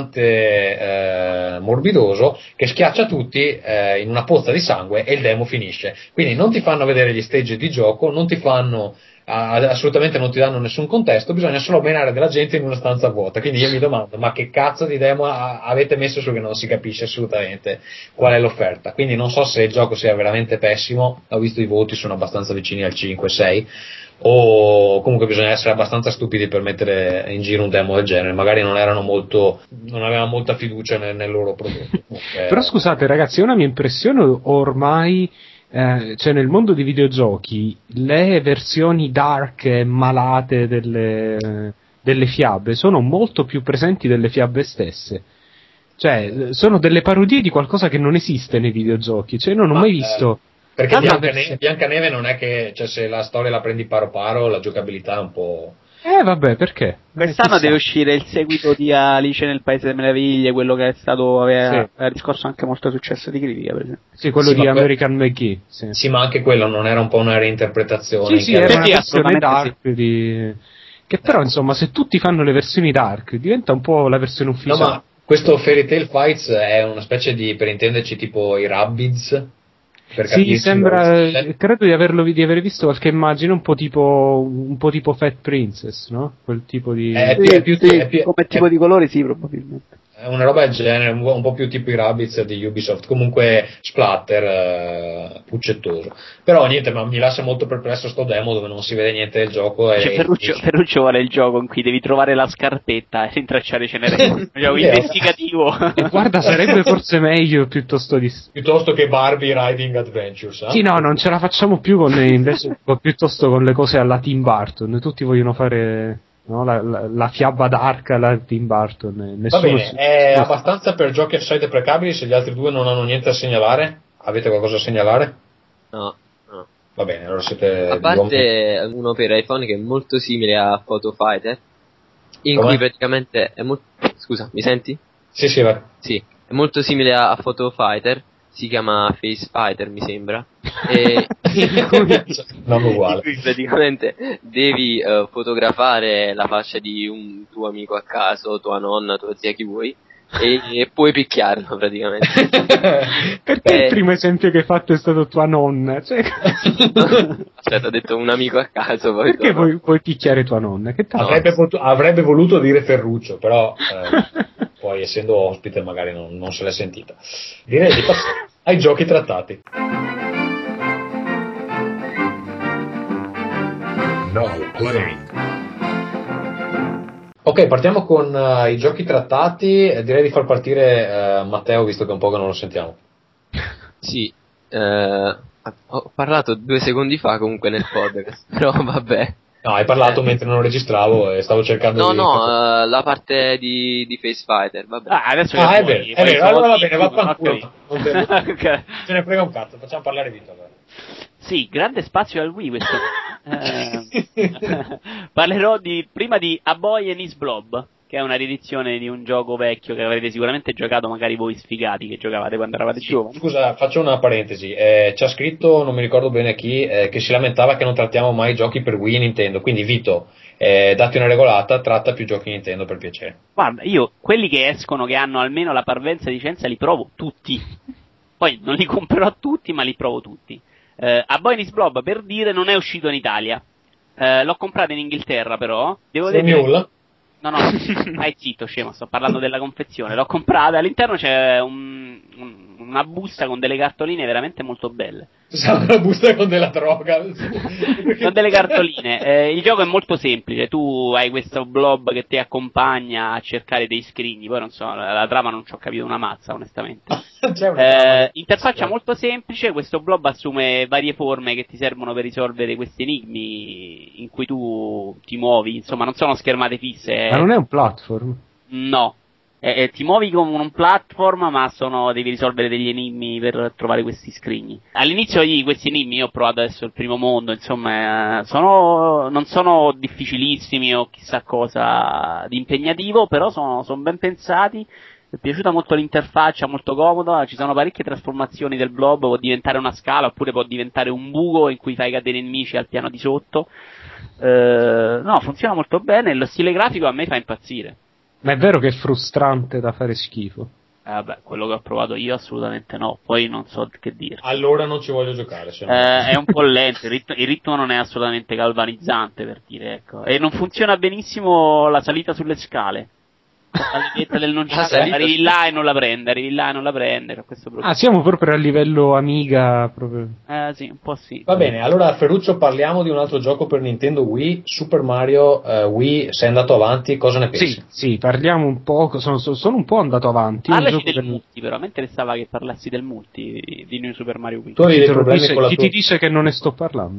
gigante morbidoso che schiaccia tutti in una pozza di sangue, e il demo finisce. Quindi non ti fanno vedere gli stage di gioco, non ti fanno assolutamente, non ti danno nessun contesto, bisogna solo menare della gente in una stanza vuota. Quindi io mi domando, ma che cazzo di demo avete messo su che non si capisce assolutamente qual è l'offerta? Quindi non so se il gioco sia veramente pessimo, ho visto i voti, sono abbastanza vicini al 5-6, o comunque bisogna essere abbastanza stupidi per mettere in giro un demo del genere. Magari non avevano molta fiducia nel loro prodotto. Però scusate ragazzi, è una mia impressione ormai, cioè nel mondo dei videogiochi le versioni dark e malate delle fiabe sono molto più presenti delle fiabe stesse. Cioè sono delle parodie di qualcosa che non esiste nei videogiochi. Cioè non ho mai visto... Perché Biancaneve non è che, cioè, se la storia la prendi paro paro, la giocabilità è un po'... vabbè, perché? Quest'anno deve uscire il seguito di Alice nel Paese delle Meraviglie, quello che aveva riscosso anche molto successo di critica, per esempio. Sì, quello di American McGee. Sì, ma anche quello non era un po' una reinterpretazione? Sì, era una versione dark che però, insomma, se tutti fanno le versioni dark, diventa un po' la versione ufficiale. No, ma questo Fairy Tail Fights è una specie di, per intenderci, tipo i Rabbids? Sì, sembra, credo di aver visto qualche immagine un po' tipo Fat Princess, no? Quel tipo di... come tipo di colore, sì, probabilmente. È una roba del genere, un po' più tipo i Rabbids di Ubisoft, comunque splatter, puccettoso. Però niente, ma mi lascia molto perplesso sto demo dove non si vede niente del gioco. Ferruccio vuole il gioco in cui devi trovare la scarpetta e rintracciare Cenerentola. Un gioco investigativo. Guarda, sarebbe forse meglio piuttosto che Barbie Riding Adventures. Sì, no, non ce la facciamo più piuttosto con le cose alla Tim Burton. Tutti vogliono fare... No, la fiaba dark alla Tim Burton. Va bene, è abbastanza per giochi assai deprecabili. Se gli altri due non hanno niente da segnalare, avete qualcosa da segnalare? No. Va bene, allora siete... A parte uno per iPhone che è molto simile a Photo Fighter, in cui praticamente è Scusa, mi senti? Sì, vai. Sì, è molto simile a Photo Fighter. Si chiama Face Fighter, mi sembra. E non uguale. Praticamente devi fotografare la faccia di un tuo amico a caso, tua nonna, tua zia, chi vuoi, e puoi picchiarlo praticamente. Perché il primo esempio che hai fatto è stato tua nonna? Cioè... Aspetta, ho detto un amico a caso. Perché puoi picchiare tua nonna? Che avrebbe voluto dire Ferruccio, però... poi essendo ospite magari non se l'è sentita. Direi di passare ai giochi trattati. Now playing. Ok, partiamo con i giochi trattati. Direi di far partire Matteo, visto che un po' che non lo sentiamo. Sì, ho parlato 2 secondi fa comunque nel podcast, però vabbè. No, hai parlato mentre non registravo e stavo cercando di... No, la parte di Face Fighter, vabbè. Adesso è vero, allora va bene, vaffanculo. Okay. Ce ne frega un cazzo, facciamo parlare Vito allora. Sì, grande spazio al Wii questo. Parlerò prima di A Boy and His Blob, che è una riedizione di un gioco vecchio che avrete sicuramente giocato magari voi sfigati che giocavate quando eravate giovani. Scusa, faccio una parentesi, c'ha scritto, non mi ricordo bene chi, che si lamentava che non trattiamo mai giochi per Wii e Nintendo, quindi Vito, datti una regolata, tratta più giochi Nintendo per piacere. Guarda, io quelli che escono che hanno almeno la parvenza di licenza li provo tutti, poi non li comprerò tutti ma li provo tutti. A Boy and His Blob, per dire, non è uscito in Italia, l'ho comprato in Inghilterra però, devo dire... No, stai zitto, scemo, sto parlando della confezione. L'ho comprata, all'interno c'è una busta con delle cartoline veramente molto belle. Una busta con della droga. Con delle cartoline. Il gioco è molto semplice, tu hai questo blob che ti accompagna a cercare dei scrigni, poi non so, la trama non ci ho capito una mazza, onestamente. Interfaccia molto semplice, questo blob assume varie forme che ti servono per risolvere questi enigmi in cui tu ti muovi, insomma non sono schermate fisse. Ma non è un platform? No. Ti muovi come un platform, ma devi risolvere degli enigmi per trovare questi scrigni. All'inizio di questi enigmi, io ho provato adesso il primo mondo, insomma, non sono difficilissimi o chissà cosa di impegnativo, però sono ben pensati. Mi è piaciuta molto l'interfaccia, molto comoda, ci sono parecchie trasformazioni del blob, può diventare una scala oppure può diventare un buco in cui fai cadere i nemici al piano di sotto. No, funziona molto bene, lo stile grafico a me fa impazzire. Ma è vero che è frustrante da fare schifo? Vabbè, quello che ho provato io assolutamente no, poi non so che dire. Allora non ci voglio giocare. Se no. È un po' lento, il ritmo non è assolutamente galvanizzante, per dire, ecco. E non funziona benissimo la salita sulle scale. La leghetta del non arrivi là e non la prende, questo siamo proprio a livello Amiga proprio. Sì, un po' sì. Va bene, allora Ferruccio, parliamo di un altro gioco per Nintendo Wii, Super Mario Wii. Sei andato avanti, cosa ne pensi? Sì, parliamo un po', sono un po' andato avanti. Parlaci del multi, però a me interessava che parlassi del multi di New Super Mario Wii. Tu avevi dei problemi con la chi ti dice che non ne sto parlando?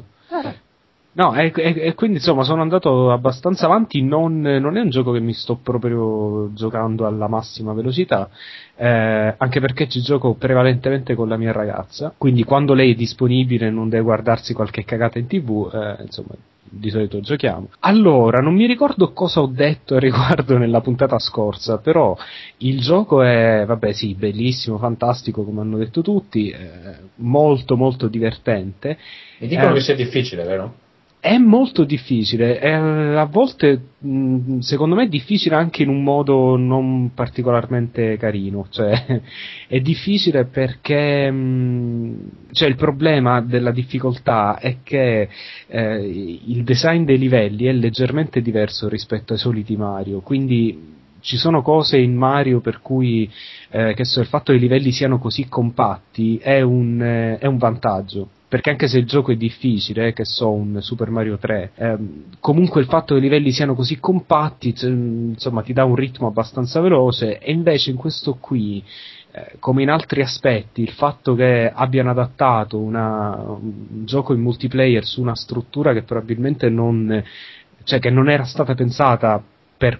No, e quindi insomma sono andato abbastanza avanti, non è un gioco che mi sto proprio giocando alla massima velocità, anche perché ci gioco prevalentemente con la mia ragazza, quindi quando lei è disponibile non deve guardarsi qualche cagata in TV, insomma di solito giochiamo. Allora, non mi ricordo cosa ho detto a riguardo nella puntata scorsa, però il gioco è, vabbè sì, bellissimo, fantastico come hanno detto tutti, molto molto divertente. E dicono che sia difficile, vero? È molto difficile, a volte secondo me è difficile anche in un modo non particolarmente carino, cioè è difficile perché cioè il problema della difficoltà è che il design dei livelli è leggermente diverso rispetto ai soliti Mario, quindi ci sono cose in Mario per cui il fatto che i livelli siano così compatti è un vantaggio. Perché anche se il gioco è difficile, che so, un Super Mario 3, comunque il fatto che i livelli siano così compatti, insomma, ti dà un ritmo abbastanza veloce, e invece in questo qui, come in altri aspetti, il fatto che abbiano adattato un gioco in multiplayer su una struttura che probabilmente che non era stata pensata per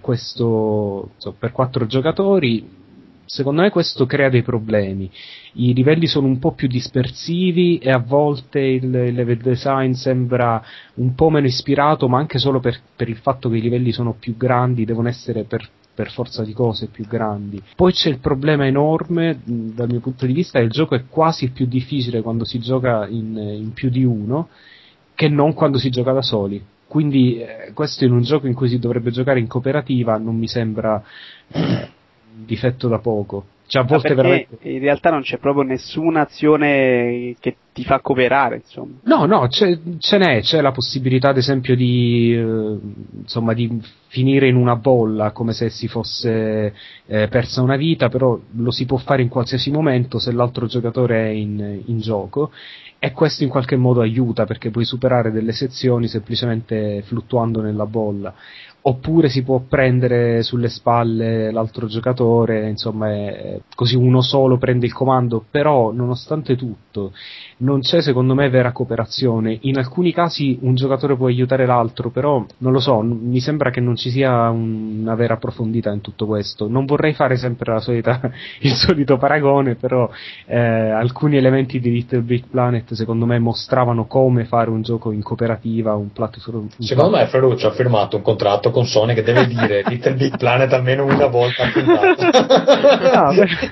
per 4 giocatori, secondo me questo crea dei problemi. I livelli sono un po' più dispersivi e a volte il level design sembra un po' meno ispirato, ma anche solo per il fatto che i livelli sono più grandi, devono essere per forza di cose più grandi. Poi c'è il problema enorme, dal mio punto di vista, che il gioco è quasi più difficile quando si gioca in più di uno che non quando si gioca da soli. Quindi questo in un gioco in cui si dovrebbe giocare in cooperativa non mi sembra difetto da poco. Cioè, a volte perché veramente... in realtà non c'è proprio nessuna azione che ti fa cooperare, insomma. No, ce n'è, c'è la possibilità ad esempio di di finire in una bolla come se si fosse persa una vita, però lo si può fare in qualsiasi momento se l'altro giocatore è in gioco, e questo in qualche modo aiuta, perché puoi superare delle sezioni semplicemente fluttuando nella bolla. Oppure si può prendere sulle spalle l'altro giocatore, insomma, così uno solo prende il comando, però nonostante tutto non c'è secondo me vera cooperazione. In alcuni casi un giocatore può aiutare l'altro, però non lo so, mi sembra che non ci sia una vera profondità in tutto questo. Non vorrei fare sempre il solito paragone, però alcuni elementi di Little Big Planet secondo me mostravano come fare un gioco in cooperativa, un platform. Secondo me Ferruccio ha firmato un contratto con Sony che deve dire Little Big Planet almeno una volta a puntata.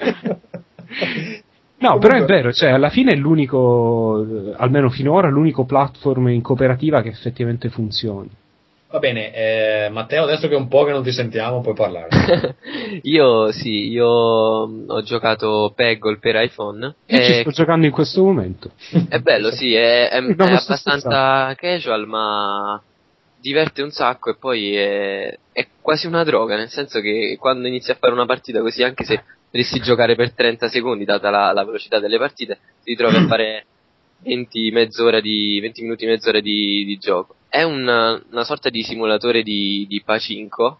No, però è vero, cioè alla fine è l'unico, almeno finora, l'unico platform in cooperativa che effettivamente funzioni. Va bene, Matteo, adesso che è un po' che non ti sentiamo, puoi parlare. Io ho giocato Peggle per iPhone. Io ci sto giocando in questo momento. È bello, sì, è abbastanza casual, ma diverte un sacco, e poi è quasi una droga, nel senso che quando inizi a fare una partita così, anche se dovresti giocare per 30 secondi, data la velocità delle partite, ti ritrovi a fare 20 minuti, mezz'ora di gioco. È una sorta di simulatore di Pachinko.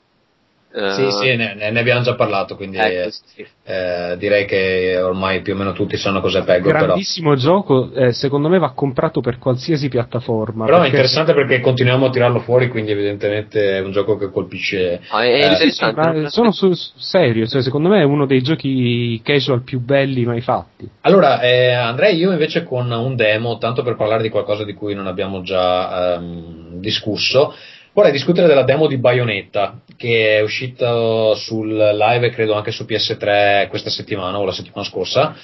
Sì, ne abbiamo già parlato, quindi ecco, sì. Direi che ormai più o meno tutti sanno cos'è Peggle. Grandissimo gioco, secondo me va comprato per qualsiasi piattaforma. Però è interessante perché continuiamo a tirarlo fuori, quindi evidentemente è un gioco che colpisce. È interessante. Sono serio, cioè, secondo me è uno dei giochi casual più belli mai fatti. Allora, andrei io invece con un demo, tanto per parlare di qualcosa di cui non abbiamo già discusso. Vorrei discutere della demo di Bayonetta, che è uscita sul live e credo anche su PS3 questa settimana o la settimana scorsa,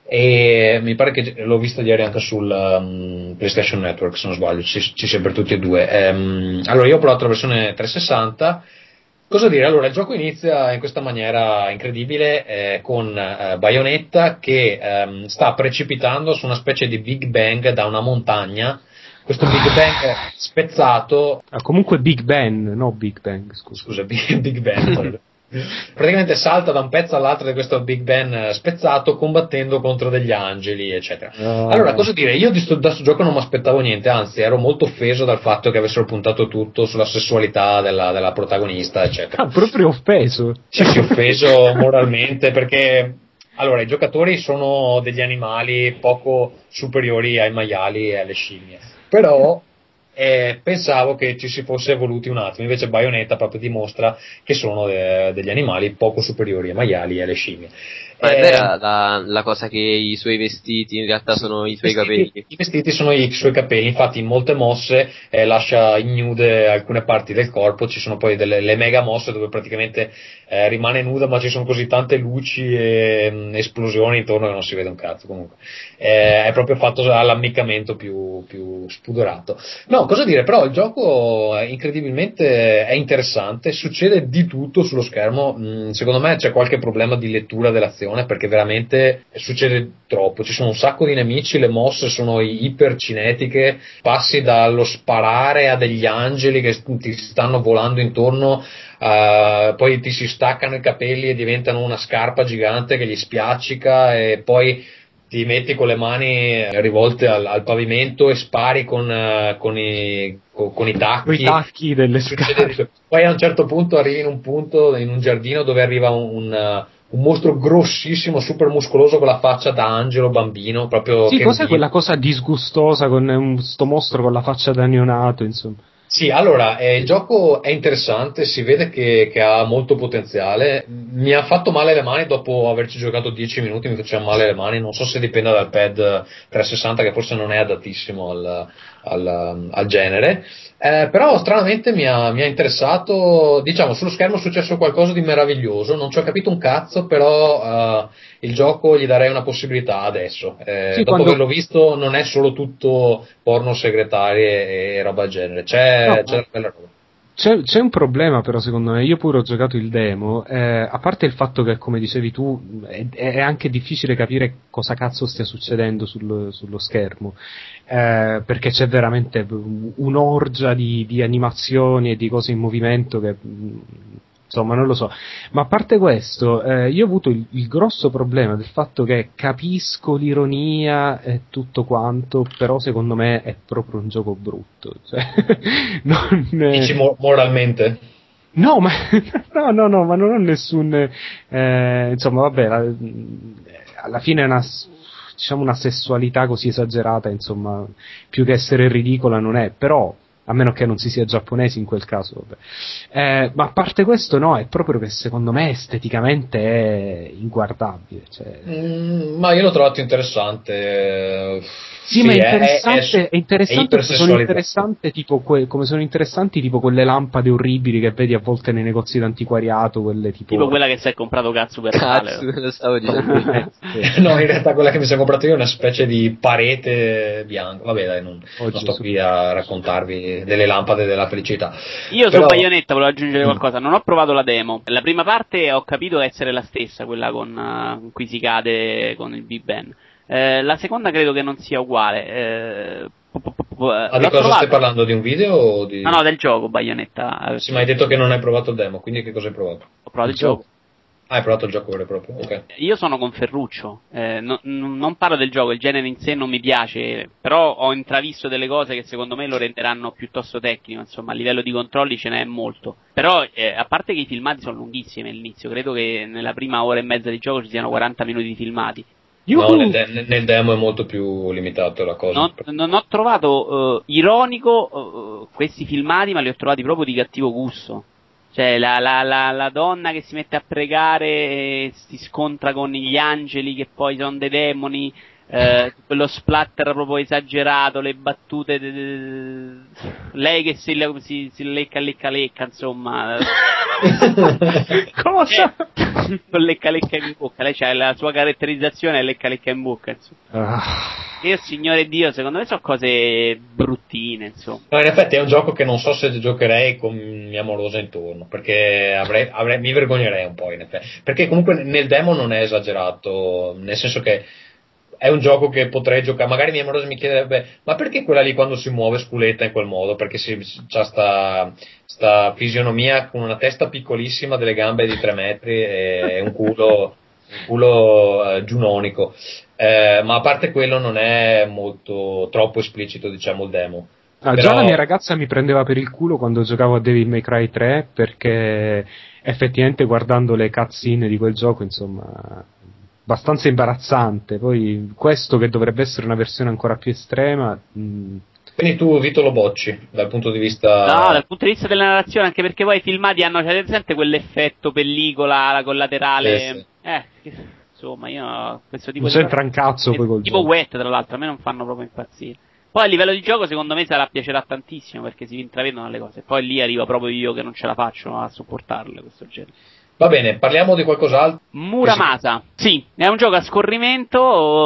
e mi pare che l'ho vista ieri anche sul PlayStation Network, se non sbaglio, ci sia per tutti e due. Allora, io ho provato la versione 360. Cosa dire? Allora, il gioco inizia in questa maniera incredibile, con Bayonetta che sta precipitando su una specie di Big Bang da una montagna. Questo Big Bang spezzato. Comunque Big Ben, no Big Bang, scusa, Big Bang. Praticamente salta da un pezzo all'altro di questo Big Ben spezzato, combattendo contro degli angeli, eccetera. Allora, cosa dire? Io da questo gioco non mi aspettavo niente, anzi ero molto offeso dal fatto che avessero puntato tutto sulla sessualità della protagonista, eccetera. Proprio offeso? Sì, offeso moralmente, perché allora i giocatori sono degli animali poco superiori ai maiali e alle scimmie. Però pensavo che ci si fosse evoluti un attimo, invece Bayonetta proprio dimostra che sono degli animali poco superiori ai maiali e alle scimmie. Ma è vera la cosa che i suoi vestiti in realtà sono i suoi capelli? I vestiti sono i suoi capelli, infatti in molte mosse lascia ignude alcune parti del corpo, ci sono poi le mega mosse dove praticamente rimane nuda, ma ci sono così tante luci e esplosioni intorno che non si vede un cazzo. Comunque è proprio fatto all'ammiccamento più spudorato. No, cosa dire, però il gioco incredibilmente è interessante, succede di tutto sullo schermo. Secondo me c'è qualche problema di lettura dell'azione, perché veramente succede troppo, ci sono un sacco di nemici, le mosse sono ipercinetiche, passi dallo sparare a degli angeli che ti stanno volando intorno, poi ti si staccano i capelli e diventano una scarpa gigante che gli spiaccica, e poi ti metti con le mani rivolte al pavimento e spari con i tacchi. I tacchi delle scarpe. Poi a un certo punto arrivi in un giardino dove arriva un mostro grossissimo, super muscoloso, con la faccia da angelo bambino, proprio. Sì, cos'è quella cosa disgustosa con sto mostro con la faccia da neonato, insomma? Sì, allora, il gioco è interessante, si vede che ha molto potenziale. Mi ha fatto male le mani dopo averci giocato 10 minuti, mi faceva male le mani, non so se dipende dal pad 360, che forse non è adattissimo al genere. Però stranamente mi ha interessato, diciamo, sullo schermo è successo qualcosa di meraviglioso, non ci ho capito un cazzo, però il gioco gli darei una possibilità adesso. Sì, dopo averlo visto, non è solo tutto porno segretarie e roba del genere, c'è bella roba. C'è un problema però secondo me, io pure ho giocato il demo, a parte il fatto che come dicevi tu è anche difficile capire cosa cazzo stia succedendo sullo schermo, perché c'è veramente un'orgia di animazioni e di cose in movimento che insomma non lo so, ma a parte questo io ho avuto il grosso problema del fatto che capisco l'ironia e tutto quanto, però secondo me è proprio un gioco brutto, cioè, dici moralmente? No, ma no, ma non ho nessun insomma vabbè, alla fine è una sessualità così esagerata, insomma, più che essere ridicola non è, però a meno che non si sia giapponesi in quel caso, vabbè. Ma a parte questo no, è proprio che secondo me esteticamente è inguardabile, cioè. Ma io l'ho trovato interessante. Sì, ma è interessante sono interessante tipo come sono interessanti tipo quelle lampade orribili che vedi a volte nei negozi d'antiquariato, quelle tipo quella che si è comprato cazzo per lo stavo dicendo. No, in realtà quella che mi sono comprato io è una specie di parete bianca. Vabbè, dai, non sto qui a raccontarvi delle lampade della felicità. Io su Bayonetta volevo aggiungere qualcosa, non ho provato la demo. La prima parte ho capito essere la stessa, quella con cui si cade con il Big Ben. La seconda credo che non sia uguale. Di cosa stai parlando? Di un video o di... No, del gioco Bayonetta. Sì, ma hai detto che non hai provato il demo, quindi che cosa hai provato? Ho provato il gioco. Ah, hai provato il gioco vero e proprio, ok. Io sono con Ferruccio, non parlo del gioco, il genere in sé non mi piace, però ho intravisto delle cose che secondo me lo renderanno piuttosto tecnico, insomma a livello di controlli ce n'è molto. Però a parte che i filmati sono lunghissimi all'inizio, credo che nella prima ora e mezza di gioco ci siano 40 minuti di filmati. No, nel demo è molto più limitato la cosa. Non ho trovato ironico questi filmati, ma li ho trovati proprio di cattivo gusto. Cioè la donna che si mette a pregare e si scontra con gli angeli che poi sono dei demoni, quello splatter proprio esagerato, le battute, lei che si lecca, insomma. Cosa? Con lecca in bocca, lei c'ha la sua caratterizzazione, è lecca in bocca, insomma. Io, signore Dio, secondo me sono cose bruttine, insomma. No, in effetti è un gioco che non so se giocherei con mia amorosa intorno, perché mi vergognerei un po', in effetti. Perché comunque nel demo non è esagerato, nel senso che è un gioco che potrei giocare. Magari mia amorosa mi chiederebbe: ma perché quella lì quando si muove sculetta in quel modo? Perché c'ha sta fisionomia con una testa piccolissima, delle gambe di 3 metri e un culo giunonico. Ma a parte quello non è troppo esplicito, diciamo, il demo. Però... Già la mia ragazza mi prendeva per il culo quando giocavo a Devil May Cry 3, perché effettivamente guardando le cutscene di quel gioco, insomma, abbastanza imbarazzante. Poi questo che dovrebbe essere una versione ancora più estrema. Quindi tu, Vito, lo bocci dal punto di vista... No, dal punto di vista della narrazione, anche perché poi i filmati hanno, cioè, presente quell'effetto pellicola, la collaterale. Sì. Insomma, io questo tipo non c'entra un cazzo poi col tipo gioco. Wet, tra l'altro, a me non fanno proprio impazzire. Poi a livello di gioco secondo me piacerà tantissimo, perché si intravedono le cose. Poi lì arriva proprio io che non ce la faccio a sopportarle, questo genere. Va bene, parliamo di qualcos'altro. Muramasa, sì, è un gioco a scorrimento,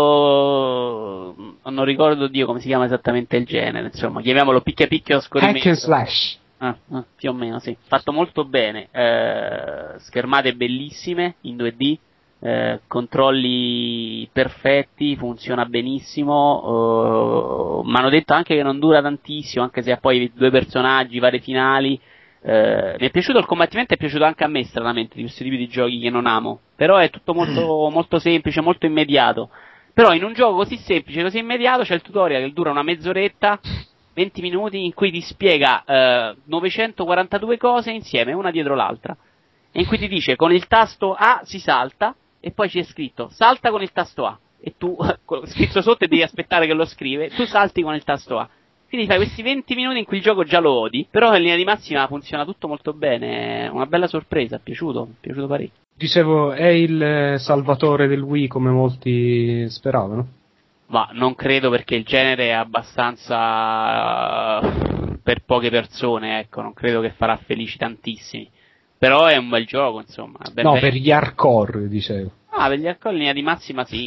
non ricordo come si chiama esattamente il genere, insomma, chiamiamolo picchia a scorrimento. Hack and slash. Più o meno, sì. Fatto molto bene, schermate bellissime in 2D, controlli perfetti, funziona benissimo, mi hanno detto anche che non dura tantissimo, anche se ha poi 2 personaggi, vari finali. Mi è piaciuto il combattimento, è piaciuto anche a me stranamente di questi tipi di giochi che non amo, però è tutto molto, molto semplice, molto immediato. Però in un gioco così semplice, così immediato, c'è il tutorial che dura una mezz'oretta, 20 minuti, in cui ti spiega 942 cose insieme, una dietro l'altra, e in cui ti dice con il tasto A si salta, e poi c'è scritto salta con il tasto A, e tu, scritto sotto, e devi aspettare che lo scrive, tu salti con il tasto A. Quindi fai questi 20 minuti in cui il gioco già lo odi, però in linea di massima funziona tutto molto bene, è una bella sorpresa, è piaciuto parecchio. Dicevo, è il salvatore del Wii come molti speravano? Ma non credo, perché il genere è abbastanza per poche persone, ecco, non credo che farà felici tantissimi. Però è un bel gioco, insomma. Per gli hardcore, dicevo. Per gli hardcore in linea di massima sì.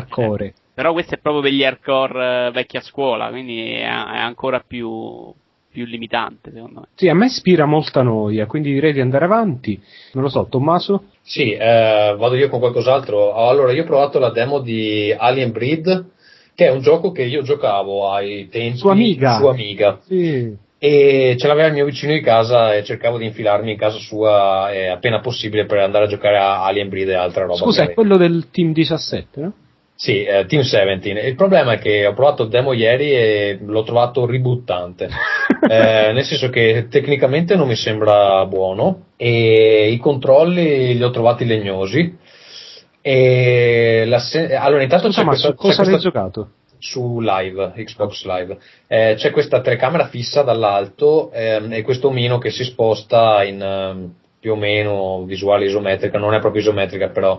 Hardcore. Però questo è proprio per gli hardcore vecchia scuola, quindi è ancora più più limitante, secondo me. Sì, a me ispira molta noia, quindi direi di andare avanti. Non lo so, Tommaso? Sì, vado io con qualcos'altro. Allora, io ho provato la demo di Alien Breed, che è un gioco che io giocavo ai tempi su Amiga. Sì. E ce l'aveva il mio vicino di casa e cercavo di infilarmi in casa sua appena possibile per andare a giocare a Alien Breed e altra roba. Scusa, è quello del Team 17, no? Sì, Team 17. Il problema è che ho provato il demo ieri e l'ho trovato ributtante, nel senso che tecnicamente non mi sembra buono e i controlli li ho trovati legnosi. E allora, intanto insomma, su cosa hai giocato? Su Live, Xbox Live. C'è questa telecamera fissa dall'alto e questo omino che si sposta in più o meno visuale isometrica, non è proprio isometrica però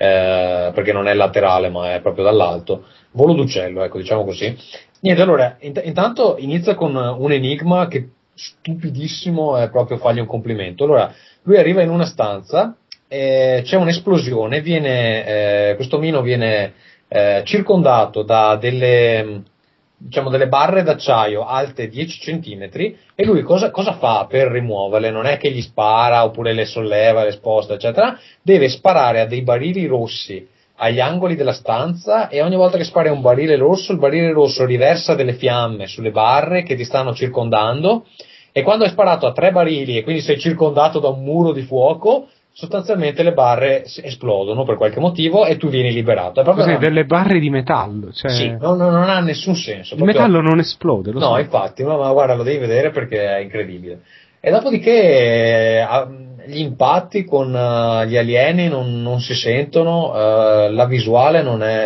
perché non è laterale ma è proprio dall'alto, volo d'uccello, ecco, diciamo così. Niente, allora intanto inizia con un enigma che stupidissimo, è proprio fargli un complimento. Allora lui arriva in una stanza, c'è un'esplosione, questo omino viene circondato da delle barre d'acciaio alte 10 centimetri e lui cosa fa per rimuoverle? Non è che gli spara oppure le solleva, le sposta, eccetera, deve sparare a dei barili rossi agli angoli della stanza e ogni volta che spara un barile rosso, il barile rosso riversa delle fiamme sulle barre che ti stanno circondando e quando hai sparato a 3 barili e quindi sei circondato da un muro di fuoco, sostanzialmente le barre esplodono per qualche motivo e tu vieni liberato. È proprio delle barre di metallo, cioè... Sì, non ha nessun senso. Il metallo non esplode, No, infatti, ma guarda, lo devi vedere perché è incredibile. E dopodiché gli impatti con gli alieni non si sentono, la visuale non è,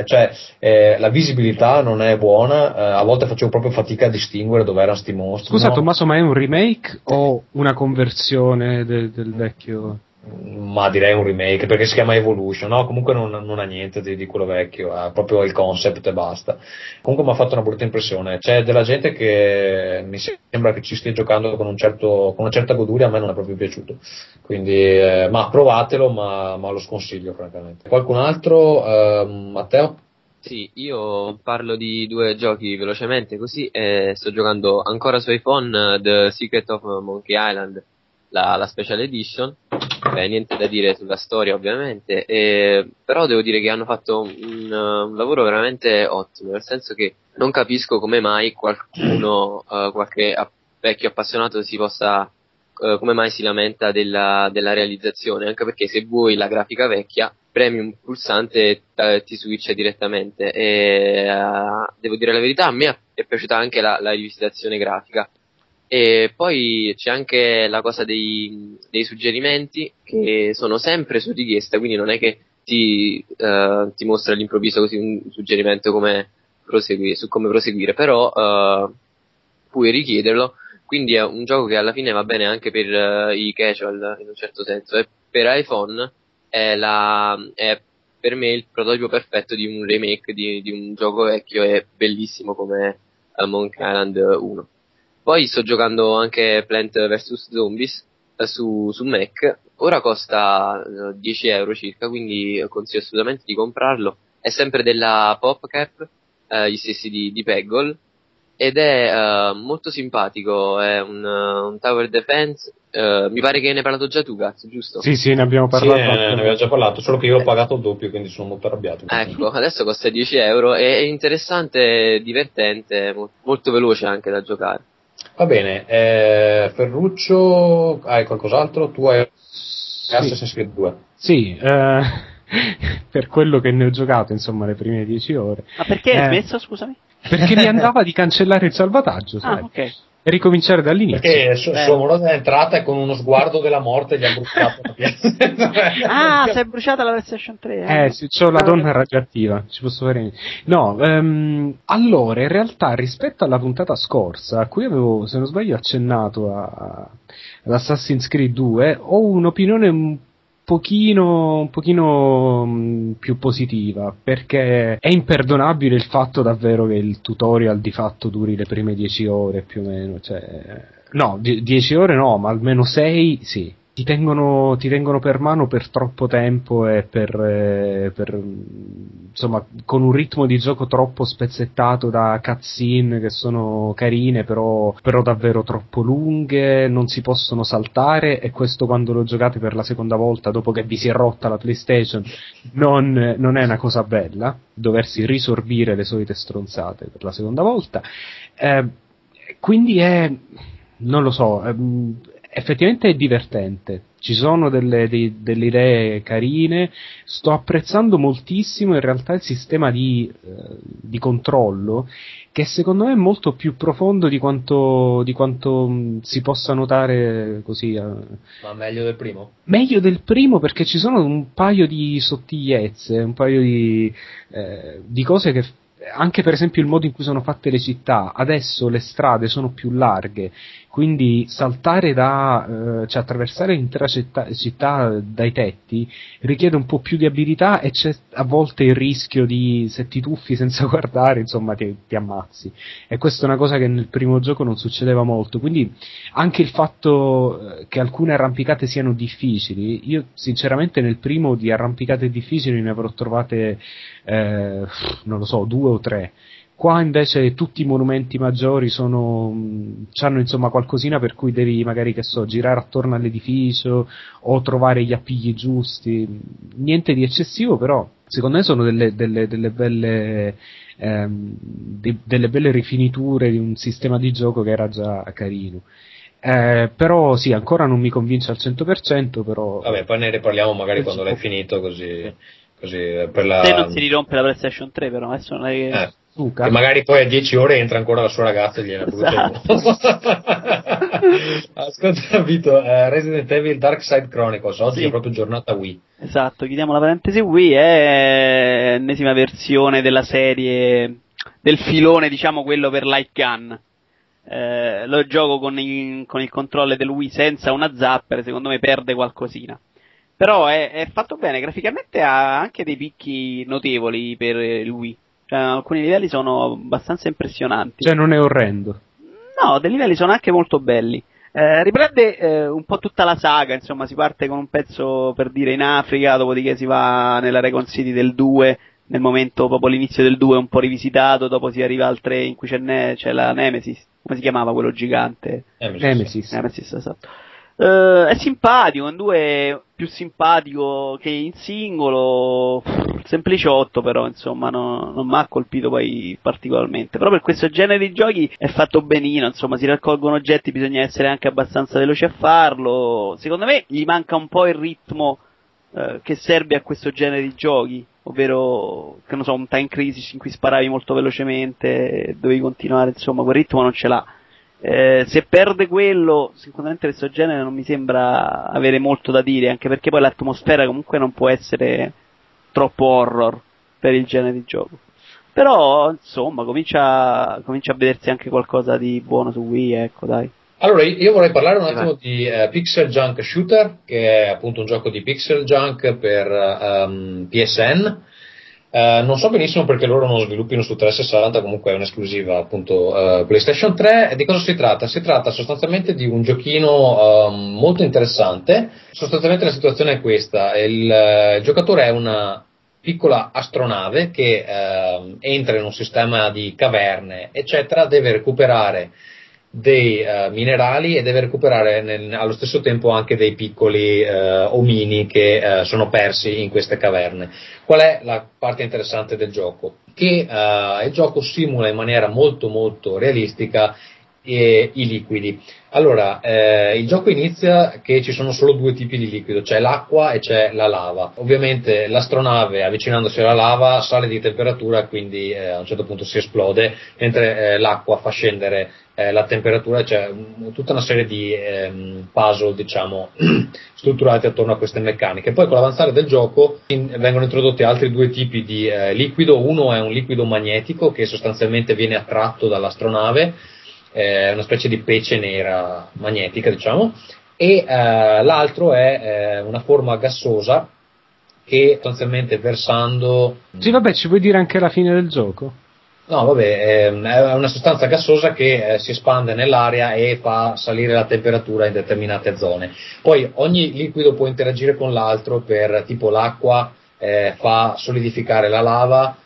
la visibilità non è buona, a volte facevo proprio fatica a distinguere dove erano sti mostri. Scusa, no? Tommaso, ma è un remake o una conversione del vecchio? Ma direi un remake perché si chiama Evolution, no? Comunque non ha niente di quello vecchio, ha proprio il concept e basta. Comunque mi ha fatto una brutta impressione. C'è della gente che mi sembra che ci stia giocando con una certa goduria, a me non è proprio piaciuto. Quindi, ma provatelo, ma lo sconsiglio francamente. Qualcun altro? Matteo? Sì, io parlo di 2 giochi velocemente così, sto giocando ancora su iPhone The Secret of Monkey Island, la Special Edition. Niente da dire sulla storia ovviamente, però devo dire che hanno fatto un lavoro veramente ottimo, nel senso che non capisco come mai qualcuno, qualche vecchio appassionato come mai si lamenta della realizzazione, anche perché se vuoi la grafica vecchia premi un pulsante e ti switcha direttamente e devo dire la verità, a me è piaciuta anche la rivisitazione grafica. E poi c'è anche la cosa dei suggerimenti che sono sempre su richiesta, quindi non è che ti mostra all'improvviso così un suggerimento su come proseguire, però puoi richiederlo, quindi è un gioco che alla fine va bene anche per i casual in un certo senso, e per iPhone è per me il prototipo perfetto di un remake di un gioco vecchio, è bellissimo come Monkey Island 1. Poi sto giocando anche Plant vs Zombies su Mac, ora costa 10 euro circa, quindi consiglio assolutamente di comprarlo. È sempre della PopCap, gli stessi di Peggle, ed è molto simpatico, è un tower defense, mi pare che ne hai parlato già tu, cazzo, giusto? Sì, ne abbiamo parlato. Sì, ne abbiamo già parlato, solo che io l'ho pagato il doppio, quindi sono molto arrabbiato. Ecco, adesso costa 10 euro, è interessante, divertente, molto veloce anche da giocare. Va bene, Ferruccio, hai qualcos'altro? Tu hai Assassin's Creed 2. Sì, per quello che ne ho giocato, insomma, le prime 10 ore. Ma perché hai smesso, scusami? Perché mi andava di cancellare il salvataggio, sai? Ok. E ricominciare dall'inizio. Perché sua amorosa è entrata e con uno sguardo della morte gli ha bruciato la piazza. Si è bruciata la PlayStation 3. Sì, c'ho la donna radioattiva, ci posso fare niente. No, allora, in realtà, rispetto alla puntata scorsa, a cui avevo, se non sbaglio, accennato ad Assassin's Creed 2, ho un'opinione un pochino più positiva, perché è imperdonabile il fatto davvero che il tutorial di fatto duri le prime 10 ore più o meno, cioè no, 10 ore no, ma almeno 6 sì, ti tengono per mano per troppo tempo e per insomma, con un ritmo di gioco troppo spezzettato da cutscene che sono carine, però davvero troppo lunghe, non si possono saltare, e questo quando lo giocate per la seconda volta dopo che vi si è rotta la PlayStation non è una cosa bella, doversi risorbire le solite stronzate per la seconda volta. Quindi non lo so, effettivamente è divertente, ci sono delle idee carine, sto apprezzando moltissimo in realtà il sistema di controllo, che secondo me è molto più profondo di quanto si possa notare così. Ma meglio del primo? Meglio del primo, perché ci sono un paio di sottigliezze, un paio di cose che, anche per esempio il modo in cui sono fatte le città, adesso le strade sono più larghe, quindi saltare cioè attraversare l'intera città dai tetti richiede un po' più di abilità, e c'è a volte il rischio di, se ti tuffi senza guardare, insomma ti ammazzi, e questa è una cosa che nel primo gioco non succedeva molto. Quindi anche il fatto che alcune arrampicate siano difficili, io sinceramente nel primo di arrampicate difficili ne avrò trovate non lo so, 2 o 3. Qua invece tutti i monumenti maggiori c'hanno insomma qualcosina per cui devi magari, che so, girare attorno all'edificio o trovare gli appigli giusti, niente di eccessivo, però secondo me sono delle belle rifiniture di un sistema di gioco che era già carino. Però sì, ancora non mi convince al 100%, però vabbè, poi ne riparliamo magari quando l'hai finito, così per la... Se non si dirompe la PlayStation 3, però adesso non è che... E magari poi a 10 ore entra ancora la sua ragazza e gliela brucia. Ascolta Vito, Resident Evil Dark Side Chronicles oggi è proprio giornata Wii. Esatto, chiudiamo la parentesi Wii, è l'ennesima versione della serie, del filone, diciamo, quello per light gun. Lo gioco con il controller del Wii senza una zapper, secondo me perde qualcosina. Però è fatto bene, graficamente ha anche dei picchi notevoli per il Wii. Cioè, alcuni livelli sono abbastanza impressionanti. Cioè non è orrendo? No, dei livelli sono anche molto belli. Riprende un po' tutta la saga, insomma, si parte con un pezzo, per dire, in Africa, dopodiché si va nella Recon City del 2, nel momento proprio l'inizio del 2 è un po' rivisitato, dopo si arriva al 3 in cui c'è la Nemesis, come si chiamava quello gigante? Nemesis, esatto. È simpatico, in 2 è più simpatico che in singolo, sempliciotto, però insomma non mi ha colpito poi particolarmente. Però per questo genere di giochi è fatto benino, insomma, si raccolgono oggetti, bisogna essere anche abbastanza veloci a farlo. Secondo me gli manca un po' il ritmo che serve a questo genere di giochi, ovvero, che non so, un Time Crisis in cui sparavi molto velocemente e dovevi continuare, insomma, quel ritmo non ce l'ha. Se perde quello, sicuramente questo genere non mi sembra avere molto da dire, anche perché poi l'atmosfera comunque non può essere troppo horror per il genere di gioco. Però insomma comincia a vedersi anche qualcosa di buono su Wii, ecco, dai. Allora io vorrei parlare un attimo di Pixel Junk Shooter, che è appunto un gioco di Pixel Junk per PSN. Non so benissimo perché loro non sviluppino su 360, comunque è un'esclusiva appunto PlayStation 3. Di cosa si tratta? Si tratta sostanzialmente di un giochino molto interessante. Sostanzialmente la situazione è questa: il giocatore è una piccola astronave che entra in un sistema di caverne eccetera, deve recuperare dei minerali e deve recuperare allo stesso tempo anche dei piccoli omini che sono persi in queste caverne. Qual è la parte interessante del gioco? Che il gioco simula in maniera molto molto realistica i liquidi. Allora, il gioco inizia che ci sono solo 2 tipi di liquido, c'è l'acqua e c'è la lava. Ovviamente l'astronave, avvicinandosi alla lava, sale di temperatura e quindi a un certo punto si esplode, mentre l'acqua fa scendere la temperatura. C'è tutta una serie di puzzle, diciamo, strutturati attorno a queste meccaniche. Poi con l'avanzare del gioco vengono introdotti altri 2 tipi di liquido. Uno è un liquido magnetico che sostanzialmente viene attratto dall'astronave, è una specie di pece nera magnetica, diciamo, e l'altro è una forma gassosa che sostanzialmente versando... Sì, vabbè, ci vuoi dire anche la fine del gioco? No, vabbè, è una sostanza gassosa che si espande nell'aria e fa salire la temperatura in determinate zone. Poi ogni liquido può interagire con l'altro tipo l'acqua fa solidificare la lava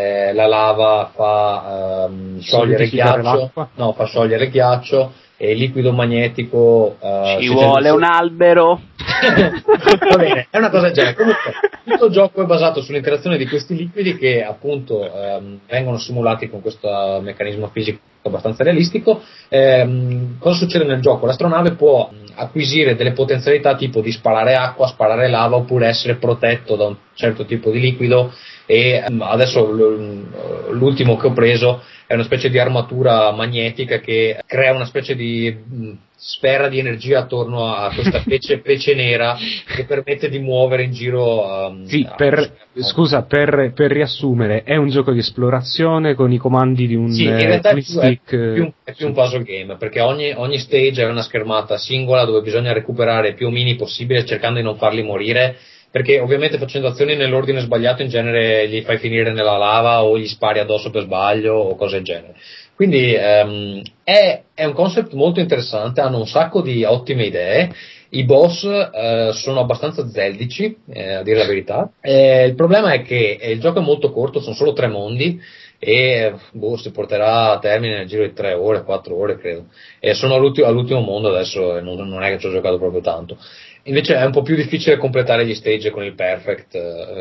fa sciogliere il ghiaccio, fa sciogliere il ghiaccio, e il liquido magnetico ci vuole un albero. Va bene, è una cosa del genere. Comunque, tutto il gioco è basato sull'interazione di questi liquidi che appunto vengono simulati con questo meccanismo fisico abbastanza realistico. Cosa succede nel gioco? L'astronave può acquisire delle potenzialità tipo di sparare acqua, sparare lava, oppure essere protetto da un certo tipo di liquido, e adesso l'ultimo che ho preso è una specie di armatura magnetica che crea una specie di sfera di energia attorno a questa pece nera che permette di muovere in giro. Scusa, per riassumere, è un gioco di esplorazione con i comandi di un in realtà stick. È più un puzzle game, perché ogni stage è una schermata singola dove bisogna recuperare più omini possibile cercando di non farli morire, perché ovviamente facendo azioni nell'ordine sbagliato in genere li fai finire nella lava o gli spari addosso per sbaglio o cose del genere. Quindi è un concept molto interessante, hanno un sacco di ottime idee, i boss sono abbastanza zeldici, a dire la verità. Il problema è che il gioco è molto corto, sono solo 3 mondi, e si porterà a termine nel giro di 3 ore, 4 ore credo, e sono all'ultimo mondo adesso, e non è che ci ho giocato proprio tanto. Invece è un po' più difficile completare gli stage con il perfect.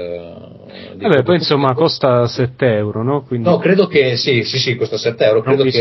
Poi insomma costa 7 euro, no? Quindi... No, credo che sì, costa 7 euro.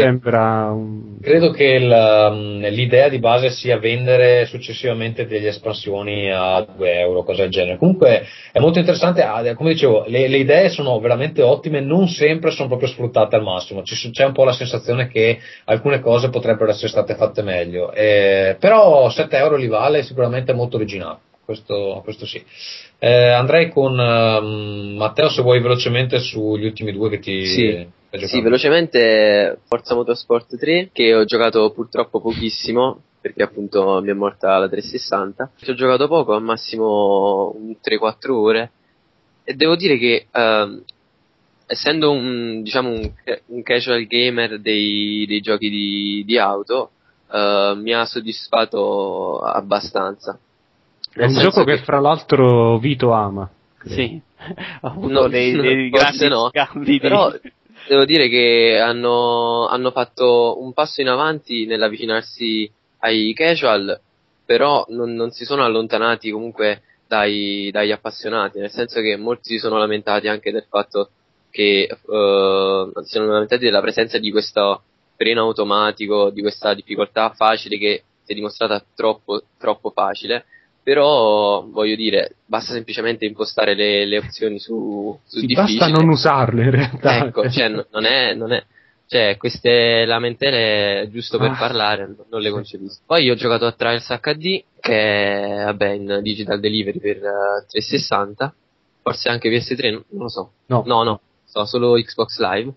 Credo che l'idea di base sia vendere successivamente delle espansioni a 2 euro, cosa del genere. Comunque è molto interessante, come dicevo, le idee sono veramente ottime, non sempre sono proprio sfruttate al massimo, c'è un po' la sensazione che alcune cose potrebbero essere state fatte meglio, però 7 euro li vale, sicuramente molto originale, questo sì. Andrei con Matteo, se vuoi velocemente sugli ultimi 2 che ti hai giocato. Sì, velocemente Forza Motorsport 3, che ho giocato purtroppo pochissimo perché appunto mi è morta la 360. Ci ho giocato poco, al massimo 3-4 ore, e devo dire che essendo un casual gamer dei giochi di auto, mi ha soddisfatto abbastanza. È un gioco che fra l'altro Vito ama. Sì, ho avuto dei grandi scambi. Però devo dire che hanno fatto un passo in avanti nell'avvicinarsi ai casual, però non si sono allontanati comunque dagli appassionati, nel senso che molti si sono lamentati anche del fatto che si sono lamentati della presenza di questo freno automatico, di questa difficoltà facile che si è dimostrata troppo facile. Però voglio dire, basta semplicemente impostare le opzioni su difficile. Basta non usarle in realtà. Ecco, cioè non è cioè queste lamentele giusto per parlare non le concepisco. Poi io ho giocato a Trials HD, che è in digital delivery per 360, forse anche PS3, non lo so. No, so solo Xbox Live.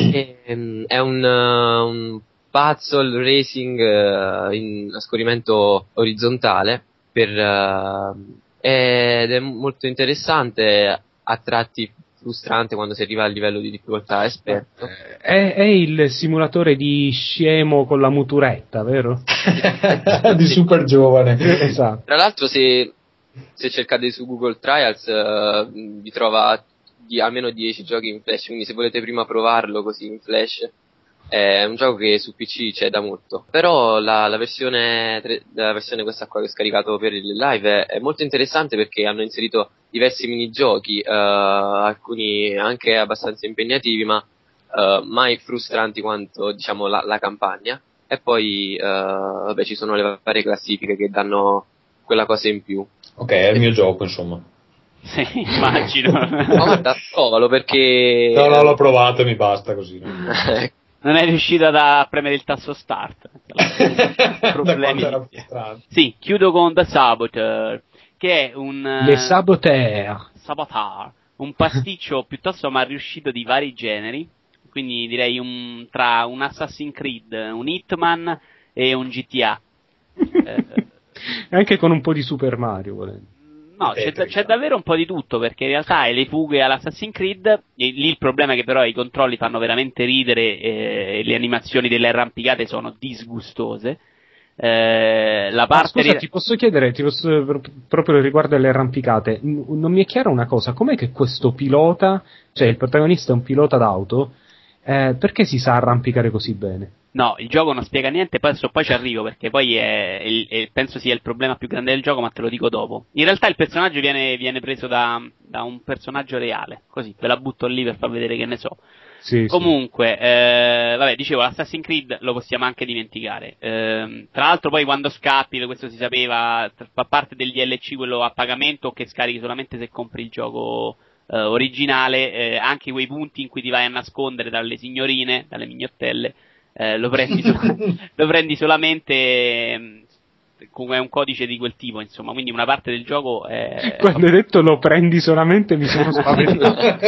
È un puzzle racing a scorrimento orizzontale. Ed è molto interessante, a tratti frustrante quando si arriva al livello di difficoltà esperto. È il simulatore di scemo con la muturetta, vero? Di super giovane. Esatto. Tra l'altro se cercate su Google Trials vi trova almeno 10 giochi in flash, quindi se volete prima provarlo così in flash. È un gioco che su PC c'è da molto, però la versione questa qua che ho scaricato per il live è molto interessante, perché hanno inserito diversi minigiochi, alcuni anche abbastanza impegnativi, ma mai frustranti quanto la campagna, e poi ci sono le varie classifiche che danno quella cosa in più. Ok, è il mio gioco, insomma. Sì, immagino. Ma guarda, provalo, perché no, l'ho provato e mi basta così. Non è riuscito a premere il tasto start. Problemi. Sì, chiudo con The Saboteur, che è Le Saboteur, un pasticcio piuttosto mal riuscito di vari generi, quindi direi tra un Assassin's Creed, un Hitman e un GTA. Anche con un po' di Super Mario, volendo. No, c'è davvero un po' di tutto, perché in realtà hai le fughe all'Assassin's Creed, lì il problema è che però i controlli fanno veramente ridere e le animazioni delle arrampicate sono disgustose. La parte scusa, ti posso chiedere, proprio riguardo alle arrampicate, non mi è chiara una cosa, com'è che questo pilota, cioè il protagonista è un pilota d'auto, perché si sa arrampicare così bene? No, il gioco non spiega niente, poi ci arrivo, perché poi penso sia il problema più grande del gioco, ma te lo dico dopo. In realtà il personaggio viene preso da un personaggio reale, così, ve la butto lì per far vedere che ne so. Sì, comunque, vabbè, dicevo, l'Assassin's Creed lo possiamo anche dimenticare. Tra l'altro poi quando scappi, questo si sapeva, fa parte del DLC quello a pagamento che scarichi solamente se compri il gioco originale, anche quei punti in cui ti vai a nascondere dalle signorine, dalle mignottelle, lo prendi solamente come un codice di quel tipo, insomma, quindi una parte del gioco è... Quando hai detto lo prendi solamente mi sono spaventato.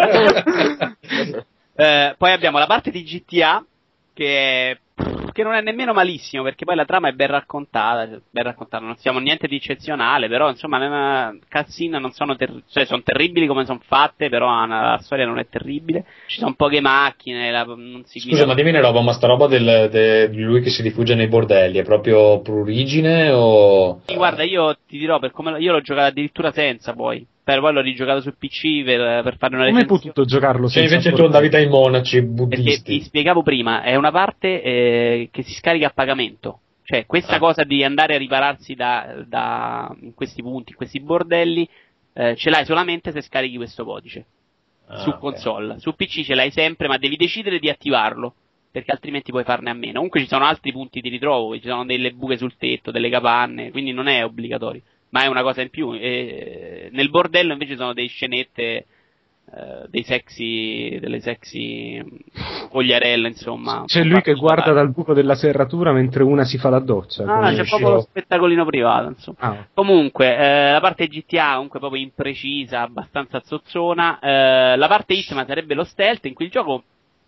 Poi abbiamo la parte di GTA che non è nemmeno malissimo, perché poi la trama è ben raccontata, non siamo niente di eccezionale, però insomma le cutscene non sono sono terribili come sono fatte, però la storia non è terribile, ci sono poche macchine, non si guida. Scusa, ma dimmi una roba, ma sta roba di lui che si rifugia nei bordelli è proprio prurigine o... Sì, guarda, io ti dirò, io l'ho giocato addirittura senza poi l'ho rigiocato sul PC per fare una recensione. Come hai potuto giocarlo senza? Se invece tu andavi dai monaci buddisti. Perché ti spiegavo prima, è una parte che si scarica a pagamento. Cioè, questa cosa di andare a ripararsi in questi punti, in questi bordelli, ce l'hai solamente se scarichi questo codice. Su console. Su PC ce l'hai sempre, ma devi decidere di attivarlo, perché altrimenti puoi farne a meno. Comunque ci sono altri punti di ritrovo, ci sono delle buche sul tetto, delle capanne, quindi non è obbligatorio. Ma è una cosa in più. Nel bordello invece sono delle scenette, delle sexy fogliarelle, insomma. C'è lui che guarda dal buco della serratura mentre una si fa la doccia. C'è proprio lo spettacolino privato, insomma. Comunque, la parte GTA comunque proprio imprecisa, abbastanza zozzona. La parte Hitman sarebbe lo stealth, in cui il gioco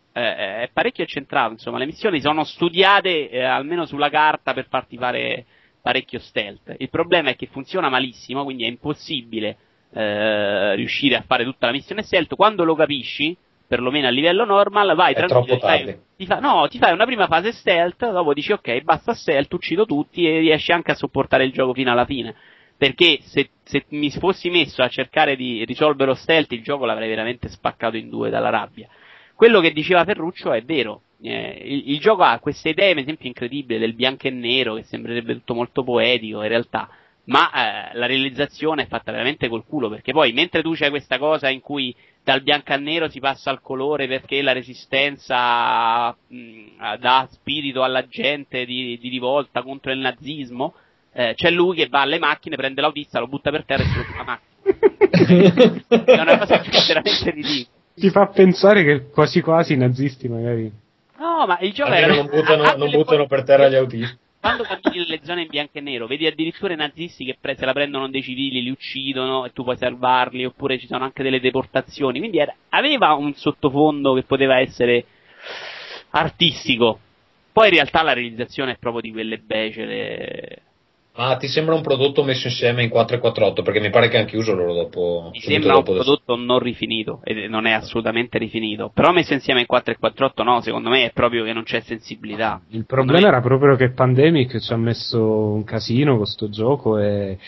è parecchio centrato, insomma. Le missioni sono studiate, almeno sulla carta, per farti fare parecchio stealth. Il problema è che funziona malissimo, quindi è impossibile riuscire a fare tutta la missione stealth. Quando lo capisci, perlomeno a livello normal, vai tranquillo, ti fai una prima fase stealth, dopo dici ok, basta stealth, uccido tutti e riesci anche a sopportare il gioco fino alla fine. Perché se mi fossi messo a cercare di risolvere lo stealth, il gioco l'avrei veramente spaccato in due dalla rabbia. Quello che diceva Ferruccio è vero. Il gioco ha queste idee, per esempio, incredibili del bianco e nero, che sembrerebbe tutto molto poetico in realtà, ma la realizzazione è fatta veramente col culo, perché poi mentre tu c'hai questa cosa in cui dal bianco al nero si passa al colore perché la resistenza dà spirito alla gente di rivolta contro il nazismo, c'è lui che va alle macchine, prende l'autista, lo butta per terra e si rompe la macchina. È una cosa veramente ridicola. Ti fa pensare che quasi quasi i nazisti magari... No, ma il gioco era... non buttano per terra gli autisti. Quando cammini nelle zone in bianco e nero, vedi addirittura i nazisti che se la prendono dei civili, li uccidono e tu puoi salvarli, oppure ci sono anche delle deportazioni. Quindi aveva un sottofondo che poteva essere artistico. Poi in realtà la realizzazione è proprio di quelle becere. Ma ti sembra un prodotto messo insieme in 4.4.8? Perché mi pare che hanno chiuso loro dopo. Mi sembra un prodotto non rifinito, e non è assolutamente rifinito. Però messo insieme in 4.4.8 no, secondo me è proprio che non c'è sensibilità. Il problema era proprio che Pandemic ci ha messo un casino con sto gioco e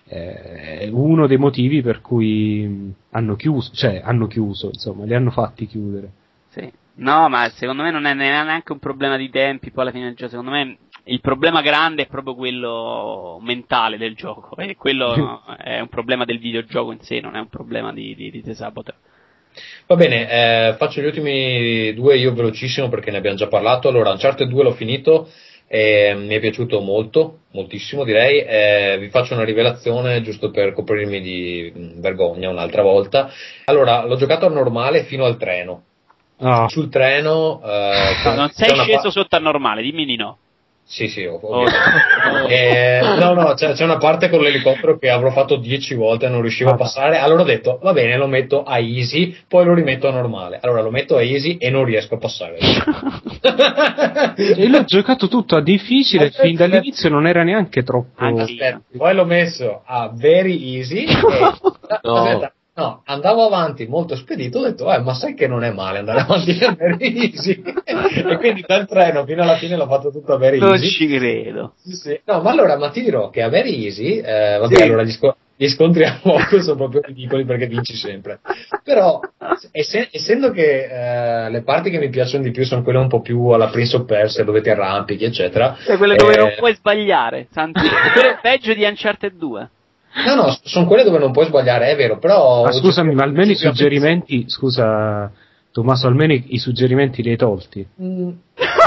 è uno dei motivi per cui hanno chiuso, insomma, li hanno fatti chiudere. Sì. No, ma secondo me non è neanche un problema di tempi, poi alla fine del gioco, secondo me il problema grande è proprio quello mentale del gioco, e quello è un problema del videogioco in sé, non è un problema di The Saboteur. Va bene, faccio gli ultimi due io velocissimo perché ne abbiamo già parlato. Allora, Uncharted 2 l'ho finito, mi è piaciuto moltissimo direi. Vi faccio una rivelazione giusto per coprirmi di vergogna un'altra volta. Allora, l'ho giocato a normale fino al treno. Sul treno non sei sceso sotto a normale, dimmi di no. Sì, no, c'è una parte con l'elicottero che avrò fatto 10 volte e non riuscivo a passare, allora ho detto, va bene, lo metto a easy, poi lo rimetto a normale. Allora lo metto a easy e non riesco a passare. E l'ho giocato tutto a difficile, fin dall'inizio non era neanche troppo... Aspetta, poi l'ho messo a very easy e... Aspetta. No, andavo avanti molto spedito, ho detto, ma sai che non è male andare avanti a very easy. E quindi dal treno fino alla fine l'ho fatto tutto a very easy. Non ci credo. Sì. No, ma allora, ti dirò che a very easy, vabbè, sì. Allora gli scontri a moto sono proprio ridicoli perché vinci sempre. Però, essendo che le parti che mi piacciono di più sono quelle un po' più alla Prince of Persia, dove ti arrampichi, eccetera. Cioè quelle dove non puoi sbagliare, peggio di Uncharted 2. No, sono quelle dove non puoi sbagliare, è vero, però... Ma scusami, ma almeno i suggerimenti... Scusa, Tommaso, almeno i suggerimenti li hai tolti? No,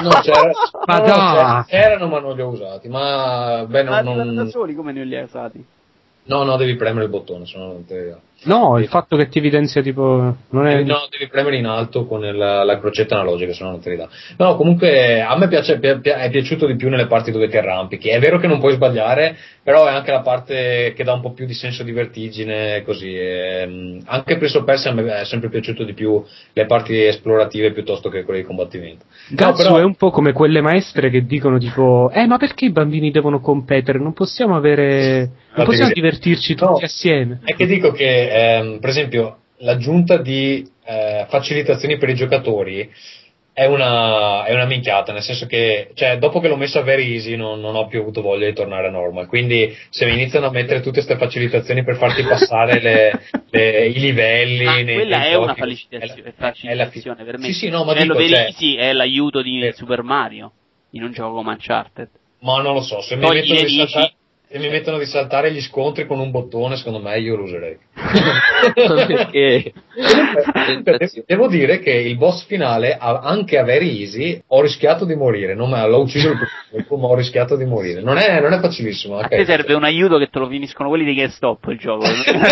c'erano, ma non li ho usati. Ma non... da soli come non li hai usati? No, devi premere il bottone, se no non te... No, il fatto che ti evidenzia tipo... Non è... No, devi premere in alto con la crocetta analogica, se no non te li dà. No, comunque a me è piaciuto di più nelle parti dove ti arrampichi. È vero che non puoi sbagliare, però è anche la parte che dà un po' più di senso di vertigine, così. Anche Prince of Persia a me è sempre piaciuto di più le parti esplorative piuttosto che quelle di combattimento. Gatsu però... è un po' come quelle maestre che dicono tipo ma perché i bambini devono competere? Non possiamo divertirci tutti assieme. È che dico che per esempio l'aggiunta di facilitazioni per i giocatori è una minchiata, nel senso che dopo che l'ho messo a very easy non ho più avuto voglia di tornare a normal, quindi se mi iniziano a mettere tutte queste facilitazioni per farti passare i livelli quella è una facilitazione per me. Sì, no, ma dico, very easy è l'aiuto di Super Mario in un gioco come Uncharted. Ma non lo so, se mi mettono di saltare gli scontri con un bottone, secondo me io lo userei. Perché? Devo dire che il boss finale, anche a very easy, ho rischiato di morire. Non l'ho ucciso il primo, ma ho rischiato di morire. Non è facilissimo. A te serve un aiuto che te lo finiscono quelli di GameStop il gioco.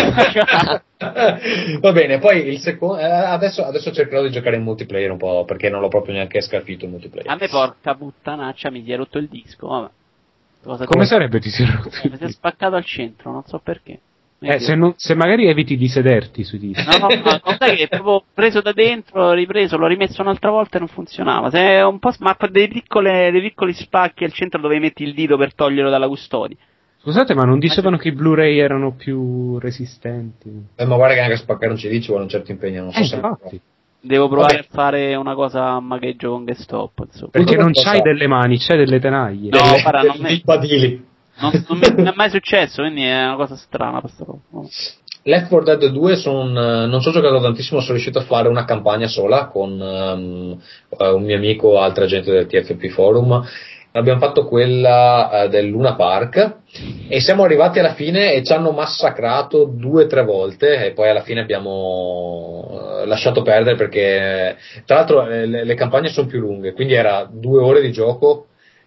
Va bene, poi il secondo. Adesso cercherò di giocare in multiplayer un po', perché non l'ho proprio neanche scalfito il multiplayer. A me porca puttanaccia, mi si è rotto il disco. Vabbè. Come sarebbe ti si è rotto? Mi si è spaccato al centro, non so perché. Se magari eviti di sederti sui dischi. No, sai che proprio preso da dentro, ripreso, l'ho rimesso un'altra volta e non funzionava. Se è un po' ma dei piccoli spacchi al centro dove metti il dito per toglierlo dalla custodia. Scusate, ma non dicevano che i Blu-ray erano più resistenti? Ma guarda che anche spaccare un CD ci vuole un certo impegno, non so se infatti. Devo provare a fare una cosa a magheggio con GameStop, insomma. Perché non c'hai delle mani, c'hai delle tenaglie. No, non dei padili. Non mi è mai successo, quindi è una cosa strana questa roba. Left 4 Dead 2 non ci ho giocato tantissimo, sono riuscito a fare una campagna sola con un mio amico o altra gente del TFP Forum. Abbiamo fatto quella del Luna Park e siamo arrivati alla fine e ci hanno massacrato 2 o 3 volte e poi alla fine abbiamo lasciato perdere perché tra l'altro le campagne sono più lunghe, quindi era 2 ore di gioco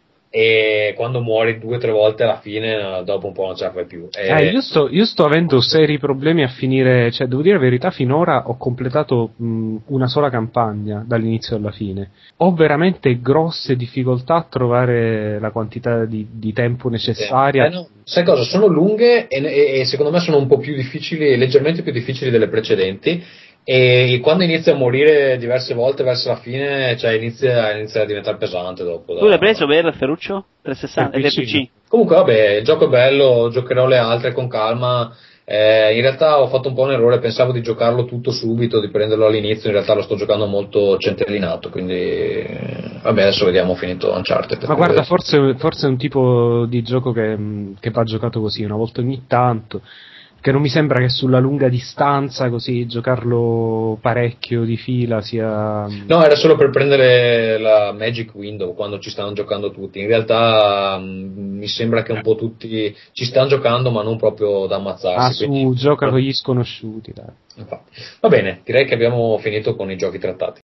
e quando muori 2 o 3 volte alla fine dopo un po' non ce la fai più. Io sto avendo seri problemi a finire, devo dire la verità, finora ho completato una sola campagna dall'inizio alla fine. Ho veramente grosse difficoltà a trovare la quantità di tempo necessaria. No, sai cosa? Sono lunghe e secondo me sono un po' più difficili, leggermente più difficili delle precedenti. E quando inizia a morire diverse volte verso la fine, inizia a diventare pesante dopo. Tu l'hai preso per Ferruccio? 360 PC? Comunque vabbè, il gioco è bello, giocherò le altre con calma. In realtà ho fatto un po' un errore, pensavo di giocarlo tutto subito, di prenderlo all'inizio, in realtà lo sto giocando molto centellinato, quindi vabbè, adesso vediamo, ho finito Uncharted. Ma guarda, forse è un tipo di gioco che va giocato così, una volta ogni tanto. Che non mi sembra che sulla lunga distanza così giocarlo parecchio di fila sia... No, era solo per prendere la Magic Window quando ci stanno giocando tutti. In realtà mi sembra che un po' tutti ci stanno giocando ma non proprio da ammazzarsi. Quindi... gioca con gli sconosciuti, dai. Infatti. Va bene, direi che abbiamo finito con i giochi trattati.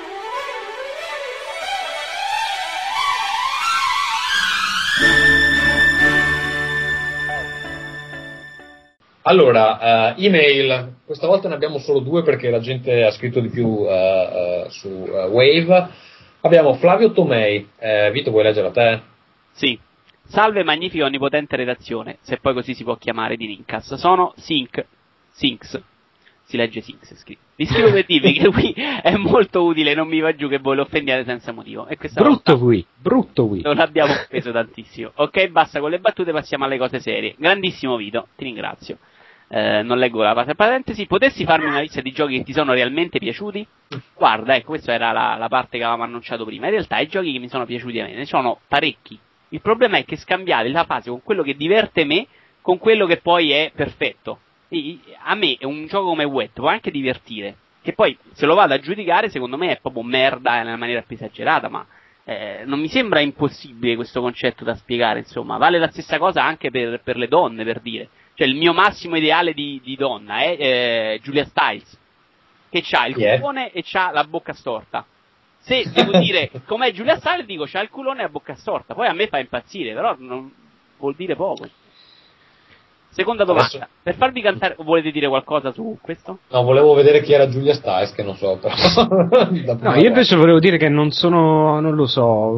Allora, email, questa volta ne abbiamo solo 2 perché la gente ha scritto di più su Wave. Abbiamo Flavio Tomei, Vito vuoi leggerla te? Sì. Salve magnifica onnipotente redazione, se poi così si può chiamare, di Nincast. Sono Sinks. Si legge Sinks, scritto. Vi scrivo per dirvi che qui è molto utile, non mi va giù che voi lo offendiate senza motivo. E questa brutto qui. Non abbiamo speso tantissimo. Ok, basta con le battute, passiamo alle cose serie. Grandissimo Vito, ti ringrazio. Non leggo la parentesi. Potessi farmi una lista di giochi che ti sono realmente piaciuti? Guarda, ecco, questa era la parte che avevamo annunciato prima. In realtà i giochi che mi sono piaciuti a me ne sono parecchi. Il problema è che scambiare la fase con quello che diverte me con quello che poi è perfetto. A me è un gioco come Wet può anche divertire, che poi se lo vado a giudicare secondo me è proprio merda nella maniera più esagerata, ma non mi sembra impossibile questo concetto da spiegare, insomma. Vale la stessa cosa anche per le donne, per dire. Cioè il mio massimo ideale di donna è Julia Stiles, che c'ha il culone e c'ha la bocca storta. Se devo dire com'è Julia Stiles, dico c'ha il culone e la bocca storta. Poi a me fa impazzire, però non vuol dire poco. Seconda domanda, adesso, per farvi cantare, volete dire qualcosa su questo? No, volevo vedere chi era Julia Stiles, che non so, però. No, io invece volevo dire che non lo so,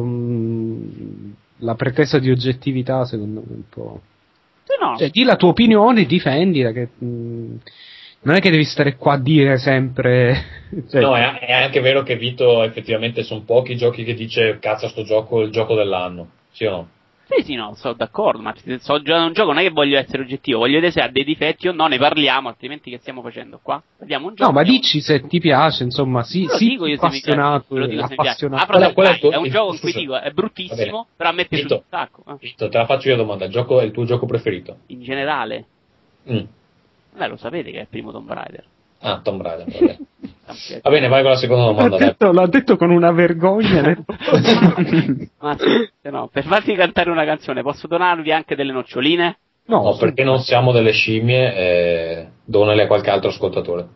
la pretesa di oggettività secondo me un po'. No. Cioè, di la tua opinione, difendila, che non è che devi stare qua a dire sempre. Cioè, no, è anche vero che Vito effettivamente sono pochi i giochi che dice cazzo sto gioco è il gioco dell'anno, sì o no? Sì, no, sono d'accordo, ma sto giocando un gioco, non è che voglio essere oggettivo, voglio vedere se ha dei difetti o no, ne parliamo, altrimenti che stiamo facendo qua? Vediamo un gioco. No, ma dici se ti piace, insomma, sì, appassionato, appassionato. È un gioco in cui dico, è bruttissimo, però a me è piaciuto un sacco. Vito, te la faccio io la domanda, è il tuo gioco preferito? In generale? Beh, lo sapete che è il primo Tomb Raider. Ah, Tomb Raider, vabbè. Va bene, vai con la seconda domanda. L'ha detto con una vergogna. Ma no, per farvi cantare una canzone posso donarvi anche delle noccioline? No, perché non siamo delle scimmie, donale a qualche altro ascoltatore.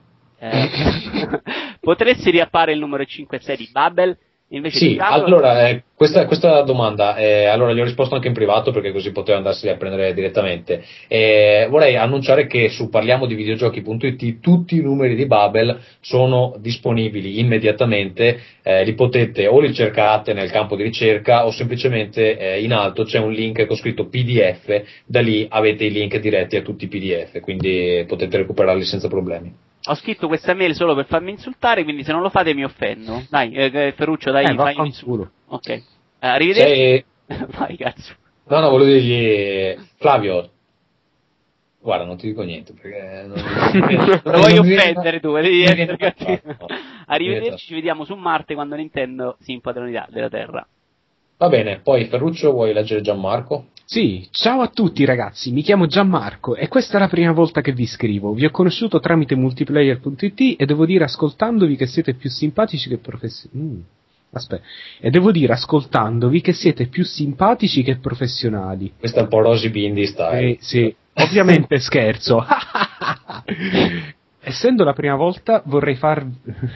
Potresti riappare il numero 5 e 6 di Babel? Invece sì, di caso... allora, questa domanda, allora gli ho risposto anche in privato perché così poteva andarsi a prendere direttamente. Vorrei annunciare che su parliamodivideogiochi.it tutti i numeri di Babel sono disponibili immediatamente, li potete o li cercate nel campo di ricerca o semplicemente in alto c'è un link con scritto PDF, da lì avete i link diretti a tutti i PDF, quindi potete recuperarli senza problemi. Ho scritto questa mail solo per farmi insultare, quindi se non lo fate mi offendo. Dai, Ferruccio, dai, fai un insulto. Ok. Arrivederci. Vai, cazzo. No, volevo dirgli, Flavio, guarda, non ti dico niente, perché... Non voglio offendere tu, devi essere cattivo. Arrivederci, ci vediamo su Marte quando Nintendo si impadronirà della Terra. Va bene, poi Ferruccio, vuoi leggere Gianmarco? Sì, ciao a tutti ragazzi, mi chiamo Gianmarco e questa è la prima volta che vi scrivo. Vi ho conosciuto tramite multiplayer.it e devo dire ascoltandovi che siete più simpatici che professionali. Questo è un po' Rosy Bindi style. Sì, ovviamente scherzo. Essendo la prima volta vorrei farvi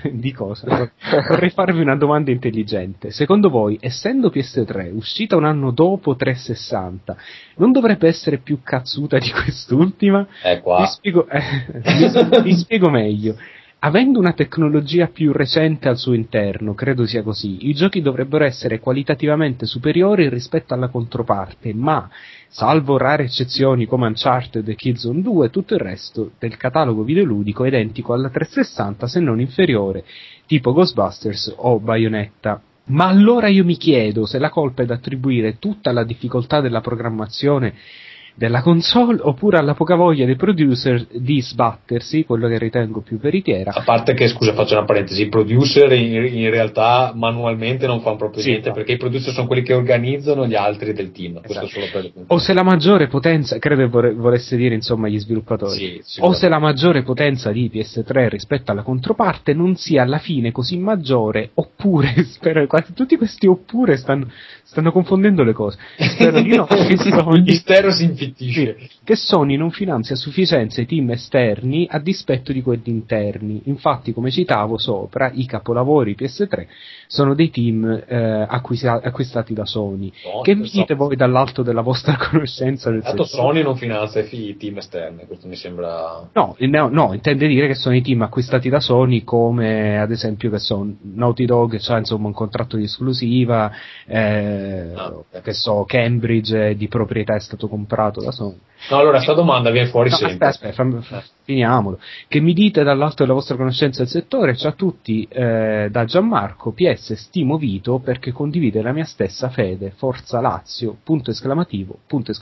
una domanda intelligente. Secondo voi, essendo PS3 uscita un anno dopo 360, non dovrebbe essere più cazzuta di quest'ultima? Qua. Vi spiego meglio. Avendo una tecnologia più recente al suo interno, credo sia così, i giochi dovrebbero essere qualitativamente superiori rispetto alla controparte, ma, salvo rare eccezioni come Uncharted e Killzone 2, tutto il resto del catalogo videoludico è identico alla 360 se non inferiore, tipo Ghostbusters o Bayonetta. Ma allora io mi chiedo se la colpa è da attribuire tutta alla difficoltà della programmazione della console oppure alla poca voglia dei producer di sbattersi, quello che ritengo più veritiera. A parte che, scusa, faccio una parentesi, i producer in realtà manualmente non fanno proprio niente, perché i producer sono quelli che organizzano gli altri del team. Esatto. Questo solo per... O se la maggiore potenza, credo volesse dire insomma gli sviluppatori, o se la maggiore potenza di PS3 rispetto alla controparte non sia alla fine così maggiore, oppure, spero, tutti questi oppure stanno confondendo le cose. Spero di no. Il mistero si che Sony non finanzia a sufficienza i team esterni a dispetto di quelli interni. Infatti, come citavo sopra, i capolavori PS3 sono dei team acquistati da Sony. Che mi dite voi dall'alto della vostra conoscenza del settore? Sony non finanzia i team esterni, questo mi sembra... No, intende dire che sono i team acquistati da Sony, come ad esempio che sono Naughty Dog, c'ha insomma un contratto di esclusiva, che so, Cambridge di proprietà è stato comprato da Sony. No, allora sta domanda viene fuori sempre. Aspetta, finiamolo. Che mi dite dall'alto della vostra conoscenza del settore? Ciao a tutti, da Gianmarco, PS stimo Vito perché condivide la mia stessa fede, forza Lazio, punto esclamativo.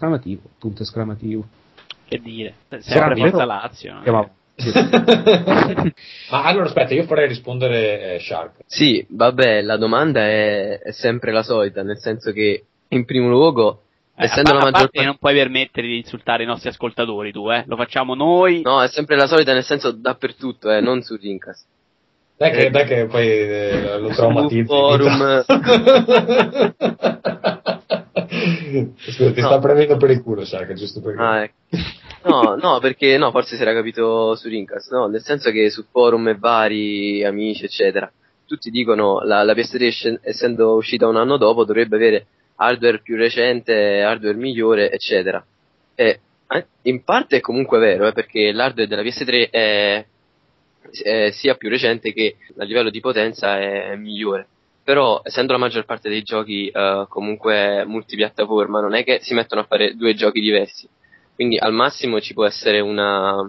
Che dire, sempre forza Lazio. Ma allora aspetta, io farei rispondere Shark. Sì, vabbè, la domanda è sempre la solita, nel senso che in primo luogo, essendo la maggior parte, non puoi permettere di insultare i nostri ascoltatori, tu, lo facciamo noi. No, è sempre la solita, nel senso dappertutto, non su Rincast. Dai che poi lo traumatizzi. Forum. Scusa, ti sta prendendo per il culo, Shark, giusto perché. No, perché forse si era capito su Rincast, no, nel senso che su forum e vari amici, eccetera, tutti dicono la PS3 essendo uscita un anno dopo dovrebbe avere hardware più recente, hardware migliore, eccetera. E in parte è comunque vero, perché l'hardware della PS3 è sia più recente che a livello di potenza è migliore. Però, essendo la maggior parte dei giochi comunque multipiattaforma, non è che si mettono a fare due giochi diversi. Quindi al massimo ci può essere una...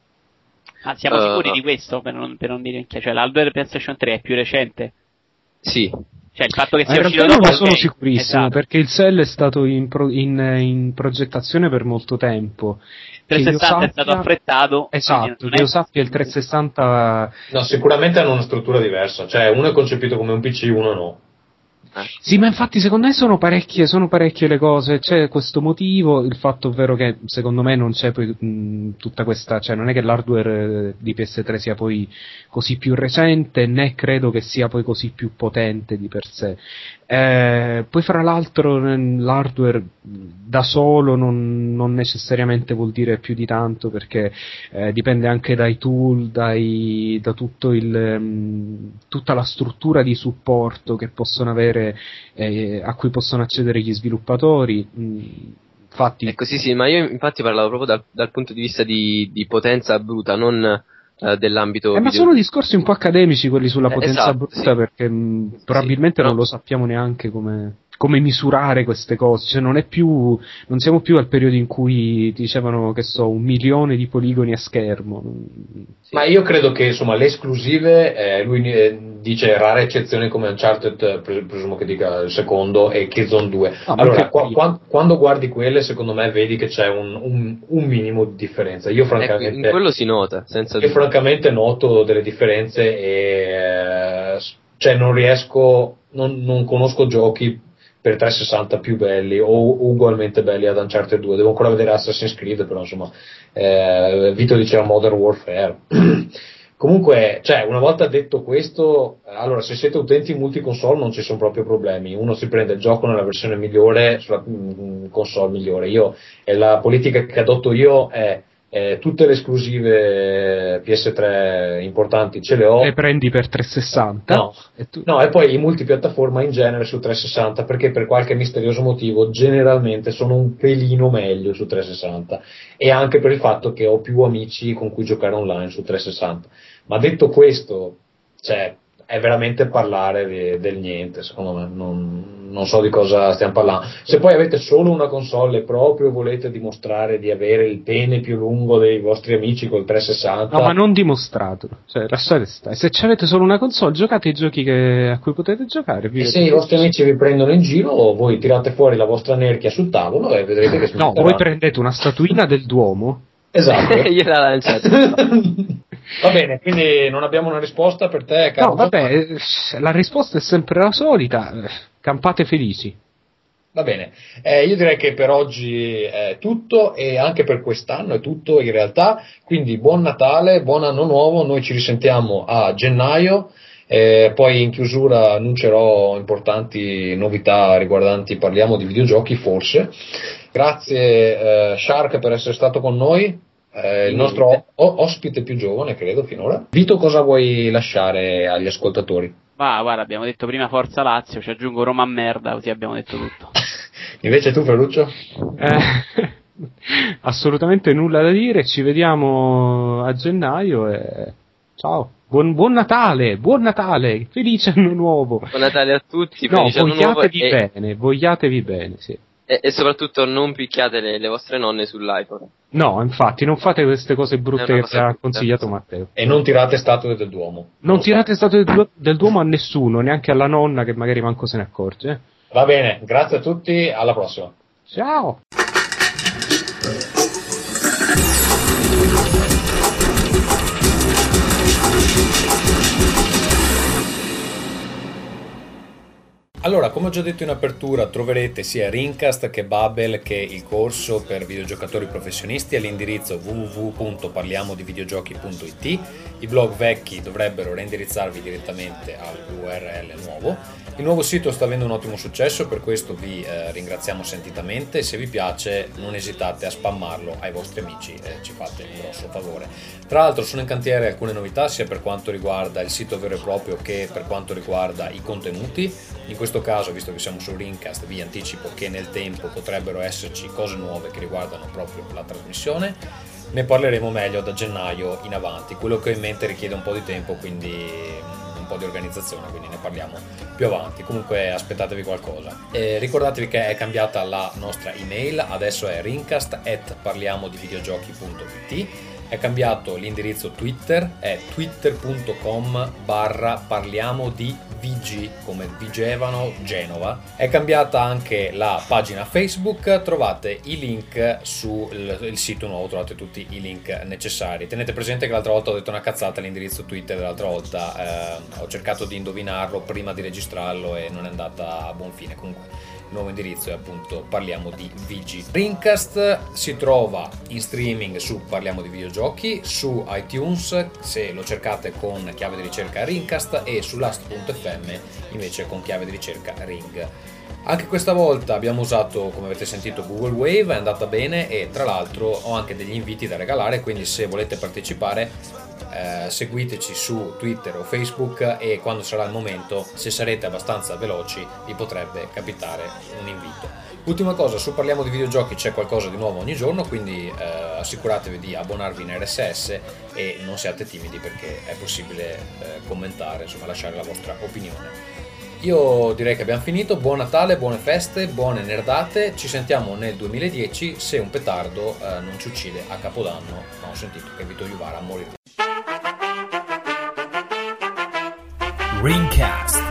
siamo sicuri di questo? Per non dire che l'hardware PlayStation 3 è più recente? Sì. Cioè il fatto che sia uscito dopo... dopo... non sono sicurissimo, perché il Cell è stato in progettazione per molto tempo. Il 360 è stato affrettato. Esatto, che io sappia il 360... No, sicuramente hanno una struttura diversa, cioè uno è concepito come un PC, uno no. Sì, ma infatti secondo me sono parecchie le cose. C'è questo motivo, il fatto ovvero che secondo me non c'è poi tutta questa, cioè non è che l'hardware di PS3 sia poi così più recente, né credo che sia poi così più potente di per sé. Poi fra l'altro l'hardware da solo non necessariamente vuol dire più di tanto, perché dipende anche dai tool, da tutto tutta la struttura di supporto che possono avere, a cui possono accedere gli sviluppatori. Infatti, ecco, sì, ma io infatti parlavo proprio dal punto di vista di potenza bruta, non dell'ambito ma sono discorsi un po' accademici quelli sulla potenza esatto, bruta, sì. Perché probabilmente non lo sappiamo neanche come misurare queste cose, cioè non siamo più al periodo in cui dicevano che 1 milione di poligoni a schermo. Ma io credo che insomma le esclusive, lui dice rare eccezioni come Uncharted, presumo che dica il secondo, e Killzone 2. Allora quando guardi quelle, secondo me vedi che c'è un minimo di differenza. Io francamente in quello si nota, senza dubbio. Francamente noto delle differenze e cioè non conosco giochi per 360 più belli o ugualmente belli ad Uncharted 2. Devo ancora vedere Assassin's Creed, però insomma Vito diceva Modern Warfare. Comunque, cioè, una volta detto questo, allora se siete utenti multiconsole non ci sono proprio problemi, uno si prende il gioco nella versione migliore sulla console migliore. La politica che adotto io è tutte le esclusive PS3 importanti ce le ho. Le prendi per 360? No, e poi i multipiattaforma in genere su 360, perché per qualche misterioso motivo generalmente sono un pelino meglio su 360, e anche per il fatto che ho più amici con cui giocare online su 360. Ma detto questo, cioè, è veramente parlare del niente, secondo me. Non so di cosa stiamo parlando. Se poi avete solo una console e proprio volete dimostrare di avere il pene più lungo dei vostri amici col 360, no, ma non dimostratelo, cioè lasciate stare. Se avete solo una console, giocate i giochi a cui potete giocare. E se i vostri amici vi prendono in giro, voi tirate fuori la vostra nerchia sul tavolo e vedrete che no, voi prendete una statuina del Duomo. Esatto. Gliela lanciate. Va bene, quindi non abbiamo una risposta per te, caro? No, vabbè, la risposta è sempre la solita, campate felici. Va bene, io direi che per oggi è tutto, e anche per quest'anno è tutto in realtà, quindi buon Natale, buon anno nuovo, noi ci risentiamo a gennaio, poi in chiusura annuncerò importanti novità riguardanti, parliamo di videogiochi forse, Grazie Shark per essere stato con noi, il nostro ospite più giovane credo finora. Vito, cosa vuoi lasciare agli ascoltatori? Guarda, abbiamo detto prima Forza Lazio, ci aggiungo Roma a merda, così abbiamo detto tutto. Invece tu, Ferruccio? Assolutamente nulla da dire, ci vediamo a gennaio e ciao. Buon Natale, felice anno nuovo. Buon Natale a tutti, no, felice anno nuovo. Vogliatevi bene, sì. E soprattutto non picchiate le vostre nonne sull'iPhone. No, infatti, non fate queste cose brutte che vi ha consigliato Matteo. E non tirate statue del Duomo. Non tirate statue del Duomo a nessuno, neanche alla nonna che magari manco se ne accorge. Va bene, grazie a tutti, alla prossima. Ciao! Allora, come ho già detto in apertura, troverete sia Rincast che Babel che il corso per videogiocatori professionisti all'indirizzo www.parliamodivideogiochi.it. I blog vecchi dovrebbero reindirizzarvi direttamente all'URL nuovo. Il nuovo sito sta avendo un ottimo successo, per questo vi ringraziamo sentitamente. Se vi piace non esitate a spammarlo ai vostri amici, ci fate un grosso favore. Tra l'altro sono in cantiere alcune novità sia per quanto riguarda il sito vero e proprio che per quanto riguarda i contenuti. In questo caso, visto che siamo su Rincast, vi anticipo che nel tempo potrebbero esserci cose nuove che riguardano proprio la trasmissione. Ne parleremo meglio da gennaio in avanti. Quello che ho in mente richiede un po' di tempo, quindi un po' di organizzazione, quindi ne parliamo più avanti. Comunque aspettatevi qualcosa. Ricordatevi che è cambiata la nostra email, adesso è rincast@parliamodivideogiochi.it. È cambiato l'indirizzo Twitter, è twitter.com/parliamodivg, come Vigevano, Genova. È cambiata anche la pagina Facebook, trovate i link sul sito nuovo, trovate tutti i link necessari. Tenete presente che l'altra volta ho detto una cazzata all'indirizzo Twitter dell'altra volta, ho cercato di indovinarlo prima di registrarlo e non è andata a buon fine. Comunque il nuovo indirizzo è appunto Parliamo di VG. Rincast si trova in streaming su Parliamo di Videogiochi, su iTunes se lo cercate con chiave di ricerca Rincast, e su Last.fm invece con chiave di ricerca Ring. Anche questa volta abbiamo usato, come avete sentito, Google Wave, è andata bene, e tra l'altro ho anche degli inviti da regalare, quindi se volete partecipare seguiteci su Twitter o Facebook, e quando sarà il momento, se sarete abbastanza veloci, vi potrebbe capitare un invito. Ultima cosa, su Parliamo di Videogiochi c'è qualcosa di nuovo ogni giorno, quindi assicuratevi di abbonarvi in RSS e non siate timidi, perché è possibile commentare, insomma lasciare la vostra opinione. Io direi che abbiamo finito. Buon Natale, buone feste, buone nerdate. Ci sentiamo nel 2010 se un petardo non ci uccide a Capodanno, ma ho sentito che Vito Juvara morirà. Ringcast.